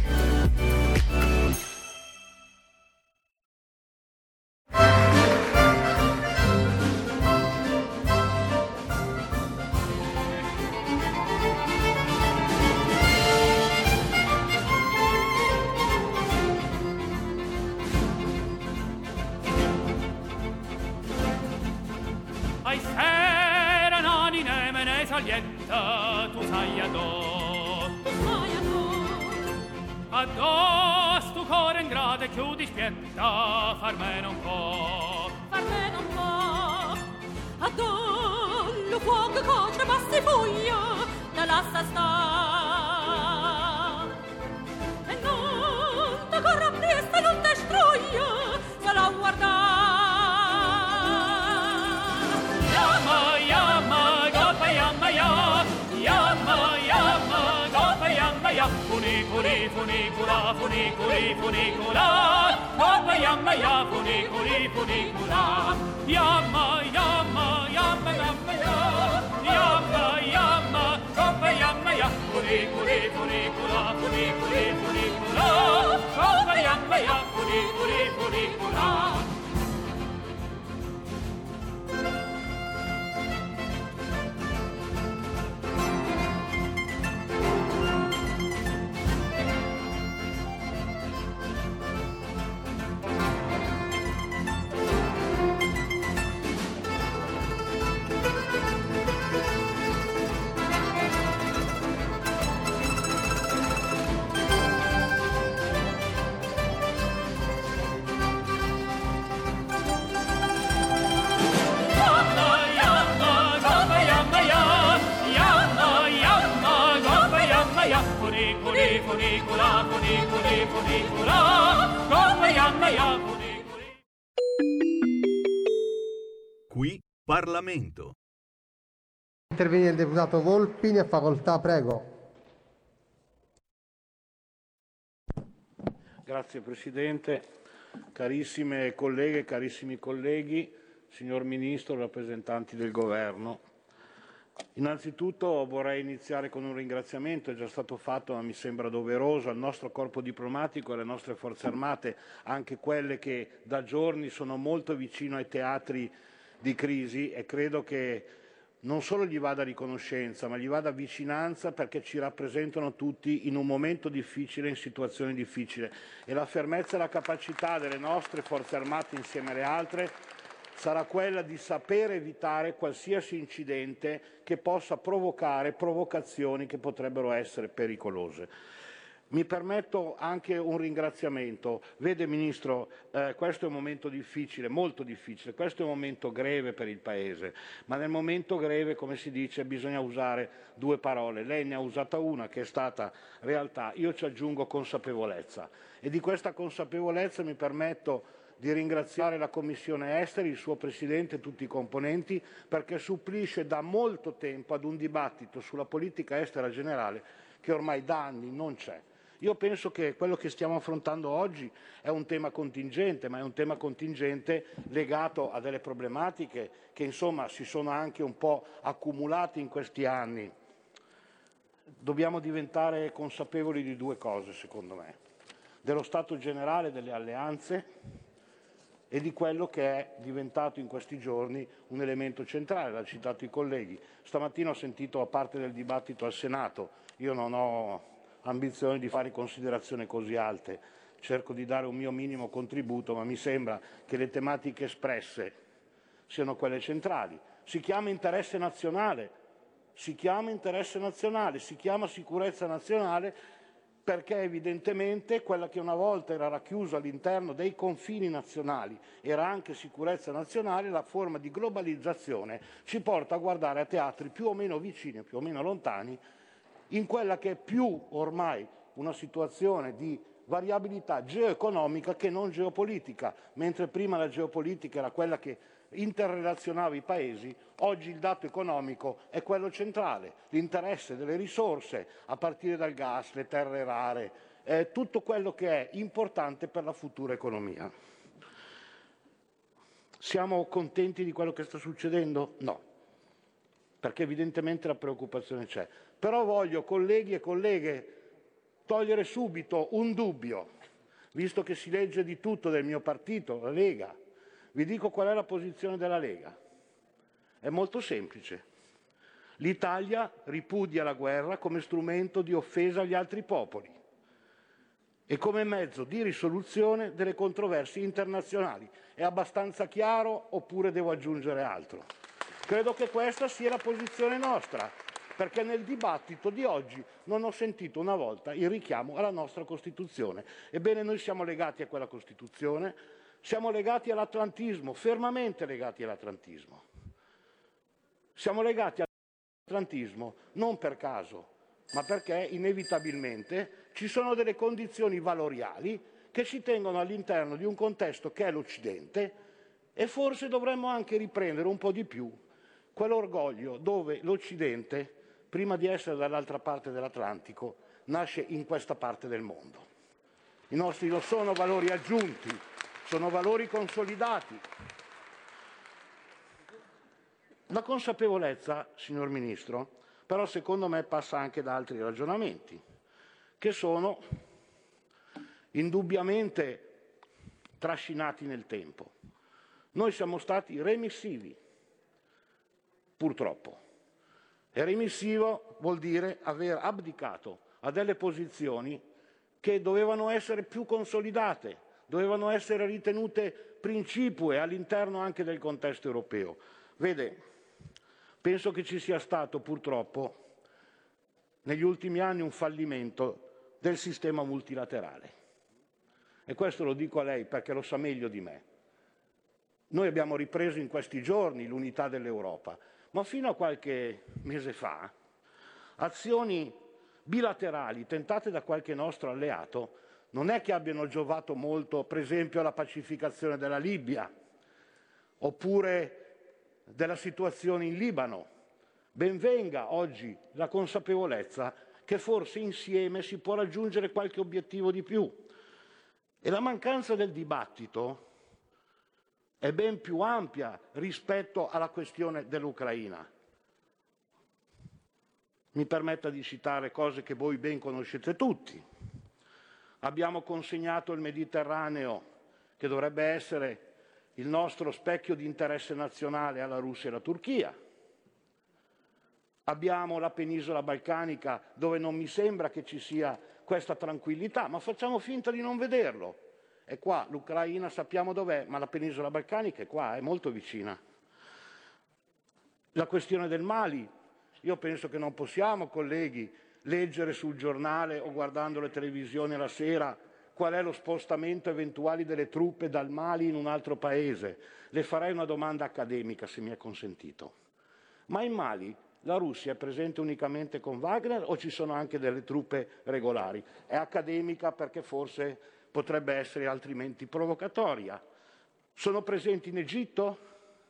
Tu sai adò, tu sai adò, addosso tu cuore in grado chiudi spienta, farmene un po', farmene un po', addo lo fuoco coce bassi foglia, da lassa sta, e non te corra presto, non te stroglia, se la guarda. Yama, yama, goppa, yama, yama, yama, yama, goppa, yama, yama, funiculi, funicula, funiculi, funicula, goppa, yama, yama, funiculi, funicula, yama, yama, yama, yama, yama, yama, goppa, yama, yama, funiculi, funicula, funiculi, funicula, goppa, yama, yama, funiculi, funicula. Funicula, funiculi, funicula, come yamma ya, funiculi. Qui Parlamento. Interviene il deputato Volpi, ne ha facoltà, prego. Grazie Presidente, carissime colleghe, carissimi colleghi, signor Ministro, rappresentanti del Governo. Innanzitutto vorrei iniziare con un ringraziamento, è già stato fatto ma mi sembra doveroso, al nostro corpo diplomatico e alle nostre forze armate, anche quelle che da giorni sono molto vicino ai teatri di crisi, e credo che non solo gli vada riconoscenza ma gli vada vicinanza, perché ci rappresentano tutti in un momento difficile, in situazioni difficili, e la fermezza e la capacità delle nostre forze armate insieme alle altre sarà quella di sapere evitare qualsiasi incidente che possa provocare provocazioni che potrebbero essere pericolose. Mi permetto anche un ringraziamento. Vede Ministro, eh, questo è un momento difficile, molto difficile, questo è un momento greve per il Paese, ma nel momento greve, come si dice, bisogna usare due parole. Lei ne ha usata una che è stata realtà, io ci aggiungo consapevolezza, e di questa consapevolezza mi permetto di ringraziare la Commissione Esteri, il suo Presidente e tutti i componenti, perché supplisce da molto tempo ad un dibattito sulla politica estera generale che ormai da anni non c'è. Io penso che quello che stiamo affrontando oggi è un tema contingente, ma è un tema contingente legato a delle problematiche che insomma si sono anche un po' accumulate in questi anni. Dobbiamo diventare consapevoli di due cose, secondo me: dello stato generale delle alleanze e di quello che è diventato in questi giorni un elemento centrale, l'ha citato i colleghi. Stamattina ho sentito, a parte del dibattito al Senato, io non ho ambizione di fare considerazioni così alte, cerco di dare un mio minimo contributo, ma mi sembra che le tematiche espresse siano quelle centrali. Si chiama interesse nazionale, si chiama interesse nazionale, si chiama sicurezza nazionale, perché evidentemente quella che una volta era racchiusa all'interno dei confini nazionali era anche sicurezza nazionale, la forma di globalizzazione ci porta a guardare a teatri più o meno vicini, più o meno lontani, in quella che è più ormai una situazione di variabilità geoeconomica che non geopolitica, mentre prima la geopolitica era quella che interrelazionava i paesi, oggi il dato economico è quello centrale, l'interesse delle risorse, a partire dal gas, le terre rare, eh, tutto quello che è importante per la futura economia. Siamo contenti di quello che sta succedendo? No, perché evidentemente la preoccupazione c'è. Però voglio, colleghi e colleghe, togliere subito un dubbio, visto che si legge di tutto del mio partito, la Lega. Vi dico qual è la posizione della Lega. È molto semplice. L'Italia ripudia la guerra come strumento di offesa agli altri popoli e come mezzo di risoluzione delle controversie internazionali. È abbastanza chiaro oppure devo aggiungere altro? Credo che questa sia la posizione nostra, perché nel dibattito di oggi non ho sentito una volta il richiamo alla nostra Costituzione. Ebbene, noi siamo legati a quella Costituzione, siamo legati all'atlantismo, fermamente legati all'atlantismo. Siamo legati all'atlantismo non per caso, ma perché inevitabilmente ci sono delle condizioni valoriali che ci tengono all'interno di un contesto che è l'Occidente e forse dovremmo anche riprendere un po' di più quell'orgoglio dove l'Occidente, prima di essere dall'altra parte dell'Atlantico, nasce in questa parte del mondo. I nostri non sono valori aggiunti, sono valori consolidati. La consapevolezza, signor Ministro, però secondo me passa anche da altri ragionamenti, che sono indubbiamente trascinati nel tempo. Noi siamo stati remissivi, purtroppo. E remissivo vuol dire aver abdicato a delle posizioni che dovevano essere più consolidate, dovevano essere ritenute principue all'interno anche del contesto europeo. Vede, penso che ci sia stato purtroppo negli ultimi anni un fallimento del sistema multilaterale. E questo lo dico a lei perché lo sa meglio di me. Noi abbiamo ripreso in questi giorni l'unità dell'Europa, ma fino a qualche mese fa azioni bilaterali tentate da qualche nostro alleato non è che abbiano giovato molto, per esempio, alla pacificazione della Libia oppure della situazione in Libano. Ben venga oggi la consapevolezza che forse insieme si può raggiungere qualche obiettivo di più. E la mancanza del dibattito è ben più ampia rispetto alla questione dell'Ucraina. Mi permetta di citare cose che voi ben conoscete tutti. Abbiamo consegnato il Mediterraneo, che dovrebbe essere il nostro specchio di interesse nazionale, alla Russia e alla Turchia. Abbiamo la penisola balcanica, dove non mi sembra che ci sia questa tranquillità, ma facciamo finta di non vederlo. È qua, l'Ucraina sappiamo dov'è, ma la penisola balcanica è qua, è molto vicina. La questione del Mali, io penso che non possiamo, colleghi, leggere sul giornale o guardando le televisioni la sera qual è lo spostamento eventuale delle truppe dal Mali in un altro paese. Le farei una domanda accademica, se mi è consentito. Ma in Mali la Russia è presente unicamente con Wagner o ci sono anche delle truppe regolari? È accademica perché forse potrebbe essere altrimenti provocatoria. Sono presenti in Egitto?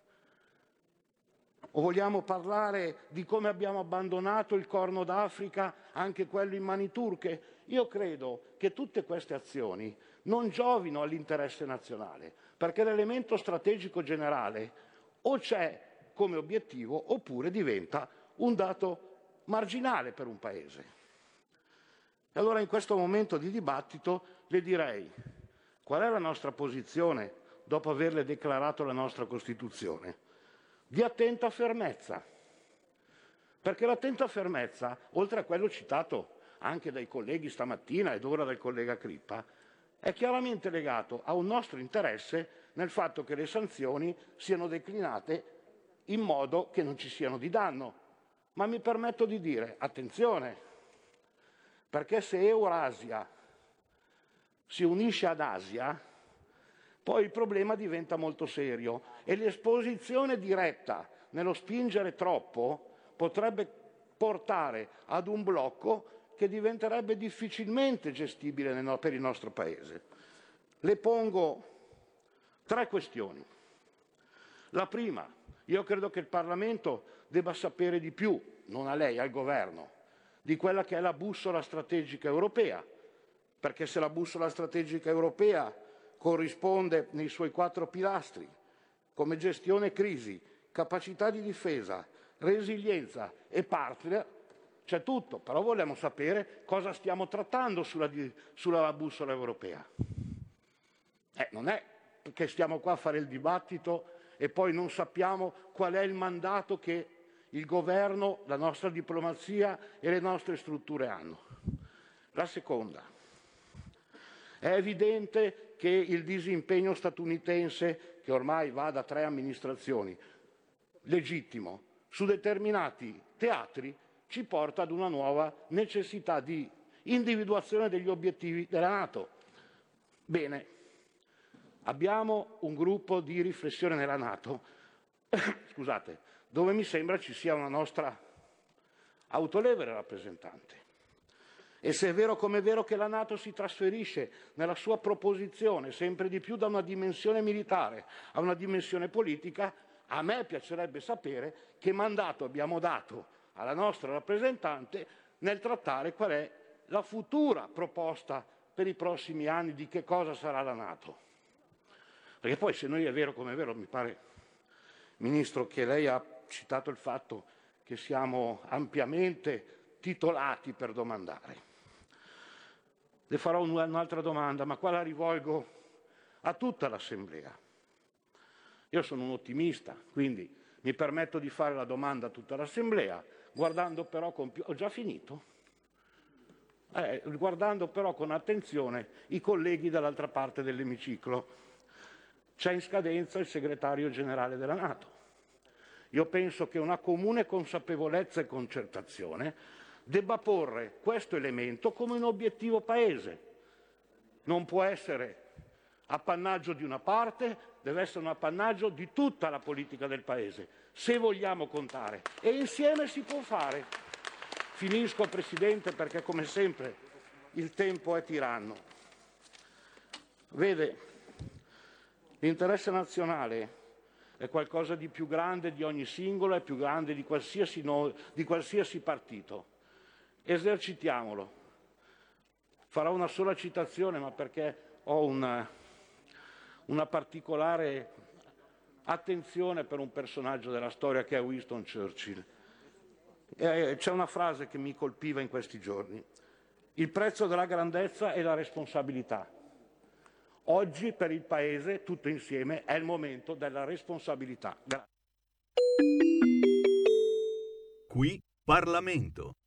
O vogliamo parlare di come abbiamo abbandonato il Corno d'Africa, anche quello in mani turche? Io credo che tutte queste azioni non giovino all'interesse nazionale, perché l'elemento strategico generale o c'è come obiettivo oppure diventa un dato marginale per un paese. E allora in questo momento di dibattito le direi qual è la nostra posizione dopo averle declarato la nostra Costituzione? Di attenta fermezza, perché l'attenta fermezza, oltre a quello citato anche dai colleghi stamattina ed ora dal collega Crippa, è chiaramente legato a un nostro interesse nel fatto che le sanzioni siano declinate in modo che non ci siano di danno. Ma mi permetto di dire, attenzione, perché se Eurasia si unisce ad Asia, poi il problema diventa molto serio e l'esposizione diretta nello spingere troppo potrebbe portare ad un blocco che diventerebbe difficilmente gestibile per il nostro Paese. Le pongo tre questioni. La prima, io credo che il Parlamento debba sapere di più, non a lei, al Governo, di quella che è la bussola strategica europea, perché se la bussola strategica europea corrisponde nei suoi quattro pilastri, come gestione crisi, capacità di difesa, resilienza e partner, c'è tutto, però vogliamo sapere cosa stiamo trattando sulla, sulla bussola europea. Eh, non è che stiamo qua a fare il dibattito e poi non sappiamo qual è il mandato che il governo, la nostra diplomazia e le nostre strutture hanno. La seconda, è evidente che il disimpegno statunitense, che ormai va da tre amministrazioni, legittimo, su determinati teatri, ci porta ad una nuova necessità di individuazione degli obiettivi della NATO. Bene, abbiamo un gruppo di riflessione nella NATO, scusate, dove mi sembra ci sia una nostra autorevole rappresentante. E se è vero come è vero che la NATO si trasferisce nella sua proposizione sempre di più da una dimensione militare a una dimensione politica, a me piacerebbe sapere che mandato abbiamo dato alla nostra rappresentante nel trattare qual è la futura proposta per i prossimi anni di che cosa sarà la NATO. Perché poi se noi è vero come è vero, mi pare, Ministro, che lei ha citato il fatto che siamo ampiamente titolati per domandare. Le farò un'altra domanda, ma qua la rivolgo a tutta l'Assemblea. Io sono un ottimista, quindi mi permetto di fare la domanda a tutta l'Assemblea, guardando però con più... Ho già finito? Eh, guardando però con attenzione i colleghi dall'altra parte dell'emiciclo. C'è in scadenza il segretario generale della NATO. Io penso che una comune consapevolezza e concertazione debba porre questo elemento come un obiettivo paese. Non può essere appannaggio di una parte, deve essere un appannaggio di tutta la politica del paese, se vogliamo contare. E insieme si può fare. Finisco, Presidente, perché come sempre il tempo è tiranno. Vede, l'interesse nazionale è qualcosa di più grande di ogni singolo, è più grande di qualsiasi, no, di qualsiasi partito. Esercitiamolo. Farò una sola citazione, ma perché ho una, una particolare attenzione per un personaggio della storia che è Winston Churchill. Eh, c'è una frase che mi colpiva in questi giorni. Il prezzo della grandezza è la responsabilità. Oggi per il Paese, tutto insieme, è il momento della responsabilità. Grazie. Qui Parlamento.